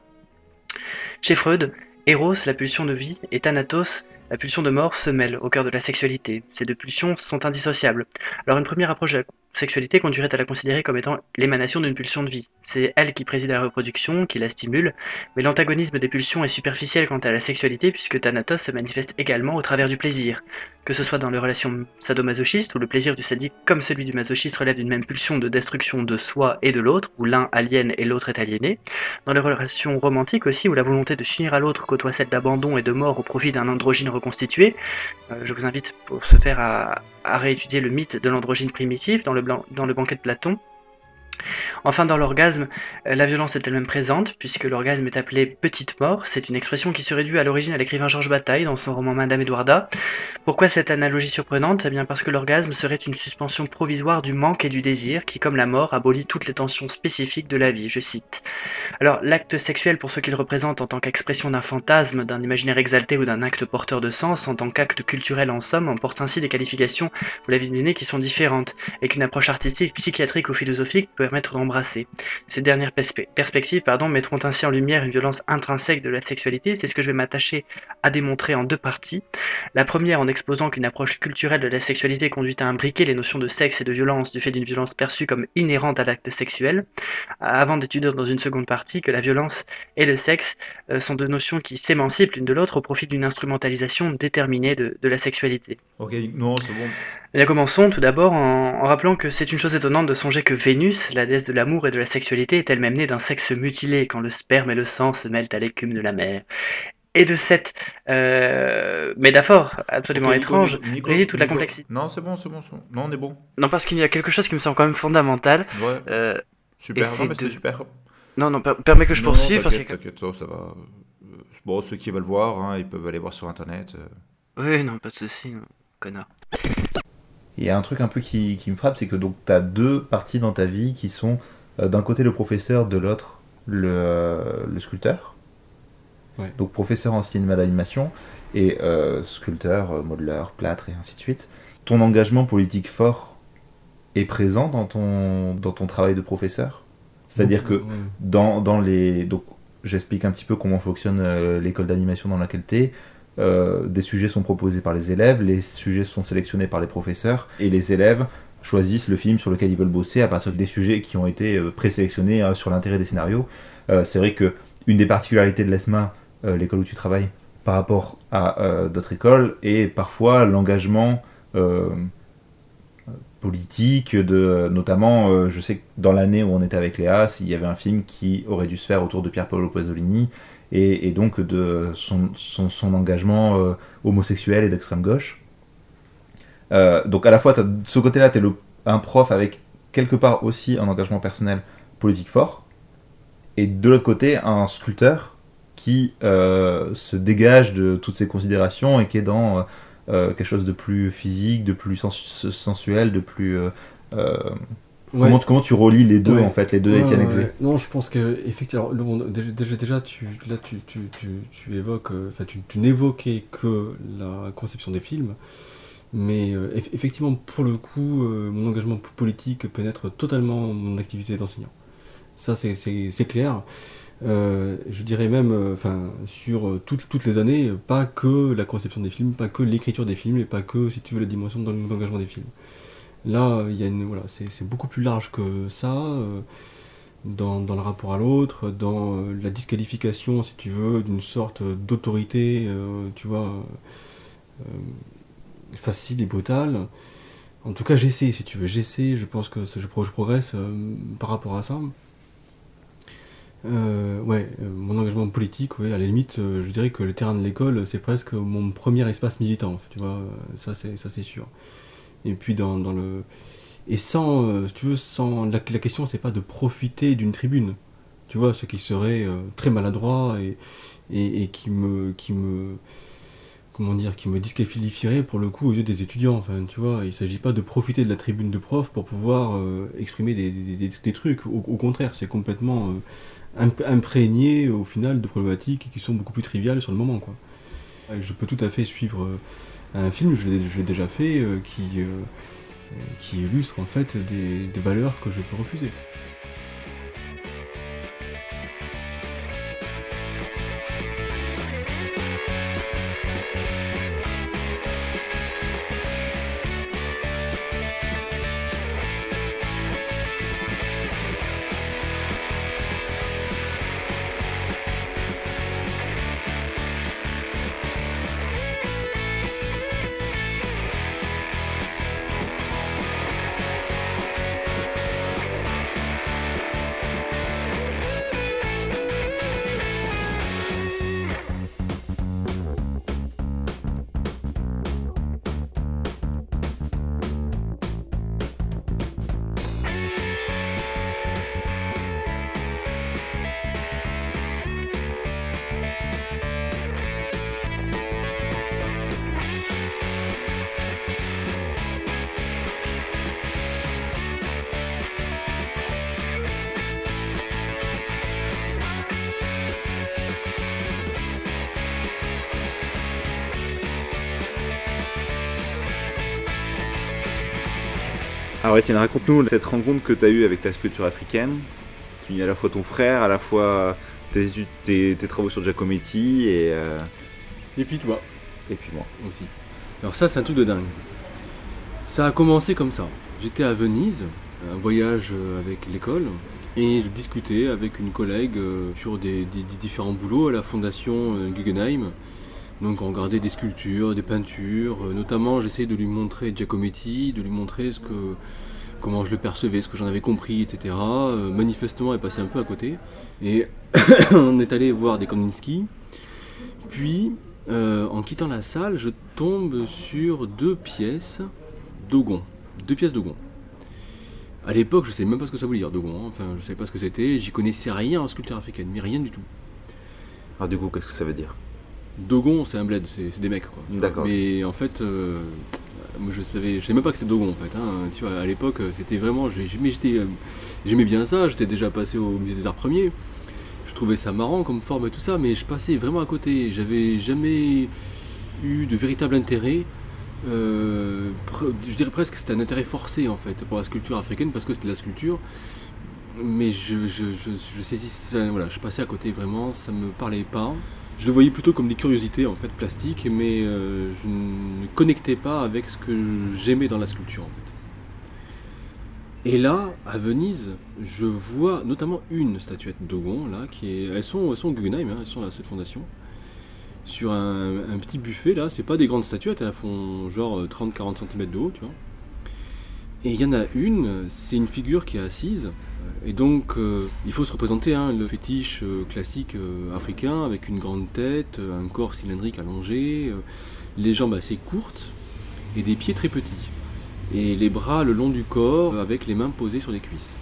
Chez Freud, Eros, la pulsion de vie, et Thanatos, la pulsion de mort, se mêlent au cœur de la sexualité. Ces deux pulsions sont indissociables. Alors une première approche sexualité conduirait à la considérer comme étant l'émanation d'une pulsion de vie. C'est elle qui préside à la reproduction, qui la stimule, mais l'antagonisme des pulsions est superficiel quant à la sexualité puisque Thanatos se manifeste également au travers du plaisir. Que ce soit dans les relations sadomasochistes, où le plaisir du sadique comme celui du masochiste relève d'une même pulsion de destruction de soi et de l'autre, où l'un aliène et l'autre est aliéné. Dans les relations romantiques aussi, où la volonté de s'unir à l'autre côtoie celle d'abandon et de mort au profit d'un androgyne reconstitué. Euh, je vous invite pour ce faire à, à réétudier le mythe de l'androgyne primitif dans le, blanc, dans le banquet de Platon. Enfin, dans l'orgasme, la violence est elle-même présente, puisque l'orgasme est appelé petite mort. C'est une expression qui serait due à l'origine à l'écrivain Georges Bataille dans son roman Madame Edwarda. Pourquoi cette analogie surprenante ? Eh bien parce que l'orgasme serait une suspension provisoire du manque et du désir, qui, comme la mort, abolit toutes les tensions spécifiques de la vie, je cite. Alors, l'acte sexuel, pour ce qu'il représente en tant qu'expression d'un fantasme, d'un imaginaire exalté ou d'un acte porteur de sens, en tant qu'acte culturel en somme, emporte ainsi des qualifications, vous l'avez deviné, qui sont différentes, et qu'une approche artistique, psychiatrique ou philosophique peut permettre d'embrasser. Ces dernières perspe- perspectives pardon, mettront ainsi en lumière une violence intrinsèque de la sexualité. C'est ce que je vais m'attacher à démontrer en deux parties. La première en exposant qu'une approche culturelle de la sexualité conduit à imbriquer les notions de sexe et de violence du fait d'une violence perçue comme inhérente à l'acte sexuel, avant d'étudier dans une seconde partie que la violence et le sexe euh, sont deux notions qui s'émancipent l'une de l'autre au profit d'une instrumentalisation déterminée de, de la sexualité. Ok, non, c'est bon. Eh bien, commençons tout d'abord en, en rappelant que c'est une chose étonnante de songer que Vénus, la déesse de l'amour et de la sexualité, est elle-même née d'un sexe mutilé quand le sperme et le sang se mêlent à l'écume de la mer. Et de cette euh, métaphore absolument Ok, Nico, étrange Nico, Nico, réside toute la Nico. complexité. Non, c'est bon, c'est bon, c'est bon. Non, on est bon. Non, parce qu'il y a quelque chose qui me semble quand même fondamental. Ouais. euh, Super, et non, c'est mais c'était de- super. Non, non, per- permets que je Non, non, poursuive parce que... t'inquiète, t'inquiète, ça, ça va. Euh, Bon, ceux qui veulent voir, hein, ils peuvent aller voir sur internet. euh. Oui, non, pas de soucis, non, connard. Il y a un truc un peu qui, qui me frappe, c'est que donc tu as deux parties dans ta vie qui sont euh, d'un côté le professeur, de l'autre le, euh, le sculpteur. Ouais. Donc professeur en cinéma d'animation et euh, sculpteur, euh, modeleur, plâtre et ainsi de suite. Ton engagement politique fort est présent dans ton, dans ton travail de professeur. C'est-à-dire que Ouais. dans, dans les... Donc j'explique un petit peu comment fonctionne euh, l'école d'animation dans laquelle tu es. Euh, des sujets sont proposés par les élèves, les sujets sont sélectionnés par les professeurs et les élèves choisissent le film sur lequel ils veulent bosser à partir des sujets qui ont été euh, présélectionnés euh, sur l'intérêt des scénarios. Euh, c'est vrai que une des particularités de l'E S M A, euh, l'école où tu travailles, par rapport à euh, d'autres écoles, est parfois l'engagement euh, politique, de, notamment, euh, je sais que dans l'année où on était avec Léa, il y avait un film qui aurait dû se faire autour de Pier Paolo Pasolini, et, et donc de son, son, son engagement euh, homosexuel et d'extrême gauche. Euh, donc à la fois, t'as, de ce côté-là, tu es un prof avec quelque part aussi un engagement personnel politique fort, et de l'autre côté, un sculpteur qui euh, se dégage de toutes ces considérations et qui est dans euh, quelque chose de plus physique, de plus sens- sensuel, de plus... Euh, euh, Ouais. comment, comment tu relis les deux, Ouais. en fait, les deux Ouais, Étienne ouais, Exé ouais. Non, je pense que effectivement, le monde- déjà, déjà, déjà, tu, là, tu, tu, tu, tu évoques, euh, enfin, tu, tu n'évoquais que la conception des films, mais euh, eff- effectivement, pour le coup, euh, mon engagement p- politique pénètre totalement mon activité d'enseignant. Ça, c'est, c'est, c'est clair. Euh, je dirais même, euh, enfin, sur euh, toutes, toutes les années, euh, pas que la conception des films, pas que l'écriture des films, et pas que, si tu veux, la dimension d'en- d'engagement des films. Là, il y a une, voilà, c'est, c'est beaucoup plus large que ça, euh, dans, dans le rapport à l'autre, dans euh, la disqualification, si tu veux, d'une sorte d'autorité, euh, tu vois, euh, facile et brutale. En tout cas, j'essaie, si tu veux, j'essaie, je pense que ça- je, pro- je progresse euh, par rapport à ça. Euh, ouais, euh, mon engagement politique, ouais, à la limite, euh, je dirais que le terrain de l'école, c'est presque mon premier espace militant, tu vois, euh, ça c'est, ça c'est sûr. Et puis dans, dans le... Et sans, euh, si tu veux, sans... La, la question, c'est pas de profiter d'une tribune, tu vois, ce qui serait euh, très maladroit et, et, et qui me... Qui me comment dire, qui me disqualifierait pour le coup aux yeux des étudiants, enfin, tu vois, il s'agit pas de profiter de la tribune de prof pour pouvoir euh, exprimer des, des, des, des trucs, au, au contraire, c'est complètement euh, imp- imprégné au final de problématiques qui sont beaucoup plus triviales sur le moment, quoi. Et je peux tout à fait suivre euh, un film, je l'ai, je l'ai déjà fait, euh, qui, euh, euh, qui illustre en fait des, des valeurs que je peux refuser. Alors Étienne, raconte-nous cette rencontre que tu as eue avec la sculpture africaine, qui unit à la fois ton frère, à la fois tes, tes, tes travaux sur Giacometti et... Euh... Et puis toi. Et puis moi. Aussi. Alors ça, c'est un truc de dingue. Ça a commencé comme ça. J'étais à Venise, un voyage avec l'école, et je discutais avec une collègue sur des, des, des différents boulots à la fondation Guggenheim. Donc on regardait des sculptures, des peintures, notamment j'essayais de lui montrer Giacometti, de lui montrer ce que, comment je le percevais, ce que j'en avais compris, et cetera. Euh, manifestement, elle passait un peu à côté. Et on est allé voir des Kandinsky. Puis, euh, en quittant la salle, je tombe sur deux pièces Dogon. Deux pièces Dogon. À l'époque, je ne savais même pas ce que ça voulait dire, Dogon. Hein. Enfin, je ne savais pas ce que c'était. J'y connaissais rien en sculpture africaine, mais rien du tout. Alors du coup, qu'est-ce que ça veut dire ? Dogon, c'est un bled, c'est, c'est des mecs, quoi. D'accord. Mais en fait, euh, moi je savais, je savais même pas que c'était Dogon, en fait. Hein. Tu vois, à l'époque, c'était vraiment, j'aimais, j'étais, j'aimais bien ça. J'étais déjà passé au musée des Arts Premiers. Je trouvais ça marrant comme forme et tout ça, mais je passais vraiment à côté. J'avais jamais eu de véritable intérêt. Euh, pre- je dirais presque que c'était un intérêt forcé, en fait, pour la sculpture africaine, parce que c'était de la sculpture. Mais je, je, je, je saisissais, voilà, je passais à côté vraiment, ça me parlait pas. Je le voyais plutôt comme des curiosités en fait plastiques, mais euh, je ne connectais pas avec ce que j'aimais dans la sculpture en fait. Et là, à Venise, je vois notamment une statuette Dogon là, qui est, elles sont, elles sont au Guggenheim, hein, elles sont à cette fondation, sur un, un petit buffet là. C'est pas des grandes statuettes, elles font genre trente à quarante centimètres de haut, tu vois. Et il y en a une, c'est une figure qui est assise. Et donc, euh, il faut se représenter hein, le fétiche euh, classique euh, africain avec une grande tête, un corps cylindrique allongé, euh, les jambes assez courtes et des pieds très petits. Et les bras le long du corps avec les mains posées sur les cuisses.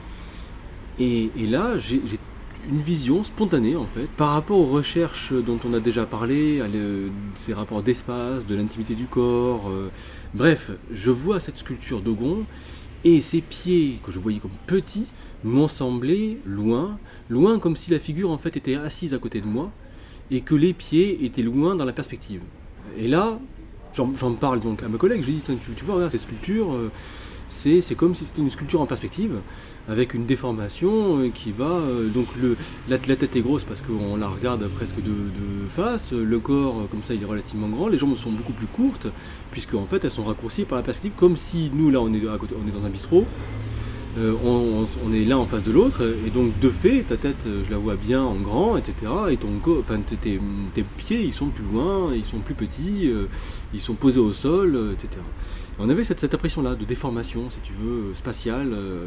Et, et là, j'ai, j'ai une vision spontanée en fait, par rapport aux recherches dont on a déjà parlé, à le, ces rapports d'espace, de l'intimité du corps. Euh, bref, je vois cette sculpture Dogon. Et ces pieds, que je voyais comme petits, m'ont semblé loin, loin comme si la figure en fait était assise à côté de moi, et que les pieds étaient loin dans la perspective. Et là, j'en, j'en parle donc à ma collègue, je lui dis, tu, tu vois, regarde, cette sculpture, euh, c'est, c'est comme si c'était une sculpture en perspective, avec une déformation euh, qui va... Euh, donc le, la, la tête est grosse parce qu'on la regarde presque de, de face, le corps, euh, comme ça, il est relativement grand, les jambes sont beaucoup plus courtes, puisque en fait, elles sont raccourcies par la perspective, comme si nous, là, on est, à côté, on est dans un bistrot, euh, on, on, on est l'un en face de l'autre, et donc de fait, ta tête, je la vois bien en grand, et cetera, et ton corps, enfin, tes, tes pieds, ils sont plus loin, ils sont plus petits, euh, ils sont posés au sol, euh, et cetera. On avait cette, cette impression-là de déformation, si tu veux, spatiale, euh,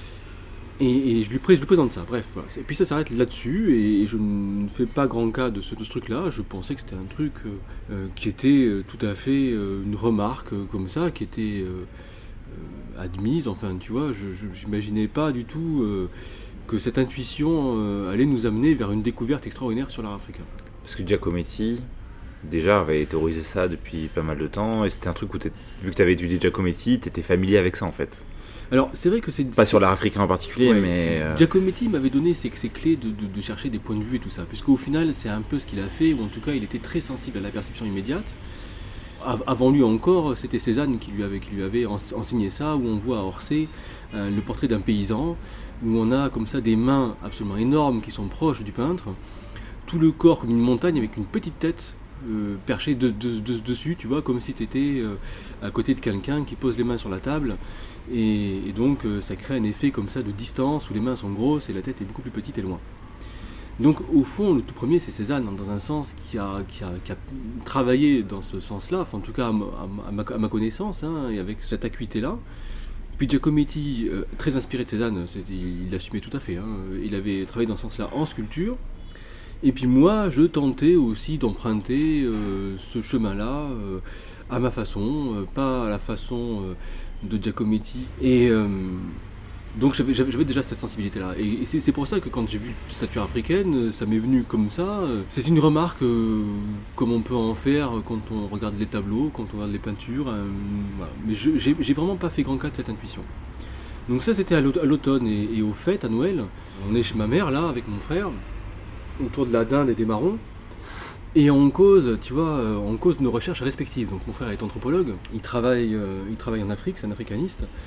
Et, et je, lui pré- je lui présente ça, bref, voilà. Et puis ça s'arrête là-dessus, et, et je ne fais pas grand cas de ce, de ce truc-là. Je pensais que c'était un truc euh, euh, qui était euh, tout à fait euh, une remarque euh, comme ça, qui était euh, euh, admise, enfin, tu vois, je, je j'imaginais pas du tout euh, que cette intuition euh, allait nous amener vers une découverte extraordinaire sur l'art africain. Parce que Giacometti, déjà, avait théorisé ça depuis pas mal de temps, et c'était un truc où, vu que tu avais étudié Giacometti, tu étais familier avec ça, en fait. Alors, c'est vrai que c'est... Pas sur l'art africain en particulier, ouais, mais... Euh... Giacometti m'avait donné ses, ses clés de, de, de chercher des points de vue et tout ça, puisqu'au final, c'est un peu ce qu'il a fait, ou en tout cas, il était très sensible à la perception immédiate. Avant lui encore, c'était Cézanne qui lui avait, qui lui avait enseigné ça, où on voit à Orsay euh, le portrait d'un paysan, où on a comme ça des mains absolument énormes qui sont proches du peintre, tout le corps comme une montagne avec une petite tête euh, perchée de, de, de, dessus, tu vois, comme si tu étais euh, à côté de quelqu'un qui pose les mains sur la table. Et, et donc euh, ça crée un effet comme ça de distance où les mains sont grosses et la tête est beaucoup plus petite et loin. Donc au fond, le tout premier, c'est Cézanne, dans un sens qui a, qui a, qui a travaillé dans ce sens-là, enfin en tout cas à ma, à ma, à ma connaissance, hein, et avec cette acuité-là. Puis Giacometti, euh, très inspiré de Cézanne, il l'assumait tout à fait, hein, il avait travaillé dans ce sens-là en sculpture. Et puis moi, je tentais aussi d'emprunter euh, ce chemin-là euh, à ma façon, euh, pas à la façon euh, de Giacometti. Et... Euh, Donc j'avais, j'avais, j'avais déjà cette sensibilité-là. Et, et c'est, c'est pour ça que quand j'ai vu une statue africaine, ça m'est venu comme ça. C'est une remarque euh, comme on peut en faire quand on regarde les tableaux, quand on regarde les peintures. Euh, voilà. Mais je, j'ai, j'ai vraiment pas fait grand cas de cette intuition. Donc ça, c'était à l'automne. Et, et au fait, à Noël, on est chez ma mère, là, avec mon frère, autour de la dinde et des marrons. Et on cause, tu vois, on cause nos recherches respectives. Donc mon frère est anthropologue, il travaille, euh, il travaille en Afrique, c'est un africaniste.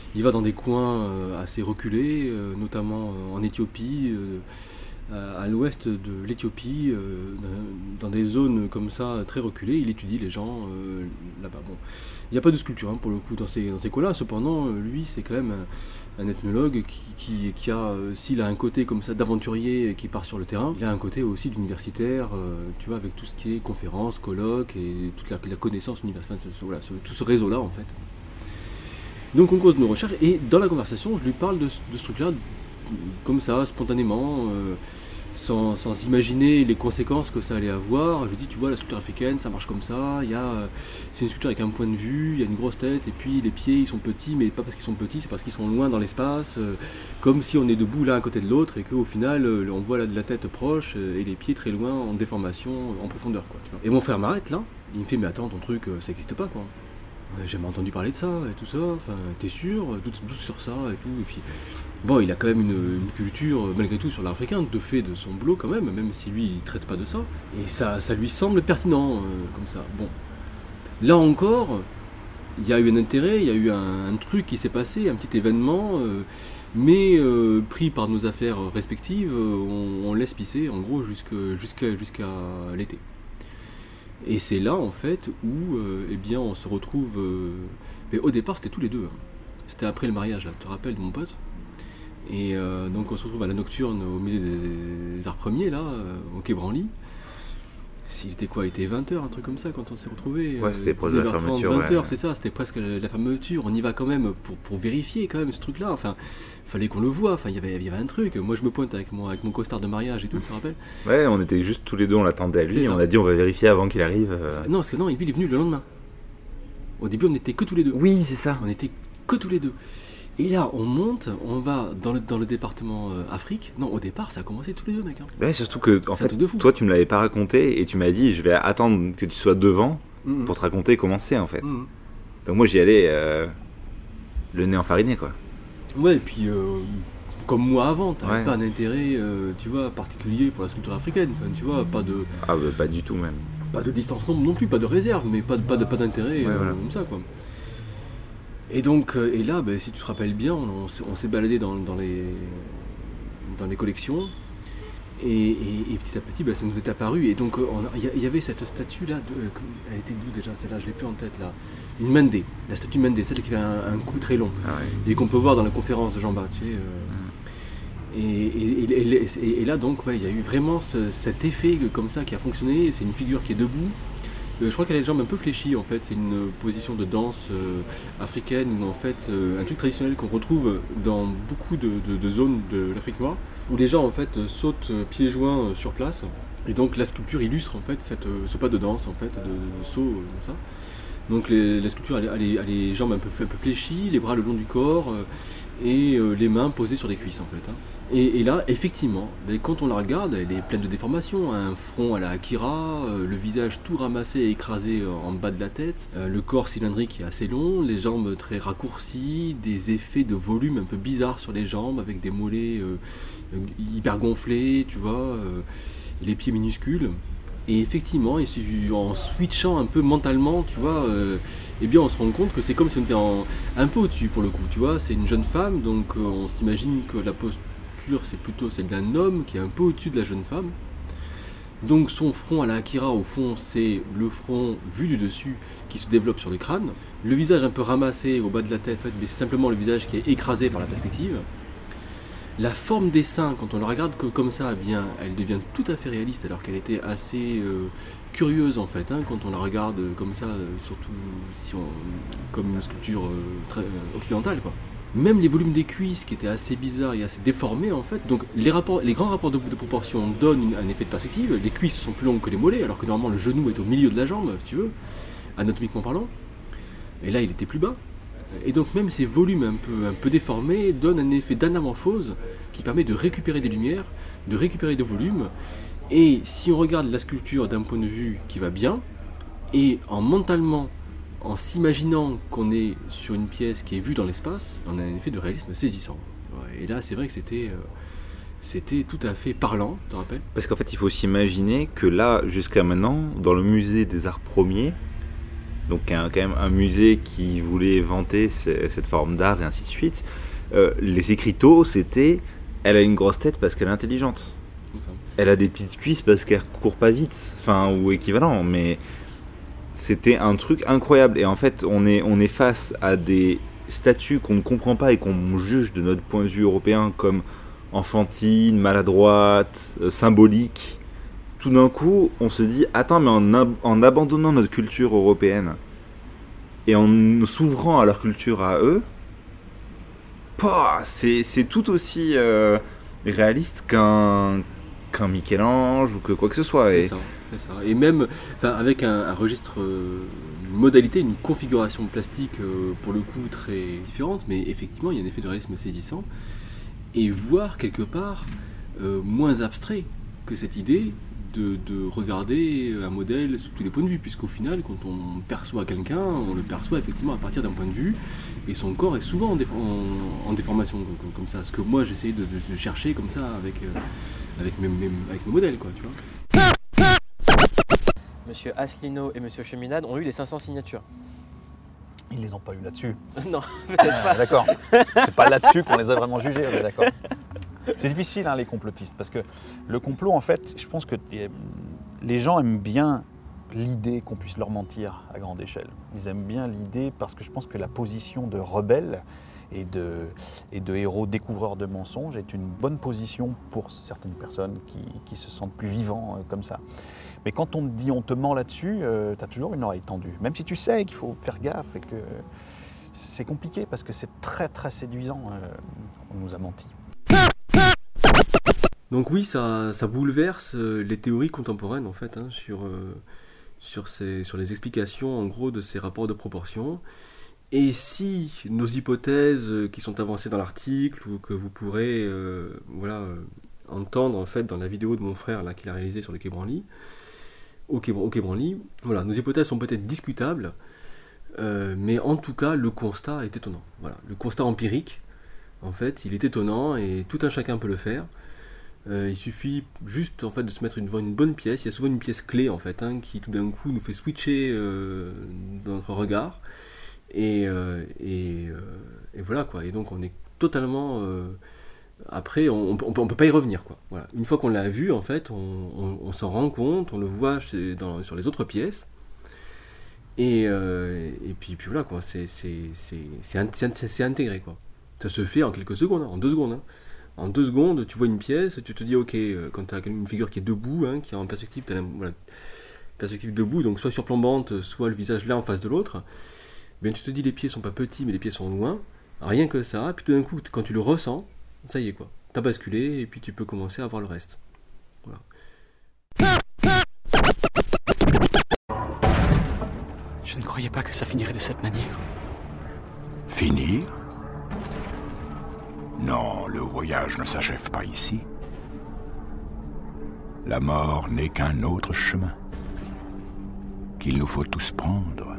il va dans des coins euh, assez reculés, euh, notamment euh, en Éthiopie, euh, à, à l'ouest de l'Éthiopie, euh, dans des zones comme ça très reculées. Il étudie les gens euh, là-bas. Bon, il n'y a pas de sculpture hein, pour le coup dans ces, dans ces coins-là. Cependant, lui, c'est quand même un, un ethnologue qui, qui, qui a, euh, s'il a un côté comme ça d'aventurier qui part sur le terrain, il a un côté aussi d'universitaire, euh, tu vois, avec tout ce qui est conférences, colloques et toute la, la connaissance universitaire, voilà, ce, tout ce réseau-là en fait. Donc on cause nos recherches et dans la conversation, je lui parle de, de ce truc-là comme ça, spontanément, euh, sans, sans imaginer les conséquences que ça allait avoir. Je lui dis, tu vois, la sculpture africaine, ça marche comme ça. Il y a, c'est une sculpture avec un point de vue, il y a une grosse tête, et puis les pieds, ils sont petits, mais pas parce qu'ils sont petits, c'est parce qu'ils sont loin dans l'espace, euh, comme si on est debout l'un à côté de l'autre, et qu'au final, euh, on voit la, la tête proche euh, et les pieds très loin en déformation, en profondeur, quoi. Tu vois. Et mon frère m'arrête là, il me fait, mais attends, ton truc, ça n'existe pas, quoi. J'ai jamais entendu parler de ça et tout ça, enfin, t'es sûr, doute, doute sur ça et tout, et puis bon, il a quand même une, une culture, malgré tout, sur l'art africain, de fait de son boulot quand même, même si lui, il traite pas de ça, et ça, ça lui semble pertinent, euh, comme ça, bon. Là encore, il y a eu un intérêt, il y a eu un, un truc qui s'est passé, un petit événement, euh, mais euh, pris par nos affaires respectives, euh, on, on laisse pisser, en gros, jusqu'à, jusqu'à, jusqu'à l'été. Et c'est là en fait où euh, eh bien, on se retrouve. Euh, mais au départ, c'était tous les deux. Hein. C'était après le mariage, là, tu te rappelles de mon pote. Et euh, donc on se retrouve à la nocturne au musée des, des Arts Premiers, là, euh, au Quai Branly. S'il était quoi, il était vingt heures, un truc comme ça quand on s'est retrouvés. Ouais, c'était proche de la fermeture. vingt heures, ouais. C'est ça, c'était presque la, la fermeture. On y va quand même pour, pour vérifier quand même ce truc-là. Enfin, fallait qu'on le voie. Enfin, il y avait, il y avait un truc. Moi, je me pointe avec mon, avec mon costard de mariage et tout, tu te rappelles ? Ouais, on était juste tous les deux, on l'attendait à lui. Et on ça. a dit, on va vérifier avant qu'il arrive. Euh... Non, parce que non, lui, il est venu le lendemain. Au début, on n'était que tous les deux. Oui, c'est ça. On était que tous les deux. Et là, on monte, on va dans le, dans le département euh, Afrique. Non, au départ, ça a commencé tous les deux, mec. Hein. Ouais, surtout que, en c'est fait, toi, tu me l'avais pas raconté et tu m'as dit, je vais attendre que tu sois devant mmh. pour te raconter comment c'est, en fait. Mmh. Donc moi, j'y allais euh, le nez enfariné, quoi. Ouais, et puis, euh, comme moi avant, t'avais ouais. pas un intérêt, euh, tu vois, particulier pour la sculpture africaine. Enfin, tu vois, pas de... Ah, bah, pas du tout, même. Pas de distance non, non plus, pas de réserve, mais pas, de, pas, de, pas d'intérêt, ouais, euh, voilà. comme ça, quoi. Et donc, euh, et là, bah, si tu te rappelles bien, on, on, s'est, on s'est baladé dans, dans, les, dans les collections, et, et, et petit à petit, bah, ça nous est apparu. Et donc, il y, y avait cette statue-là, de, euh, elle était d'où déjà celle-là, je l'ai plus en tête là. Une Mendé, la statue Mendé, celle qui avait un, un cou très long, ah ouais. et qu'on peut voir dans la conférence de Jean-Baptiste. Tu sais, euh, mmh. et, et, et, et, et là, donc, il ouais, y a eu vraiment ce, cet effet comme ça qui a fonctionné. C'est une figure qui est debout. Euh, je crois qu'elle a les jambes un peu fléchies en fait, c'est une position de danse euh, africaine, ou en fait euh, un truc traditionnel qu'on retrouve dans beaucoup de, de, de zones de l'Afrique noire, où les gens en fait sautent pieds joints sur place, et donc la sculpture illustre en fait cette, ce pas de danse en fait, de, de saut comme ça. Donc les, la sculpture a les, a les jambes un peu, un peu fléchies, les bras le long du corps, euh, et euh, les mains posées sur les cuisses en fait. Hein. Et, et là, effectivement, ben, quand on la regarde, elle est pleine de déformations, un front à la Akira, euh, le visage tout ramassé et écrasé euh, en bas de la tête, euh, le corps cylindrique est assez long, les jambes très raccourcies, des effets de volume un peu bizarres sur les jambes, avec des mollets euh, hyper gonflés, tu vois, euh, et les pieds minuscules. Et effectivement, en switchant un peu mentalement, tu vois, euh, eh bien on se rend compte que c'est comme si on était en, un peu au-dessus pour le coup, tu vois, c'est une jeune femme, donc euh, on s'imagine que la posture c'est plutôt celle d'un homme qui est un peu au-dessus de la jeune femme. Donc son front à la Akira, au fond, c'est le front vu du dessus qui se développe sur le crâne. Le visage un peu ramassé au bas de la tête, mais c'est simplement le visage qui est écrasé par la perspective. La forme des seins, quand on la regarde que comme ça, eh bien, elle devient tout à fait réaliste, alors qu'elle était assez euh, curieuse en fait, hein, quand on la regarde comme ça, euh, surtout si on, comme une sculpture euh, très euh, occidentale, quoi. Même les volumes des cuisses qui étaient assez bizarres et assez déformés en fait. Donc les, rapports, les grands rapports de, de proportion donnent une, un effet de perspective. Les cuisses sont plus longues que les mollets, alors que normalement le genou est au milieu de la jambe, si tu veux, anatomiquement parlant. Et là il était plus bas. Et donc même ces volumes un peu, un peu déformés donnent un effet d'anamorphose qui permet de récupérer des lumières, de récupérer des volumes. Et si on regarde la sculpture d'un point de vue qui va bien, et en mentalement, en s'imaginant qu'on est sur une pièce qui est vue dans l'espace, on a un effet de réalisme saisissant. Et là, c'est vrai que c'était, euh, c'était tout à fait parlant, tu te rappelles ? Parce qu'en fait, il faut s'imaginer que là, jusqu'à maintenant, dans le musée des Arts Premiers, donc un, quand même un musée qui voulait vanter c- cette forme d'art et ainsi de suite. Euh, les écriteaux, c'était elle a une grosse tête parce qu'elle est intelligente. Elle a des petites cuisses parce qu'elle court pas vite, enfin ou équivalent, mais c'était un truc incroyable. Et en fait, on est on est face à des statues qu'on ne comprend pas et qu'on juge de notre point de vue européen comme enfantines, maladroites, euh, symboliques. Tout d'un coup, on se dit attends, mais en, ab- en abandonnant notre culture européenne et en s'ouvrant à leur culture à eux, pouah, c'est c'est tout aussi euh, réaliste qu'un qu'un Michel-Ange ou que quoi que ce soit. C'est et... ça, c'est ça. Et même enfin, avec un, un registre, euh, une modalité, une configuration plastique euh, pour le coup très différente, mais effectivement il y a un effet de réalisme saisissant, et voire quelque part euh, moins abstrait que cette idée de, de regarder un modèle sous tous les points de vue, puisqu'au final quand on perçoit quelqu'un, on le perçoit effectivement à partir d'un point de vue, et son corps est souvent en, déf- en, en déformation comme, comme ça, ce que moi j'essayais de, de, de chercher comme ça avec... Euh, Avec mes, mes, avec mes modèles, quoi, tu vois. Monsieur Asselineau et Monsieur Cheminade ont eu les cinq cents signatures. Ils les ont pas eu là-dessus. Non, peut-être pas. Ah, d'accord. C'est pas là-dessus qu'on les a vraiment jugés, on est d'accord. C'est difficile, hein, les complotistes, parce que le complot, en fait, je pense que les gens aiment bien l'idée qu'on puisse leur mentir à grande échelle. Ils aiment bien l'idée parce que je pense que la position de rebelle et de, et de héros découvreurs de mensonges est une bonne position pour certaines personnes qui, qui se sentent plus vivants euh, comme ça. Mais quand on te dit on te ment là-dessus, euh, tu as toujours une oreille tendue. Même si tu sais qu'il faut faire gaffe et que c'est compliqué parce que c'est très très séduisant, euh, on nous a menti. Donc oui, ça, ça bouleverse les théories contemporaines en fait, hein, sur, euh, sur, ces, sur les explications en gros de ces rapports de proportion. Et si nos hypothèses qui sont avancées dans l'article ou que vous pourrez euh, voilà, euh, entendre en fait dans la vidéo de mon frère là, qu'il a réalisée sur le Quai Branly, au Quai, au Quai Branly, voilà, nos hypothèses sont peut-être discutables, euh, mais en tout cas le constat est étonnant. Voilà, le constat empirique, en fait, il est étonnant et tout un chacun peut le faire. Euh, il suffit juste en fait de se mettre devant une bonne pièce. Il y a souvent une pièce clé en fait, hein, qui tout d'un coup nous fait switcher euh, dans notre regard. Et, euh, et, euh, et voilà quoi, et donc on est totalement euh, après on, on, on, peut, on peut pas y revenir quoi. Voilà. Une fois qu'on l'a vu en fait on, on, on s'en rend compte, on le voit chez, dans, sur les autres pièces et, euh, et puis, puis voilà quoi, c'est, c'est, c'est, c'est, c'est, c'est intégré quoi. Ça se fait en quelques secondes, hein, en deux secondes hein. En deux secondes tu vois une pièce, tu te dis ok, quand tu as une figure qui est debout, hein, qui est en perspective, tu as la voilà, perspective debout, donc soit surplombante, soit le visage là en face de l'autre. Bien, tu te dis les pieds sont pas petits mais les pieds sont loin, rien que ça, puis tout d'un coup quand tu le ressens, ça y est quoi, t'as basculé et puis tu peux commencer à voir le reste. Voilà. Je ne croyais pas que ça finirait de cette manière. Finir? Non, le voyage ne s'achève pas ici. La mort n'est qu'un autre chemin qu'il nous faut tous prendre.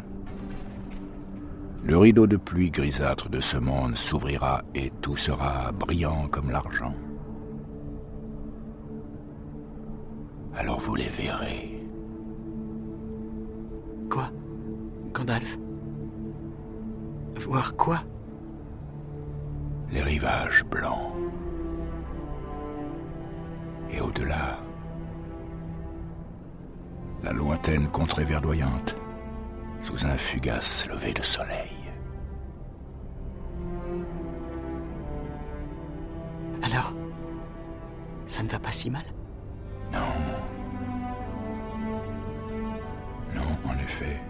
Le rideau de pluie grisâtre de ce monde s'ouvrira et tout sera brillant comme l'argent. Alors vous les verrez. Quoi, Gandalf? Voir quoi? Les rivages blancs. Et au-delà, la lointaine contrée verdoyante, sous un fugace lever de soleil. Alors, ça ne va pas si mal? Non. Non, en effet.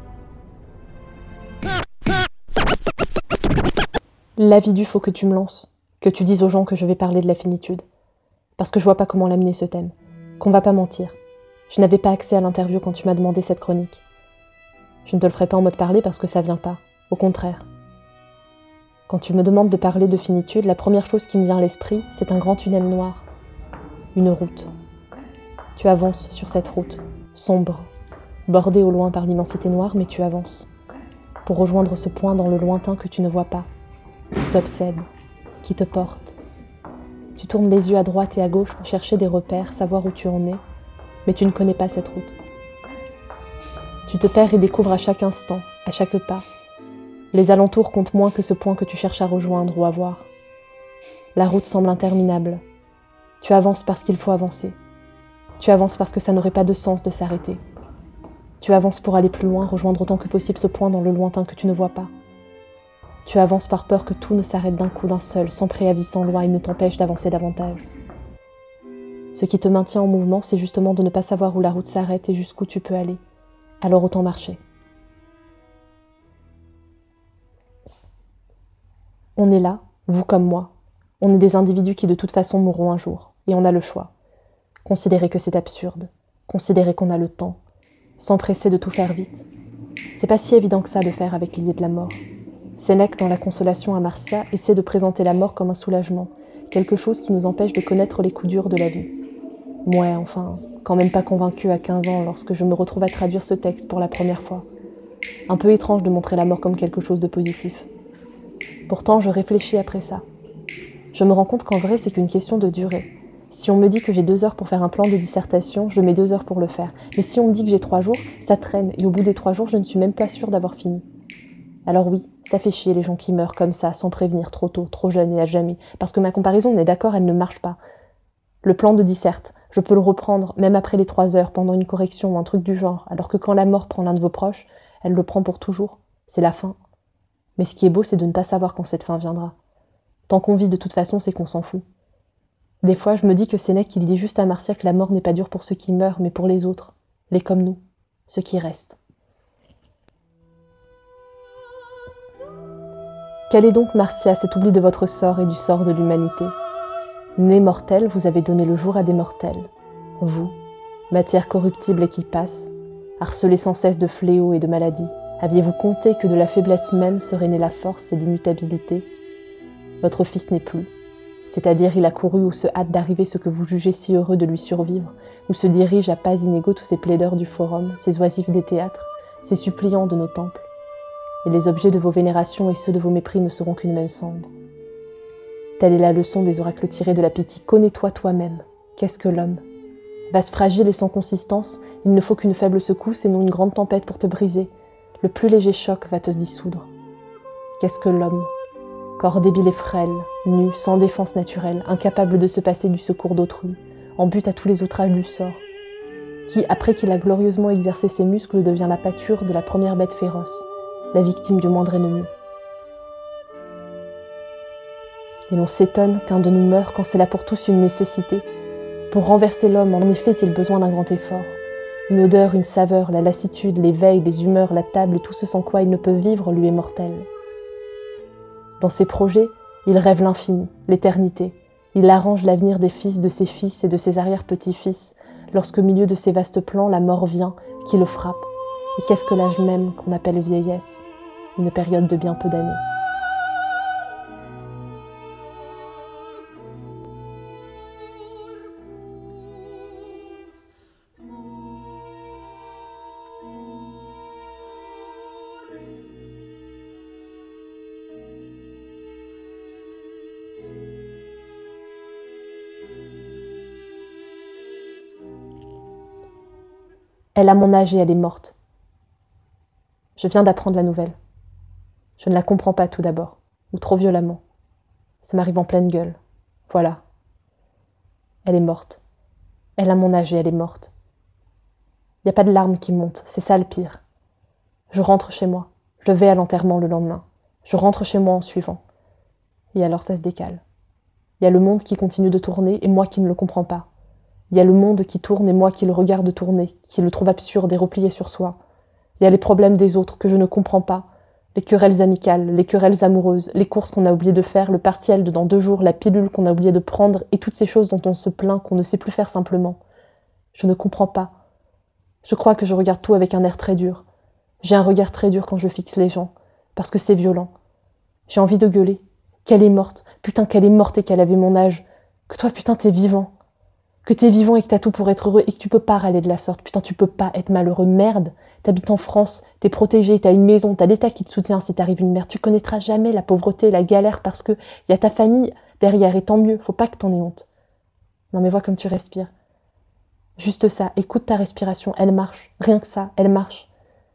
L'avidu, faut que tu me lances, que tu dises aux gens que je vais parler de la finitude. Parce que je vois pas comment l'amener ce thème, qu'on va pas mentir. Je n'avais pas accès à l'interview quand tu m'as demandé cette chronique. Je ne te le ferai pas en mode parler parce que ça vient pas, au contraire. Quand tu me demandes de parler de finitude, la première chose qui me vient à l'esprit, c'est un grand tunnel noir. Une route. Tu avances sur cette route, sombre, bordée au loin par l'immensité noire, mais tu avances. Pour rejoindre ce point dans le lointain que tu ne vois pas, qui t'obsède, qui te porte. Tu tournes les yeux à droite et à gauche pour chercher des repères, savoir où tu en es, mais tu ne connais pas cette route. Tu te perds et découvres à chaque instant, à chaque pas. Les alentours comptent moins que ce point que tu cherches à rejoindre ou à voir. La route semble interminable. Tu avances parce qu'il faut avancer. Tu avances parce que ça n'aurait pas de sens de s'arrêter. Tu avances pour aller plus loin, rejoindre autant que possible ce point dans le lointain que tu ne vois pas. Tu avances par peur que tout ne s'arrête d'un coup d'un seul, sans préavis, sans loi, et ne t'empêche d'avancer davantage. Ce qui te maintient en mouvement, c'est justement de ne pas savoir où la route s'arrête et jusqu'où tu peux aller. Alors autant marcher. On est là, vous comme moi. On est des individus qui de toute façon mourront un jour, et on a le choix. Considérer que c'est absurde, considérer qu'on a le temps, s'empresser de tout faire vite. C'est pas si évident que ça de faire avec l'idée de la mort. Sénèque, dans la Consolation à Marcia, essaie de présenter la mort comme un soulagement, quelque chose qui nous empêche de connaître les coups durs de la vie. Ouais, enfin, quand même pas convaincu à quinze ans lorsque je me retrouve à traduire ce texte pour la première fois. Un peu étrange de montrer la mort comme quelque chose de positif. Pourtant, je réfléchis après ça. Je me rends compte qu'en vrai, c'est qu'une question de durée. Si on me dit que j'ai deux heures pour faire un plan de dissertation, je mets deux heures pour le faire. Mais si on me dit que j'ai trois jours, ça traîne, et au bout des trois jours, je ne suis même pas sûre d'avoir fini. Alors oui, ça fait chier les gens qui meurent comme ça, sans prévenir, trop tôt, trop jeunes et à jamais. Parce que ma comparaison, on est d'accord, elle ne marche pas. Le plan de disserte, je peux le reprendre, même après les trois heures, pendant une correction ou un truc du genre, alors que quand la mort prend l'un de vos proches, elle le prend pour toujours. C'est la fin. Mais ce qui est beau, c'est de ne pas savoir quand cette fin viendra. Tant qu'on vit de toute façon, c'est qu'on s'en fout. Des fois, je me dis que Sénèque, il dit juste à Marcia que la mort n'est pas dure pour ceux qui meurent, mais pour les autres, les comme nous, ceux qui restent. Quel est donc, Marcia, cet oubli de votre sort et du sort de l'humanité ? Nés mortels, vous avez donné le jour à des mortels. Vous, matière corruptible et qui passe, harcelés sans cesse de fléaux et de maladies, aviez-vous compté que de la faiblesse même serait née la force et l'immutabilité ? Votre fils n'est plus. C'est-à-dire, il a couru ou se hâte d'arriver ce que vous jugez si heureux de lui survivre, ou se dirige à pas inégaux tous ces plaideurs du forum, ces oisifs des théâtres, ces suppliants de nos temples. Et les objets de vos vénérations et ceux de vos mépris ne seront qu'une même cendre. Telle est la leçon des oracles tirés de la Pythie. Connais-toi toi-même. Qu'est-ce que l'homme ? Vase fragile et sans consistance, il ne faut qu'une faible secousse et non une grande tempête pour te briser. Le plus léger choc va te dissoudre. Qu'est-ce que l'homme ? Corps débile et frêle, nu, sans défense naturelle, incapable de se passer du secours d'autrui, en butte à tous les outrages du sort, qui, après qu'il a glorieusement exercé ses muscles, devient la pâture de la première bête féroce, la victime du moindre ennemi. Et l'on s'étonne qu'un de nous meure quand c'est là pour tous une nécessité. Pour renverser l'homme, en effet, il besoin d'un grand effort. Une odeur, une saveur, la lassitude, les veilles, les humeurs, la table et tout ce sans quoi il ne peut vivre, lui est mortel. Dans ses projets, il rêve l'infini, l'éternité. Il arrange l'avenir des fils de ses fils et de ses arrière-petits-fils, lorsqu'au milieu de ses vastes plans, la mort vient, qui le frappe. Et qu'est-ce que l'âge même qu'on appelle vieillesse ? Une période de bien peu d'années. Elle a mon âge et elle est morte. Je viens d'apprendre la nouvelle. Je ne la comprends pas tout d'abord, ou trop violemment. Ça m'arrive en pleine gueule. Voilà. Elle est morte. Elle a mon âge et elle est morte. Il n'y a pas de larmes qui montent, c'est ça le pire. Je rentre chez moi. Je vais à l'enterrement le lendemain. Je rentre chez moi en suivant. Et alors ça se décale. Il y a le monde qui continue de tourner et moi qui ne le comprends pas. Il y a le monde qui tourne et moi qui le regarde tourner, qui le trouve absurde et replié sur soi. Il y a les problèmes des autres que je ne comprends pas, les querelles amicales, les querelles amoureuses, les courses qu'on a oublié de faire, le partiel de dans deux jours, la pilule qu'on a oublié de prendre et toutes ces choses dont on se plaint qu'on ne sait plus faire simplement. Je ne comprends pas. Je crois que je regarde tout avec un air très dur. J'ai un regard très dur quand je fixe les gens, parce que c'est violent. J'ai envie de gueuler. Qu'elle est morte. Putain, qu'elle est morte et qu'elle avait mon âge. Que toi, putain, t'es vivant. Que t'es vivant et que t'as tout pour être heureux et que tu peux pas râler de la sorte. Putain, tu peux pas être malheureux. Merde. T'habites en France, t'es protégé, t'as une maison, t'as l'État qui te soutient si t'arrive une merde. Tu connaîtras jamais la pauvreté, la galère parce que y a ta famille derrière et tant mieux. Faut pas que t'en aies honte. Non mais vois comme tu respires. Juste ça. Écoute ta respiration. Elle marche. Rien que ça. Elle marche.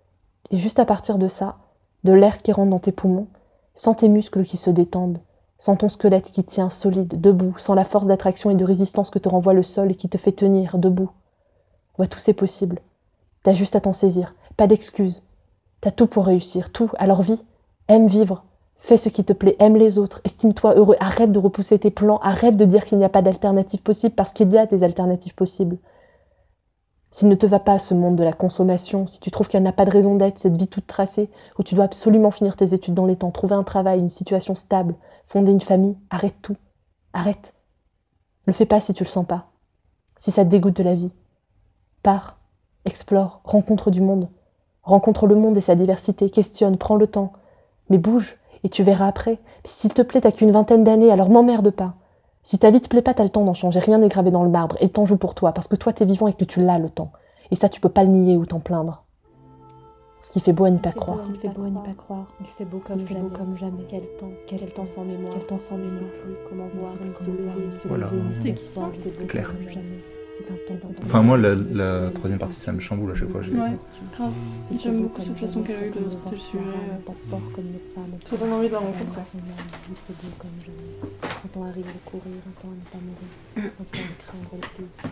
Et juste à partir de ça, de l'air qui rentre dans tes poumons, sans tes muscles qui se détendent, sans ton squelette qui tient solide, debout, sans la force d'attraction et de résistance que te renvoie le sol et qui te fait tenir debout. Ouais, tout c'est possible. T'as juste à t'en saisir. Pas d'excuses. T'as tout pour réussir, tout. Alors vis, aime vivre, fais ce qui te plaît, aime les autres, estime-toi heureux, arrête de repousser tes plans, arrête de dire qu'il n'y a pas d'alternative possible parce qu'il y a des alternatives possibles. S'il ne te va pas ce monde de la consommation, si tu trouves qu'elle n'a pas de raison d'être, cette vie toute tracée, où tu dois absolument finir tes études dans les temps, trouver un travail, une situation stable, fonder une famille, arrête tout. Arrête. Le fais pas si tu le sens pas. Si ça te dégoûte de la vie. Pars, explore, rencontre du monde. Rencontre le monde et sa diversité, questionne, prends le temps. Mais bouge, et tu verras après. S'il te plaît, t'as qu'une vingtaine d'années, alors m'emmerde pas. Si ta vie te plaît pas, t'as le temps d'en changer, rien n'est gravé dans le marbre, et le temps joue pour toi, parce que toi t'es vivant et que tu l'as le temps. Et ça, tu peux pas le nier ou t'en plaindre. Ce qui fait beau à n'y pas croire. Il fait beau à n'y pas croire. Il fait beau comme jamais. Beau comme jamais. Quel temps, quel, quel temps sans mémoire. Quel temps sans mémoire. Plus comment voir, ni se lever, ni se Voilà. lever, ni s'asseoir. Il fait beau Clair. comme jamais. C'est un temps. Enfin, moi, la, la troisième partie, ça me chamboule à chaque fois. J'ai... Ouais, grave. J'aime beaucoup cette façon qu'elle a eu de traiter le sujet. Ça donne envie de la rencontrer. Il fait beau comme jamais. Un temps à rire et courir, un temps à ne pas mourir, un temps à craindre le pire.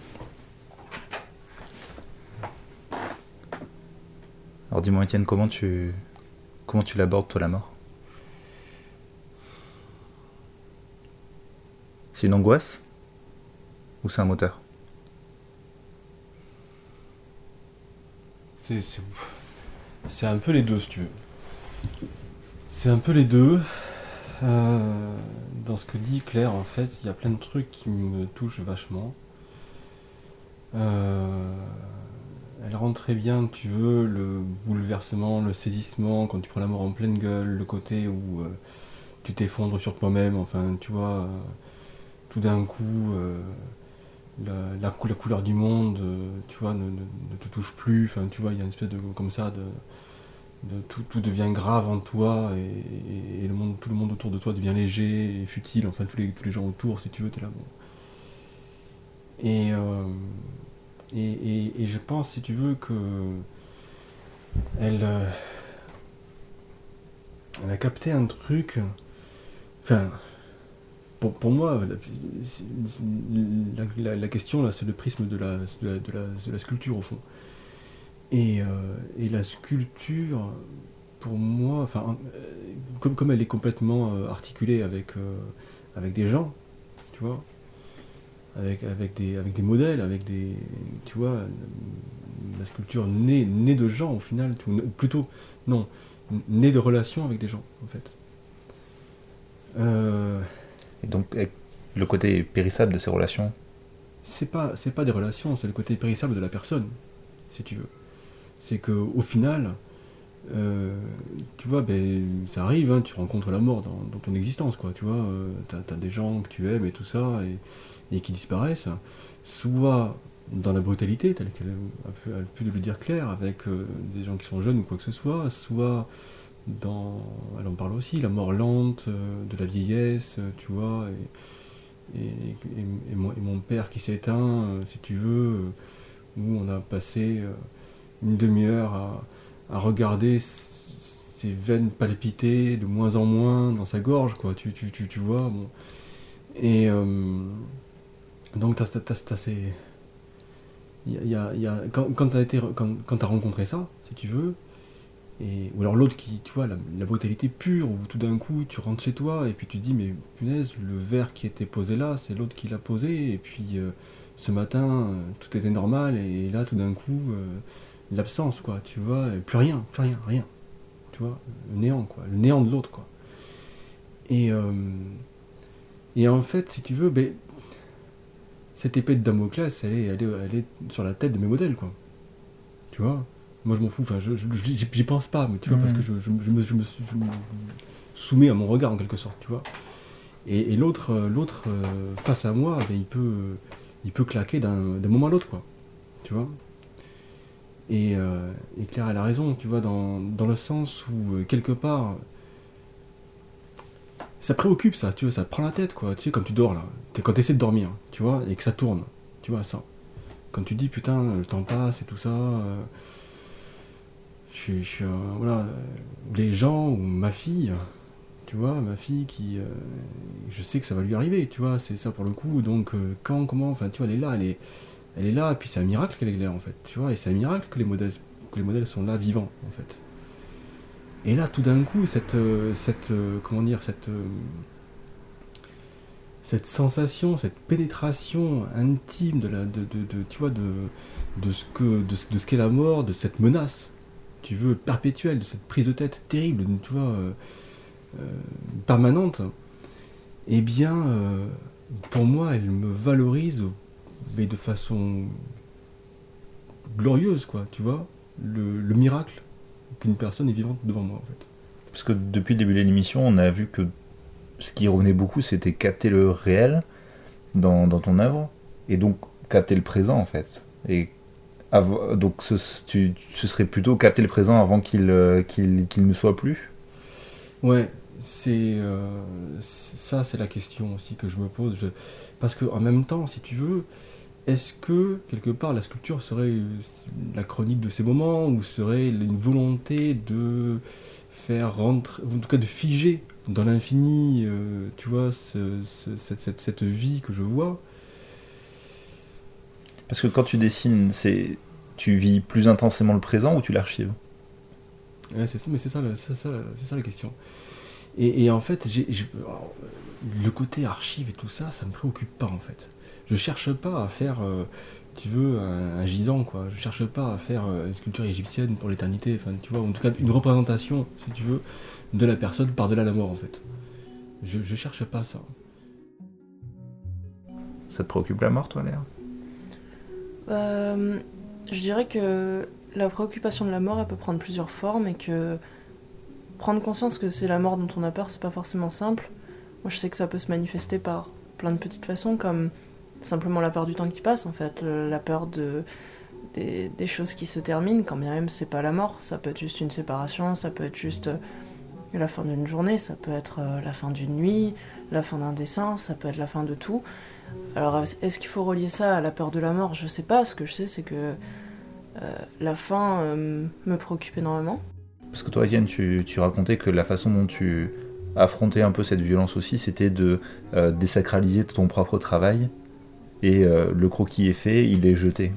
Alors dis-moi, Étienne, comment tu, comment tu l'abordes, toi, la mort? C'est une angoisse? Ou c'est un moteur? C'est, c'est, c'est un peu les deux, si tu veux. C'est un peu les deux. Euh, dans ce que dit Claire, en fait, il y a plein de trucs qui me touchent vachement. Euh, elle rend très bien, tu veux, le bouleversement, le saisissement, quand tu prends la mort en pleine gueule, le côté où euh, tu t'effondres sur toi-même, enfin, tu vois, euh, tout d'un coup, euh, la, la, la couleur du monde, euh, tu vois, ne, ne, ne te touche plus, enfin, tu vois, il y a une espèce de, comme ça, de... De, tout, tout devient grave en toi et, et, et le monde, tout le monde autour de toi devient léger et futile, enfin tous les, tous les gens autour, si tu veux, t'es là. Bon. Et, euh, et, et, et je pense, si tu veux, que elle, euh, elle a capté un truc, enfin, pour, pour moi, la, la, la question là, c'est le prisme de la, de la, de la, de la sculpture au fond. Et, euh, et la sculpture, pour moi, enfin, euh, comme, comme elle est complètement euh, articulée avec, euh, avec des gens, tu vois, avec, avec, des, avec des modèles, avec des, tu vois, la sculpture née, née de gens au final, tu vois, plutôt, non, née de relations avec des gens, en fait. Euh, et donc, le côté périssable de ces relations? C'est pas, c'est pas des relations, c'est le côté périssable de la personne, si tu veux. C'est qu'au final, euh, tu vois, ben, ça arrive, hein, tu rencontres la mort dans, dans ton existence, quoi, tu vois, euh, t'as, t'as des gens que tu aimes et tout ça, et, et qui disparaissent, soit dans la brutalité, telle qu'elle a pu le dire Claire, avec euh, des gens qui sont jeunes ou quoi que ce soit, soit dans, elle en parle aussi, la mort lente, euh, de la vieillesse, tu vois, et, et, et, et, mon, et mon père qui s'éteint, euh, si tu veux, euh, où on a passé... Euh, une demi-heure à, à regarder ses veines palpiter de moins en moins dans sa gorge, quoi, tu, tu, tu, tu vois, bon. Et euh, donc t'as, t'as, t'as, t'as ces... Y a, y a, quand, quand t'as été, quand, quand t'as rencontré ça, si tu veux, et, ou alors l'autre qui, tu vois, la, la brutalité pure, où tout d'un coup tu rentres chez toi, et puis tu te dis, mais punaise, le verre qui était posé là, c'est l'autre qui l'a posé, et puis euh, ce matin, euh, tout était normal, et là, tout d'un coup... Euh, l'absence, quoi, tu vois, plus rien, plus rien, rien, tu vois, le néant, quoi, le néant de l'autre, quoi. Et, euh, et en fait, si tu veux, ben, cette épée de Damoclès, elle est, elle, est, elle est sur la tête de mes modèles, quoi. Tu vois, moi je m'en fous, enfin, je, je, j'y, j'y pense pas, mais tu vois, mmh. parce que je, je, je, me, je, me, je me soumets à mon regard, en quelque sorte, tu vois. Et, et l'autre, l'autre euh, face à moi, ben, il peut, il peut claquer d'un, d'un moment à l'autre, quoi, tu vois. Et, euh, et Claire, elle a raison, tu vois, dans, dans le sens où, euh, quelque part, ça préoccupe, ça, tu vois, ça te prend la tête, quoi, tu sais, comme tu dors, là, t'es, quand tu essaies de dormir, tu vois, et que ça tourne, tu vois, ça. Quand tu dis, putain, le temps passe et tout ça, euh, je suis, je suis euh, voilà, les gens ou ma fille, tu vois, ma fille qui, euh, je sais que ça va lui arriver, tu vois, c'est ça pour le coup. Donc euh, quand, comment, enfin, tu vois, elle est là, elle est, elle est là, et puis c'est un miracle qu'elle est là en fait, tu vois, et c'est un miracle que les modèles, que les modèles sont là, vivants en fait. Et là, tout d'un coup, cette, euh, cette, euh, comment dire, cette, euh, cette sensation, cette pénétration intime de la, de, de, de tu vois, de, de ce que, de, de ce qu'est la mort, de cette menace, tu veux, perpétuelle, de cette prise de tête terrible, tu vois. Euh, Euh, permanente, eh bien, euh, pour moi, elle me valorise, mais de façon glorieuse, quoi, tu vois, le, le miracle qu'une personne est vivante devant moi, en fait. Parce que depuis le début de l'émission, on a vu que ce qui revenait beaucoup, c'était capter le réel dans, dans ton œuvre, et donc capter le présent, en fait. Et av- donc ce, tu, ce serait plutôt capter le présent avant qu'il, euh, qu'il, qu'il ne soit plus. Ouais, c'est euh, ça, c'est la question aussi que je me pose. Je, parce que en même temps, si tu veux, est-ce que quelque part la sculpture serait la chronique de ces moments, ou serait une volonté de faire rentrer, en tout cas de figer dans l'infini, euh, tu vois, ce, ce, cette, cette, cette vie que je vois. Parce que quand tu dessines, c'est, tu vis plus intensément le présent ou tu l'archives? Ouais, c'est ça, mais c'est ça, c'est ça, c'est ça la question. Et, et en fait, j'ai, j'ai, le côté archive et tout ça, ça me préoccupe pas en fait. Je cherche pas à faire, euh, tu veux, un, un gisant, quoi. Je cherche pas à faire une sculpture égyptienne pour l'éternité, enfin, tu vois, en tout cas une représentation, si tu veux, de la personne par-delà la mort en fait. Je, je cherche pas ça. Ça te préoccupe la mort, toi, Léa? euh, Je dirais que la préoccupation de la mort, elle peut prendre plusieurs formes, et que prendre conscience que c'est la mort dont on a peur, c'est pas forcément simple. Moi, je sais que ça peut se manifester par plein de petites façons, comme simplement la peur du temps qui passe, en fait, la peur de, des, des choses qui se terminent, quand bien même c'est pas la mort. Ça peut être juste une séparation, ça peut être juste la fin d'une journée, ça peut être la fin d'une nuit, la fin d'un dessin, ça peut être la fin de tout. Alors, est-ce qu'il faut relier ça à la peur de la mort? Je sais pas. Ce que je sais, c'est que euh, la fin euh, me préoccupe énormément. Parce que toi, Étienne, tu, tu racontais que la façon dont tu affrontais un peu cette violence aussi, c'était de euh, désacraliser ton propre travail, et euh, le croquis est fait, il est jeté.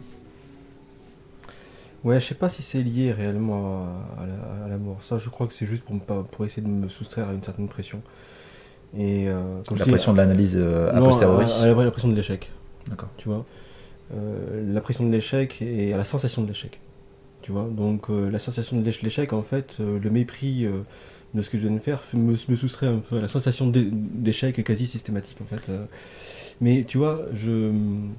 Ouais, je sais pas si c'est lié réellement à, à, la, à la mort. Ça, je crois que c'est juste pour, me, pour essayer de me soustraire à une certaine pression. Et, euh, la pression de l'analyse euh, a posteriori. À, à la, la pression de l'échec. D'accord. Tu vois, euh, la pression de l'échec et à la sensation de l'échec. Tu vois, donc euh, la sensation de l'échec, en fait, euh, le mépris euh, de ce que je viens de faire me, me soustrait un peu à la sensation d'échec quasi systématique, en fait. Euh, mais tu vois, je,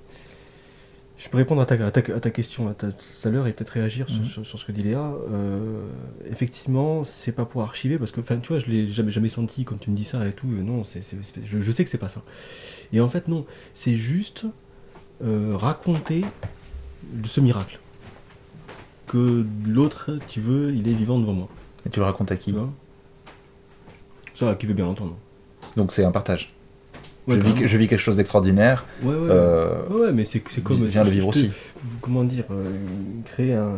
je peux répondre à ta, à ta, à ta question là, tout à l'heure, et peut-être réagir mmh. sur, sur, sur ce que dit Léa. Euh, effectivement, c'est pas pour archiver, parce que, enfin, tu vois, je l'ai jamais, jamais senti quand tu me dis ça et tout. Euh, non, c'est, c'est, c'est, je, je sais que c'est pas ça. Et en fait, non, c'est juste euh, raconter ce miracle. Que l'autre, tu veux, il est vivant devant moi. Et tu le racontes à qui? Ça, qui veut bien l'entendre. Donc c'est un partage. Ouais, je, vis, je vis quelque chose d'extraordinaire. Ouais, ouais, euh, ouais, ouais mais c'est, c'est comme... Je viens le vivre aussi. Te, comment dire euh, créer un,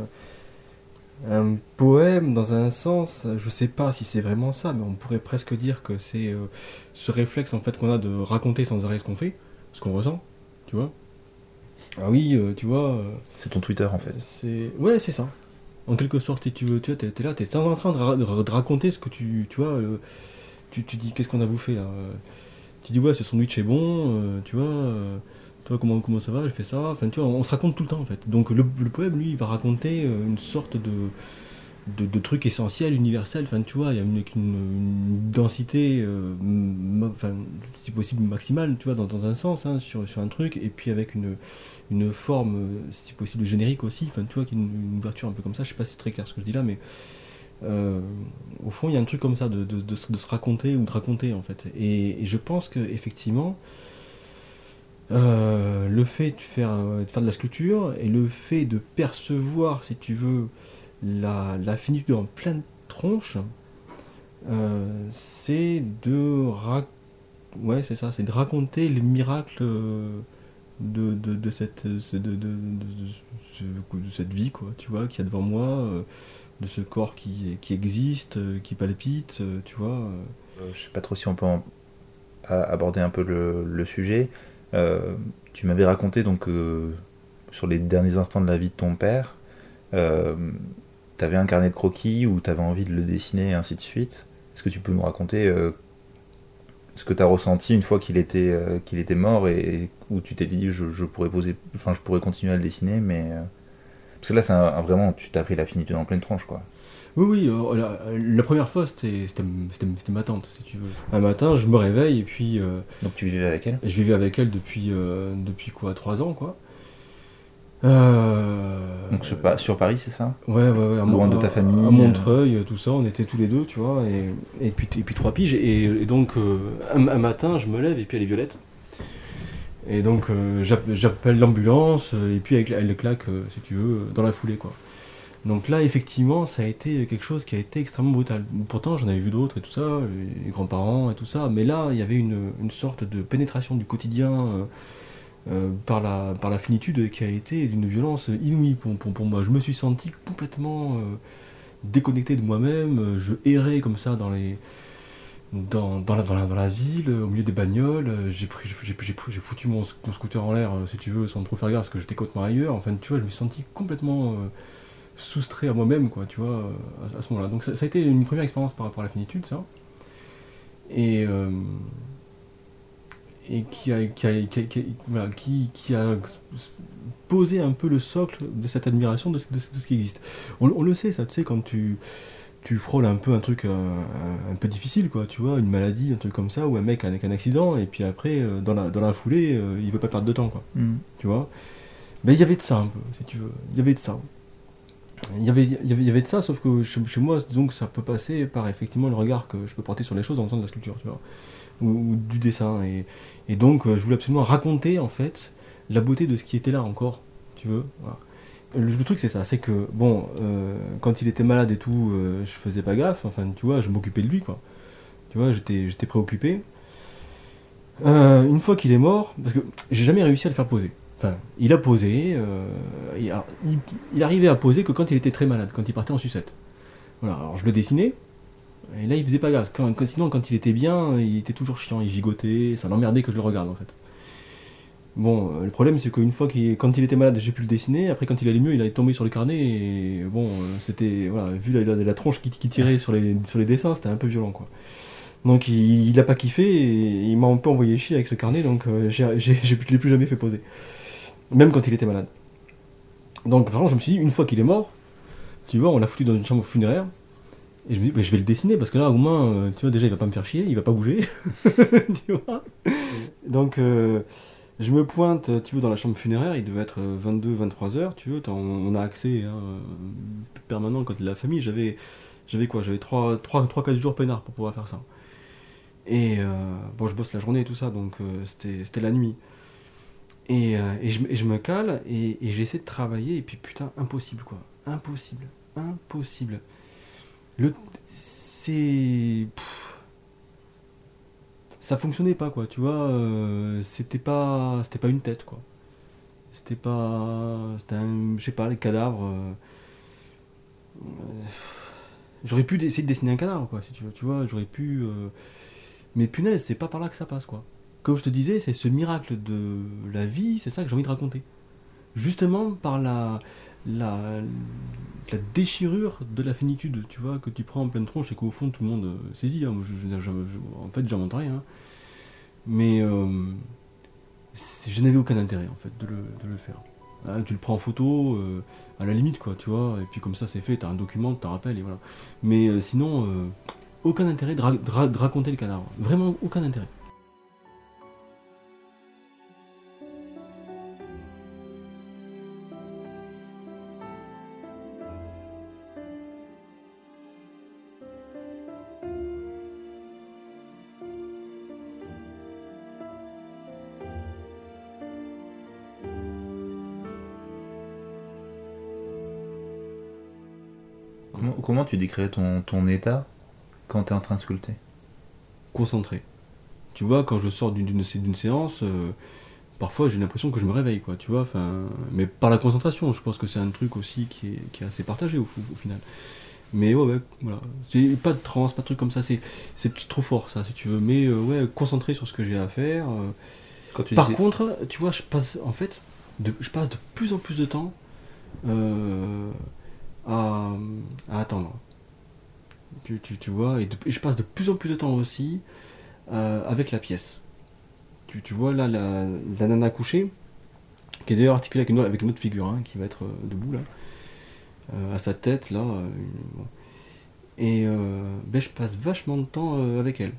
un poème dans un sens, je sais pas si c'est vraiment ça, mais on pourrait presque dire que c'est euh, ce réflexe en fait qu'on a de raconter sans arrêt ce qu'on fait, ce qu'on ressent, tu vois. Ah oui, euh, tu vois... Euh, c'est ton Twitter, en fait. C'est... Ouais, c'est ça. En quelque sorte, si tu veux, tu vois, t'es, t'es là, t'es en train de, ra- de, ra- de raconter ce que tu... Tu vois, euh, tu, tu dis, qu'est-ce qu'on a bouffé, là euh, tu dis, ouais, ce sandwich est bon, euh, tu vois... Euh, toi, comment, comment ça va, je fais ça... Enfin, tu vois, on, on se raconte tout le temps, en fait. Donc, le, le poème, lui, il va raconter euh, une sorte de... De, de trucs essentiels, universels, enfin tu vois, il y a une, une, une densité, euh, ma, enfin, si possible maximale, tu vois, dans, dans un sens, hein, sur, sur un truc, et puis avec une, une forme, si possible, générique aussi, enfin tu vois, qui est une, une ouverture un peu comme ça, je sais pas si c'est très clair ce que je dis là, mais euh, au fond, il y a un truc comme ça, de, de, de, de se raconter ou de raconter, en fait. Et, et je pense que effectivement, euh, le fait de faire, de faire de la sculpture, et le fait de percevoir, si tu veux, La, la finitude en pleine tronche, euh, c'est de ra- ouais c'est ça, c'est de raconter le miracle euh, de, de, de, cette, de, de, de, de, de cette vie, quoi, tu vois, qu'il y a devant moi, euh, de ce corps qui, qui existe, euh, qui palpite, euh, tu vois. Euh, je sais pas trop si on peut en aborder un peu le, le sujet. Euh, tu m'avais raconté donc euh, sur les derniers instants de la vie de ton père, euh, tu avais un carnet de croquis où tu avais envie de le dessiner et ainsi de suite. Est-ce que tu peux nous raconter euh, ce que tu as ressenti une fois qu'il était, euh, qu'il était mort et, et où tu t'es dit je, je pourrais poser, enfin je pourrais continuer à le dessiner, mais euh, parce que là c'est un, un, vraiment tu t'as pris la finitude en pleine tronche, quoi. Oui, oui, euh, la, la première fois c'était, c'était, c'était, c'était ma tante, si tu veux. Un matin je me réveille et puis... Euh, donc tu vivais avec elle ? Je vivais avec elle depuis, euh, depuis quoi, trois ans, quoi. Euh, Donc sur, sur Paris, c'est ça ? Ouais, ouais, ouais. À Loin de ta famille. À Montreuil, tout ça, on était tous les deux, tu vois, et, et, puis, et puis trois piges. Et, et donc, euh, un, un matin, je me lève et puis elle est violette. Et donc, euh, j'appelle l'ambulance, et puis elle, elle claque, euh, si tu veux, dans la foulée, quoi. Donc là, effectivement, ça a été quelque chose qui a été extrêmement brutal. Pourtant, j'en avais vu d'autres et tout ça, les grands-parents et tout ça, mais là, il y avait une, une sorte de pénétration du quotidien euh, euh, par, la, par la finitude qui a été d'une violence inouïe pour, pour, pour moi. Je me suis senti complètement euh, déconnecté de moi-même, je errais comme ça dans les... Dans, dans, la, dans, la, dans la ville, au milieu des bagnoles, j'ai, pris, j'ai, j'ai, j'ai foutu mon, mon scooter en l'air, si tu veux, sans trop faire gaffe, parce que j'étais complètement ailleurs. Enfin, tu vois, je me suis senti complètement euh, soustrait à moi-même, quoi, tu vois, à, à ce moment-là. Donc ça, ça a été une première expérience par rapport à la finitude, ça. Et, euh, et qui, a, qui, a, qui, a, qui, a, voilà, qui, qui a posé un peu le socle de cette admiration de, de, de ce qui existe. On, on le sait, ça, tu sais, quand tu... tu frôles un peu un truc un, un, un peu difficile, quoi, tu vois, une maladie, un truc comme ça, ou un mec avec un accident, et puis après, euh, dans, la, dans la foulée, euh, il veut pas perdre de temps, quoi, mm. tu vois. Ben, il y avait de ça un peu, si tu veux, il y avait de ça. Il y avait, il y avait, il y avait de ça, sauf que chez, chez moi, donc, ça peut passer par effectivement le regard que je peux porter sur les choses en faisant de la sculpture, tu vois, ou, ou du dessin, et, et donc, euh, je voulais absolument raconter, en fait, la beauté de ce qui était là encore, tu veux, voilà. Le, le truc c'est ça, c'est que bon, euh, quand il était malade et tout, euh, je faisais pas gaffe, enfin tu vois, je m'occupais de lui, quoi. Tu vois, j'étais, j'étais préoccupé. Euh, une fois qu'il est mort, parce que j'ai jamais réussi à le faire poser. Enfin, il a posé, euh, il, a, il, il arrivait à poser que quand il était très malade, quand il partait en sucette. Voilà, alors je le dessinais, et là il faisait pas gaffe. Quand, quand, sinon quand il était bien, il était toujours chiant, il gigotait, ça l'emmerdait que je le regarde en fait. Bon, euh, le problème c'est qu'une fois qu'il, quand il était malade, j'ai pu le dessiner. Après, quand il allait mieux, il allait tomber sur le carnet et bon, euh, c'était voilà, vu la, la, la tronche qui, qui tirait sur les sur les dessins, c'était un peu violent, quoi. Donc il, il a pas kiffé et il m'a un peu envoyé chier avec ce carnet, donc euh, j'ai, j'ai, je l'ai plus jamais fait poser, même quand il était malade. Donc vraiment, je me suis dit, une fois qu'il est mort, tu vois, on l'a foutu dans une chambre funéraire. Et je me dis, bah, je vais le dessiner parce que là, au moins, euh, tu vois, déjà, il va pas me faire chier, il va pas bouger, tu vois. Donc euh, je me pointe, tu veux, dans la chambre funéraire, il devait être vingt-deux vingt-trois heures, tu veux, on a accès hein, permanent quand il est la famille, j'avais, j'avais quoi, j'avais trois quatre jours peinards pour pouvoir faire ça. Et euh, bon, je bosse la journée et tout ça, donc euh, c'était, c'était la nuit. Et, euh, et, je, et je me cale, et, et j'essaie de travailler, et puis putain, impossible quoi, impossible, impossible. Le, c'est... Pff, ça fonctionnait pas quoi, tu vois, euh, c'était pas c'était pas une tête quoi, c'était pas c'était un, je sais pas, les cadavres, euh, euh, j'aurais pu essayer de dessiner un cadavre quoi, si tu veux, tu vois, j'aurais pu, euh, mais punaise, c'est pas par là que ça passe quoi. Comme je te disais, c'est ce miracle de la vie, c'est ça que j'ai envie de raconter, justement par la la, la déchirure de la finitude, tu vois, que tu prends en pleine tronche et qu'au fond tout le monde euh, saisit, hein. je, je, je, je, en fait j'invente rien, hein. Mais euh, je n'avais aucun intérêt en fait de le, de le faire. Là, tu le prends en photo, euh, à la limite quoi, tu vois, et puis comme ça c'est fait, t'as un document, t'as un rappel et voilà. Mais euh, sinon, euh, aucun intérêt de, ra- de, ra- de raconter le cadavre, vraiment aucun intérêt. Comment, comment tu décrirais ton, ton état quand tu es en train de sculpter ? Concentré. Tu vois, quand je sors d'une, d'une, d'une séance, euh, parfois j'ai l'impression que je me réveille, quoi, tu vois, enfin, mais par la concentration, je pense que c'est un truc aussi qui est, qui est assez partagé au, au final. Mais ouais, ouais, voilà, c'est pas de transe, pas de truc comme ça, c'est, c'est trop fort ça, si tu veux, mais euh, ouais, concentré sur ce que j'ai à faire. Euh. Quand tu Par dis... contre, tu vois, je passe, en fait, de, je passe de plus en plus de temps euh, à, à attendre. Tu, tu, tu vois, et, de, et je passe de plus en plus de temps aussi euh, avec la pièce. Tu, tu vois, là, la, la nana couchée, qui est d'ailleurs articulée avec une, avec une autre figure, hein, qui va être euh, debout, là. Euh, à sa tête là euh, bon. Et euh, ben, je passe vachement de temps euh, avec elle,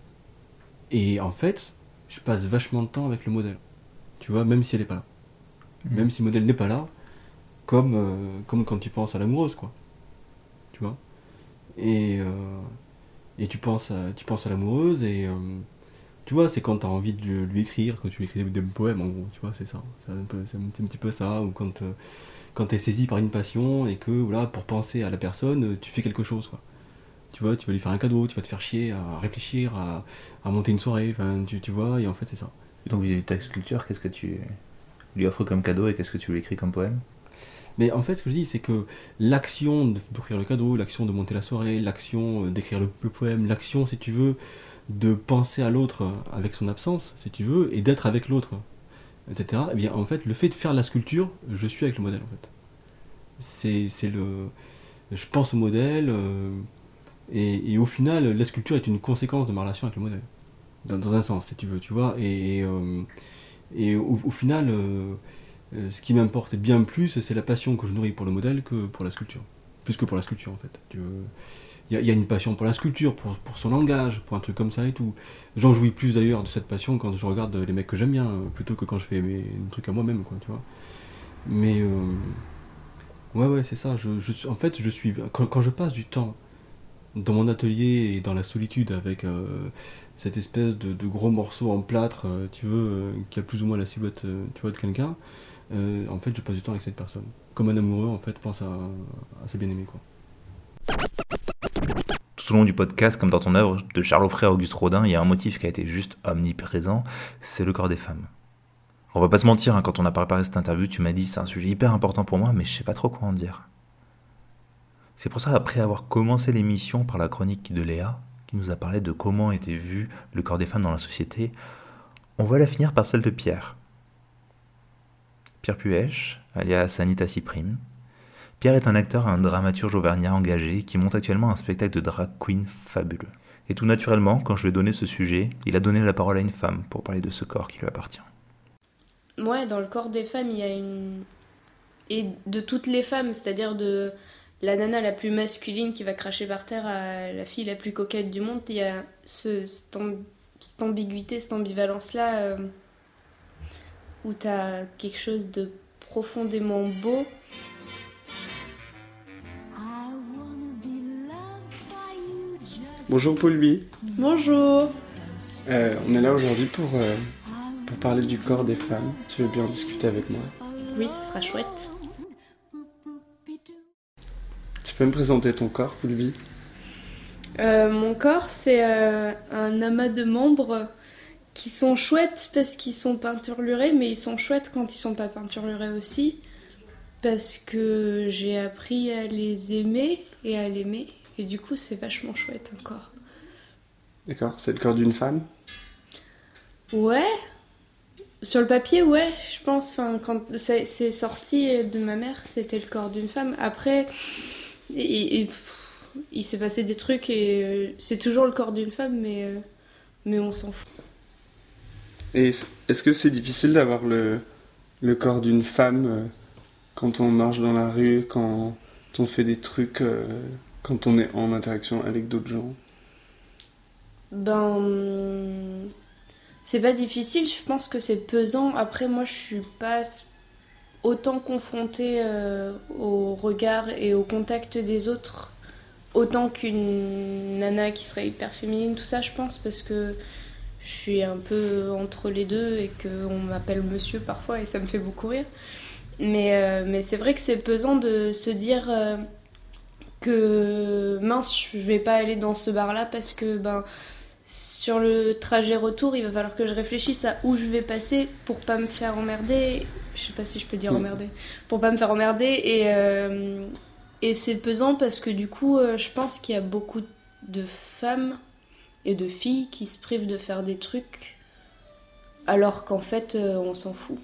et en fait je passe vachement de temps avec le modèle, tu vois, même si elle est pas là, mmh. même si le modèle n'est pas là, comme, euh, comme quand tu penses à l'amoureuse, quoi, tu vois, et, euh, et tu penses à, tu penses à l'amoureuse, et euh, tu vois, c'est quand tu as envie de lui, lui écrire, quand tu lui écris des, des poèmes, en gros, tu vois, c'est ça, c'est un, peu, c'est un, c'est un petit peu ça, ou quand euh, quand tu es saisi par une passion et que voilà, pour penser à la personne, tu fais quelque chose, quoi. Tu vois, tu vas lui faire un cadeau, tu vas te faire chier à réfléchir, à, à monter une soirée, enfin tu, tu vois, et en fait c'est ça. Et donc vis-à-vis de ta sculpture, qu'est-ce que tu lui offres comme cadeau et qu'est-ce que tu lui écris comme poème? Mais en fait ce que je dis, c'est que l'action d'offrir le cadeau, l'action de monter la soirée, l'action d'écrire le, le poème, l'action, si tu veux, de penser à l'autre avec son absence, si tu veux, et d'être avec l'autre, et cetera. Et bien en fait, le fait de faire la sculpture, je suis avec le modèle en fait. C'est, c'est le, je pense au modèle, euh, et, et au final, la sculpture est une conséquence de ma relation avec le modèle, dans, dans un sens, si tu veux, tu vois. Et, et, euh, et au, au final, euh, ce qui m'importe bien plus, c'est la passion que je nourris pour le modèle que pour la sculpture, plus que pour la sculpture en fait. Tu veux. Il y, y a une passion pour la sculpture, pour, pour son langage, pour un truc comme ça et tout. J'en jouis plus d'ailleurs de cette passion quand je regarde les mecs que j'aime bien, plutôt que quand je fais mes trucs à moi-même, quoi, tu vois. Mais euh, ouais, ouais, c'est ça. Je, je, en fait, je suis quand, quand je passe du temps dans mon atelier et dans la solitude avec euh, cette espèce de, de gros morceau en plâtre, euh, tu veux, euh, qui a plus ou moins la silhouette, euh, tu vois, de quelqu'un. Euh, en fait, je passe du temps avec cette personne. Comme un amoureux, en fait, pense à, à ses bien-aimés, quoi. Tout au long du podcast, comme dans ton œuvre, de Charles Offray à Auguste Rodin, il y a un motif qui a été juste omniprésent, c'est le corps des femmes. On va pas se mentir, hein, quand on a préparé cette interview, tu m'as dit c'est un sujet hyper important pour moi, mais je sais pas trop quoi en dire. C'est pour ça, après avoir commencé l'émission par la chronique de Léa, qui nous a parlé de comment était vu le corps des femmes dans la société, on va la finir par celle de Pierre. Pierre Puech, alias Anita Cyprime. Pierre est un acteur et un dramaturge auvergnat engagé qui monte actuellement un spectacle de drag queen fabuleux. Et tout naturellement, quand je lui ai donné ce sujet, il a donné la parole à une femme pour parler de ce corps qui lui appartient. Ouais, dans le corps des femmes, il y a une... Et de toutes les femmes, c'est-à-dire de la nana la plus masculine qui va cracher par terre à la fille la plus coquette du monde, il y a ce, cette, amb... cette ambiguïté, cette ambivalence-là, euh, où t'as quelque chose de profondément beau. Bonjour Paul-Louis. Bonjour. Euh, on est là aujourd'hui pour, euh, pour parler du corps des femmes. Tu veux bien discuter avec moi? Oui, ce sera chouette. Tu peux me présenter ton corps, Paul-Louis? euh, Mon corps, c'est euh, un amas de membres qui sont chouettes parce qu'ils sont peinturlurés, mais ils sont chouettes quand ils sont pas peinturlurés aussi, parce que j'ai appris à les aimer et à l'aimer. Et du coup, c'est vachement chouette, un corps. D'accord, c'est le corps d'une femme? Ouais. Sur le papier, ouais, je pense. Enfin, quand c'est, c'est sorti de ma mère, c'était le corps d'une femme. Après, et, et, pff, il s'est passé des trucs et euh, c'est toujours le corps d'une femme, mais, euh, mais on s'en fout. Et est-ce que c'est difficile d'avoir le, le corps d'une femme euh, quand on marche dans la rue, quand on fait des trucs... Euh... quand on est en interaction avec d'autres gens? Ben... C'est pas difficile, je pense que c'est pesant. Après, moi, je suis pas autant confrontée euh, au regard et au contact des autres, autant qu'une nana qui serait hyper féminine, tout ça, je pense, parce que je suis un peu entre les deux et qu'on m'appelle monsieur parfois et ça me fait beaucoup rire. Mais, euh, mais c'est vrai que c'est pesant de se dire... Euh, que mince, je vais pas aller dans ce bar là parce que ben sur le trajet retour, il va falloir que je réfléchisse à où je vais passer pour pas me faire emmerder. Je sais pas si je peux dire emmerder. Pour pas me faire emmerder. Et, euh, et c'est pesant parce que du coup, euh, je pense qu'il y a beaucoup de femmes et de filles qui se privent de faire des trucs alors qu'en fait, euh, on s'en fout.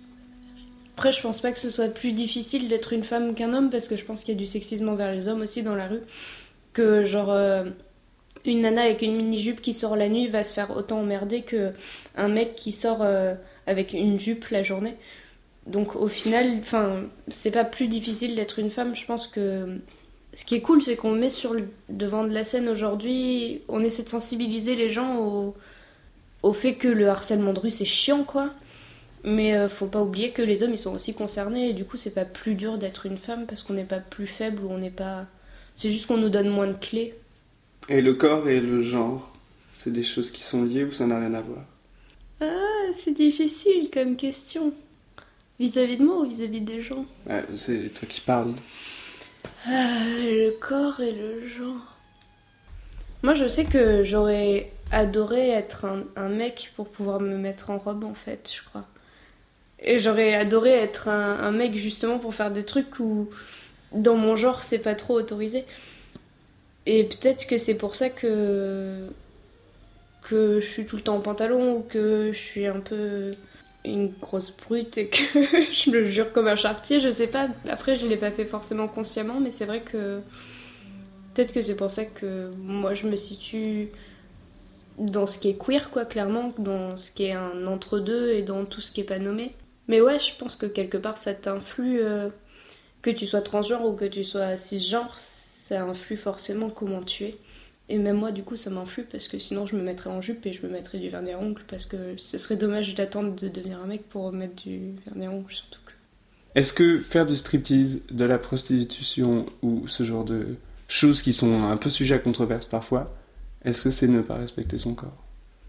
Après, je pense pas que ce soit plus difficile d'être une femme qu'un homme parce que je pense qu'il y a du sexisme envers les hommes aussi dans la rue. Que genre... Euh, une nana avec une mini-jupe qui sort la nuit va se faire autant emmerder qu'un mec qui sort euh, avec une jupe la journée. Donc au final, c'est pas plus difficile d'être une femme. Je pense que ce qui est cool, c'est qu'on met sur le devant de la scène aujourd'hui, on essaie de sensibiliser les gens au, au fait que le harcèlement de rue c'est chiant quoi. Mais euh, faut pas oublier que les hommes ils sont aussi concernés et du coup c'est pas plus dur d'être une femme parce qu'on n'est pas plus faible ou on n'est pas... C'est juste qu'on nous donne moins de clés. Et le corps et le genre, c'est des choses qui sont liées ou ça n'a rien à voir? Ah, c'est difficile comme question. Vis-à-vis de moi ou vis-à-vis des gens? Ouais, c'est toi qui parles. Ah, le corps et le genre. Moi, je sais que j'aurais adoré être un, un mec pour pouvoir me mettre en robe, en fait, je crois. Et j'aurais adoré être un, un mec justement pour faire des trucs où, dans mon genre, c'est pas trop autorisé. Et peut-être que c'est pour ça que, que je suis tout le temps en pantalon ou que je suis un peu une grosse brute et que je le jure comme un charretier. Je sais pas, après je l'ai pas fait forcément consciemment, mais c'est vrai que peut-être que c'est pour ça que moi je me situe dans ce qui est queer, quoi, clairement, dans ce qui est un entre-deux et dans tout ce qui est pas nommé. Mais ouais, je pense que quelque part ça t'influe, euh, que tu sois transgenre ou que tu sois cisgenre, ça influe forcément comment tu es. Et même moi, du coup, ça m'influe parce que sinon je me mettrais en jupe et je me mettrais du vernis à ongles parce que ce serait dommage d'attendre de devenir un mec pour mettre du vernis à ongles, surtout que... Est-ce que faire du striptease, de la prostitution ou ce genre de choses qui sont un peu sujets à controverse parfois, est-ce que c'est ne pas respecter son corps?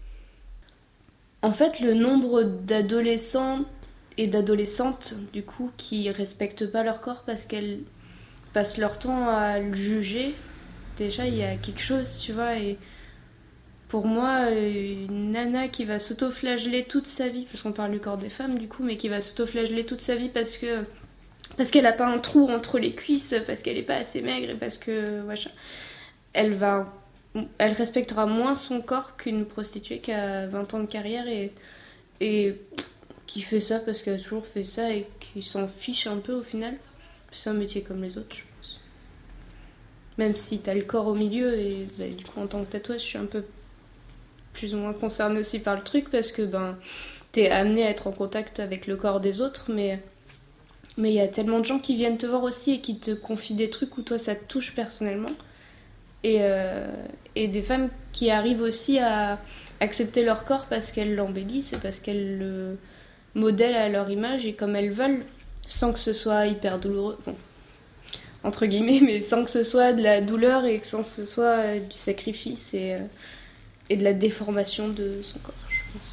En fait, le nombre d'adolescents et d'adolescentes, du coup, qui respectent pas leur corps parce qu'elles passent leur temps à le juger, déjà il y a quelque chose, tu vois. Et pour moi, une nana qui va s'auto-flageller toute sa vie, parce qu'on parle du corps des femmes du coup, mais qui va s'auto-flageller toute sa vie parce que parce qu'elle a pas un trou entre les cuisses, parce qu'elle est pas assez maigre et parce que machin, elle va elle respectera moins son corps qu'une prostituée qui a vingt ans de carrière et et qui fait ça parce qu'elle a toujours fait ça et qui s'en fiche un peu au final. C'est un métier comme les autres, je pense. Même si t'as le corps au milieu, et bah, du coup en tant que tatoueuse, je suis un peu plus ou moins concernée aussi par le truc, parce que ben, t'es amenée à être en contact avec le corps des autres, mais mais il y a tellement de gens qui viennent te voir aussi et qui te confient des trucs où toi ça te touche personnellement. Et, euh, et des femmes qui arrivent aussi à accepter leur corps parce qu'elles l'embellissent et parce qu'elles le modèlent à leur image et comme elles veulent, sans que ce soit hyper douloureux, bon, entre guillemets, mais sans que ce soit de la douleur et sans que ce soit euh, du sacrifice et, euh, et de la déformation de son corps, je pense.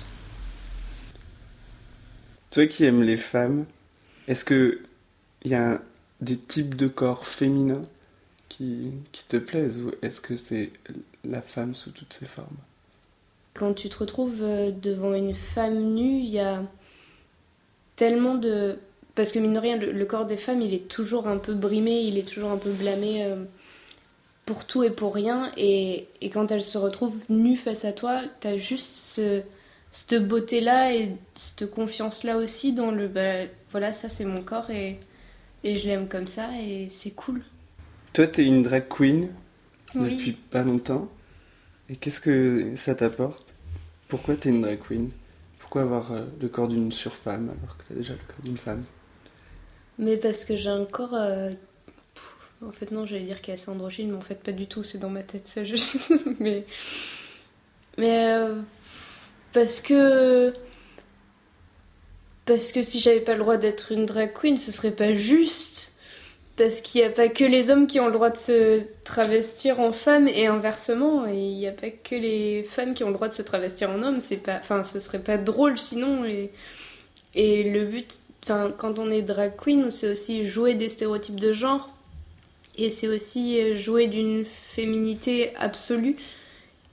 Toi qui aimes les femmes, est-ce qu'il y a des types de corps féminins qui, qui te plaisent ou est-ce que c'est la femme sous toutes ses formes? Quand tu te retrouves devant une femme nue, il y a tellement de... Parce que mine de rien, le, le corps des femmes, il est toujours un peu brimé, il est toujours un peu blâmé euh, pour tout et pour rien. Et, et quand elles se retrouvent nues face à toi, t'as juste ce, cette beauté-là et cette confiance-là aussi dans le... Bah, voilà, ça c'est mon corps et, et je l'aime comme ça et c'est cool. Toi, t'es une drag queen oui. Depuis pas longtemps. Et qu'est-ce que ça t'apporte? Pourquoi t'es une drag queen? Pourquoi avoir euh, le corps d'une surfemme alors que t'as déjà le corps d'une femme? Mais parce que j'ai un corps... Euh... En fait, non, j'allais dire qu'il est assez androgyne, mais en fait, pas du tout, c'est dans ma tête, ça, juste. mais... Mais... Euh... Parce que... Parce que si j'avais pas le droit d'être une drag queen, ce serait pas juste. Parce qu'il n'y a pas que les hommes qui ont le droit de se travestir en femmes et inversement. Et il n'y a pas que les femmes qui ont le droit de se travestir en hommes. C'est pas... Enfin, ce serait pas drôle sinon. Et, et le but... Enfin, quand on est drag queen, c'est aussi jouer des stéréotypes de genre et c'est aussi jouer d'une féminité absolue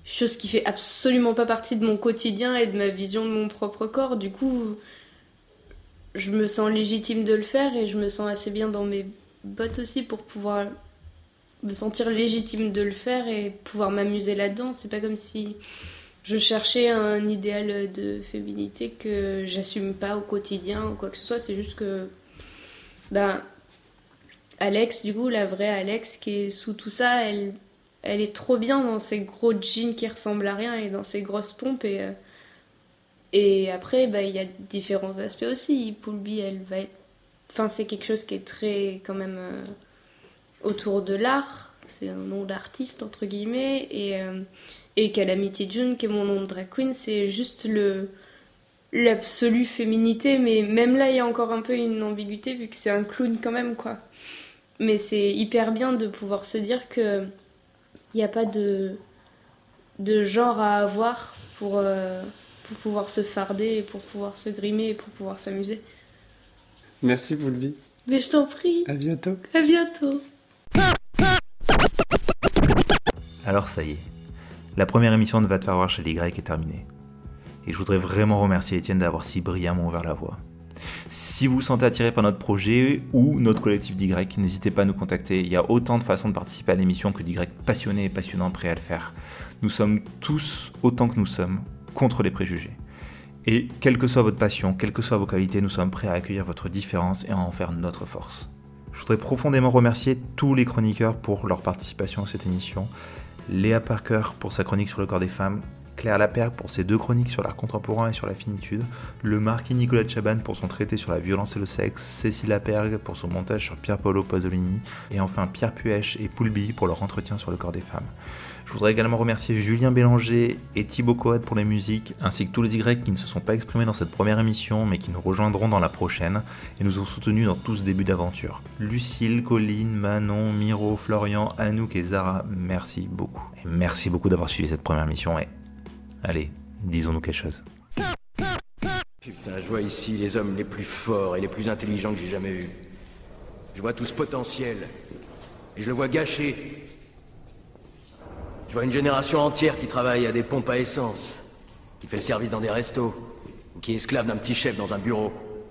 chose qui fait absolument pas partie de mon quotidien et de ma vision de mon propre corps. Du coup, je me sens légitime de le faire et je me sens assez bien dans mes bottes aussi pour pouvoir me sentir légitime de le faire et pouvoir m'amuser là-dedans. C'est pas comme si je cherchais un idéal de féminité que j'assume pas au quotidien ou quoi que ce soit. C'est juste que ben Alex, du coup, la vraie Alex qui est sous tout ça, elle, elle est trop bien dans ses gros jeans qui ressemblent à rien et dans ses grosses pompes. Et, euh, et après, bah, il y a différents aspects aussi. Poulby, elle va être... Enfin, c'est quelque chose qui est très, quand même, euh, autour de l'art. C'est un nom d'artiste, entre guillemets. Et, euh, et Calamity June, qui est mon nom de drag queen, c'est juste le... l'absolue féminité. Mais même là, il y a encore un peu une ambiguïté, vu que c'est un clown quand même, quoi. Mais c'est hyper bien de pouvoir se dire que il n'y a pas de, de genre à avoir pour, euh, pour pouvoir se farder, pour pouvoir se grimer, et pour pouvoir s'amuser. Merci Poulby. Mais je t'en prie. À bientôt. À bientôt. Alors ça y est, la première émission de Va te faire voir chez les Grecs est terminée. Et je voudrais vraiment remercier Étienne d'avoir si brillamment ouvert la voie. Si vous vous sentez attiré par notre projet ou notre collectif d'Y, n'hésitez pas à nous contacter. Il y a autant de façons de participer à l'émission que d'Y passionnés et passionnants prêts à le faire. Nous sommes tous, autant que nous sommes, contre les préjugés. Et quelle que soit votre passion, quelles que soient vos qualités, nous sommes prêts à accueillir votre différence et à en faire notre force. Je voudrais profondément remercier tous les chroniqueurs pour leur participation à cette émission. Léa Parker pour sa chronique sur le corps des femmes, Claire Lapergue pour ses deux chroniques sur l'art contemporain et sur la finitude, le marquis Nicolas Chaban pour son traité sur la violence et le sexe, Cécile Lapergue pour son montage sur Pier Paolo Pasolini, et enfin Pierre Puech et Poulby pour leur entretien sur le corps des femmes. Je voudrais également remercier Julien Bélanger et Thibaut Coad pour les musiques, ainsi que tous les Y qui ne se sont pas exprimés dans cette première émission, mais qui nous rejoindront dans la prochaine, et nous ont soutenus dans tout ce début d'aventure. Lucille, Colline, Manon, Miro, Florian, Anouk et Zara, merci beaucoup. Et merci beaucoup d'avoir suivi cette première émission, et allez, disons-nous quelque chose. Putain, je vois ici les hommes les plus forts et les plus intelligents que j'ai jamais vus. Je vois tout ce potentiel, et je le vois gâché. Je vois une génération entière qui travaille à des pompes à essence, qui fait le service dans des restos, ou qui est esclave d'un petit chef dans un bureau.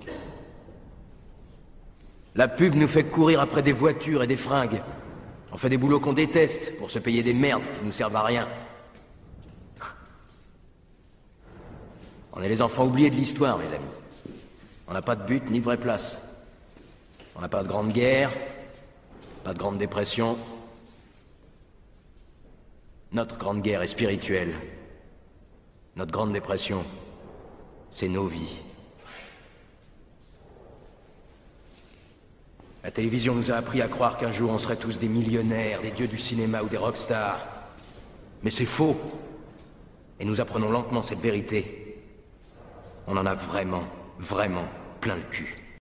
La pub nous fait courir après des voitures et des fringues. On fait des boulots qu'on déteste pour se payer des merdes qui nous servent à rien. On est les enfants oubliés de l'histoire, mes amis. On n'a pas de but ni vraie place. On n'a pas de grande guerre, pas de grande dépression. Notre grande guerre est spirituelle. Notre grande dépression, c'est nos vies. La télévision nous a appris à croire qu'un jour on serait tous des millionnaires, des dieux du cinéma ou des rockstars. Mais c'est faux. Et nous apprenons lentement cette vérité. On en a vraiment, vraiment plein le cul.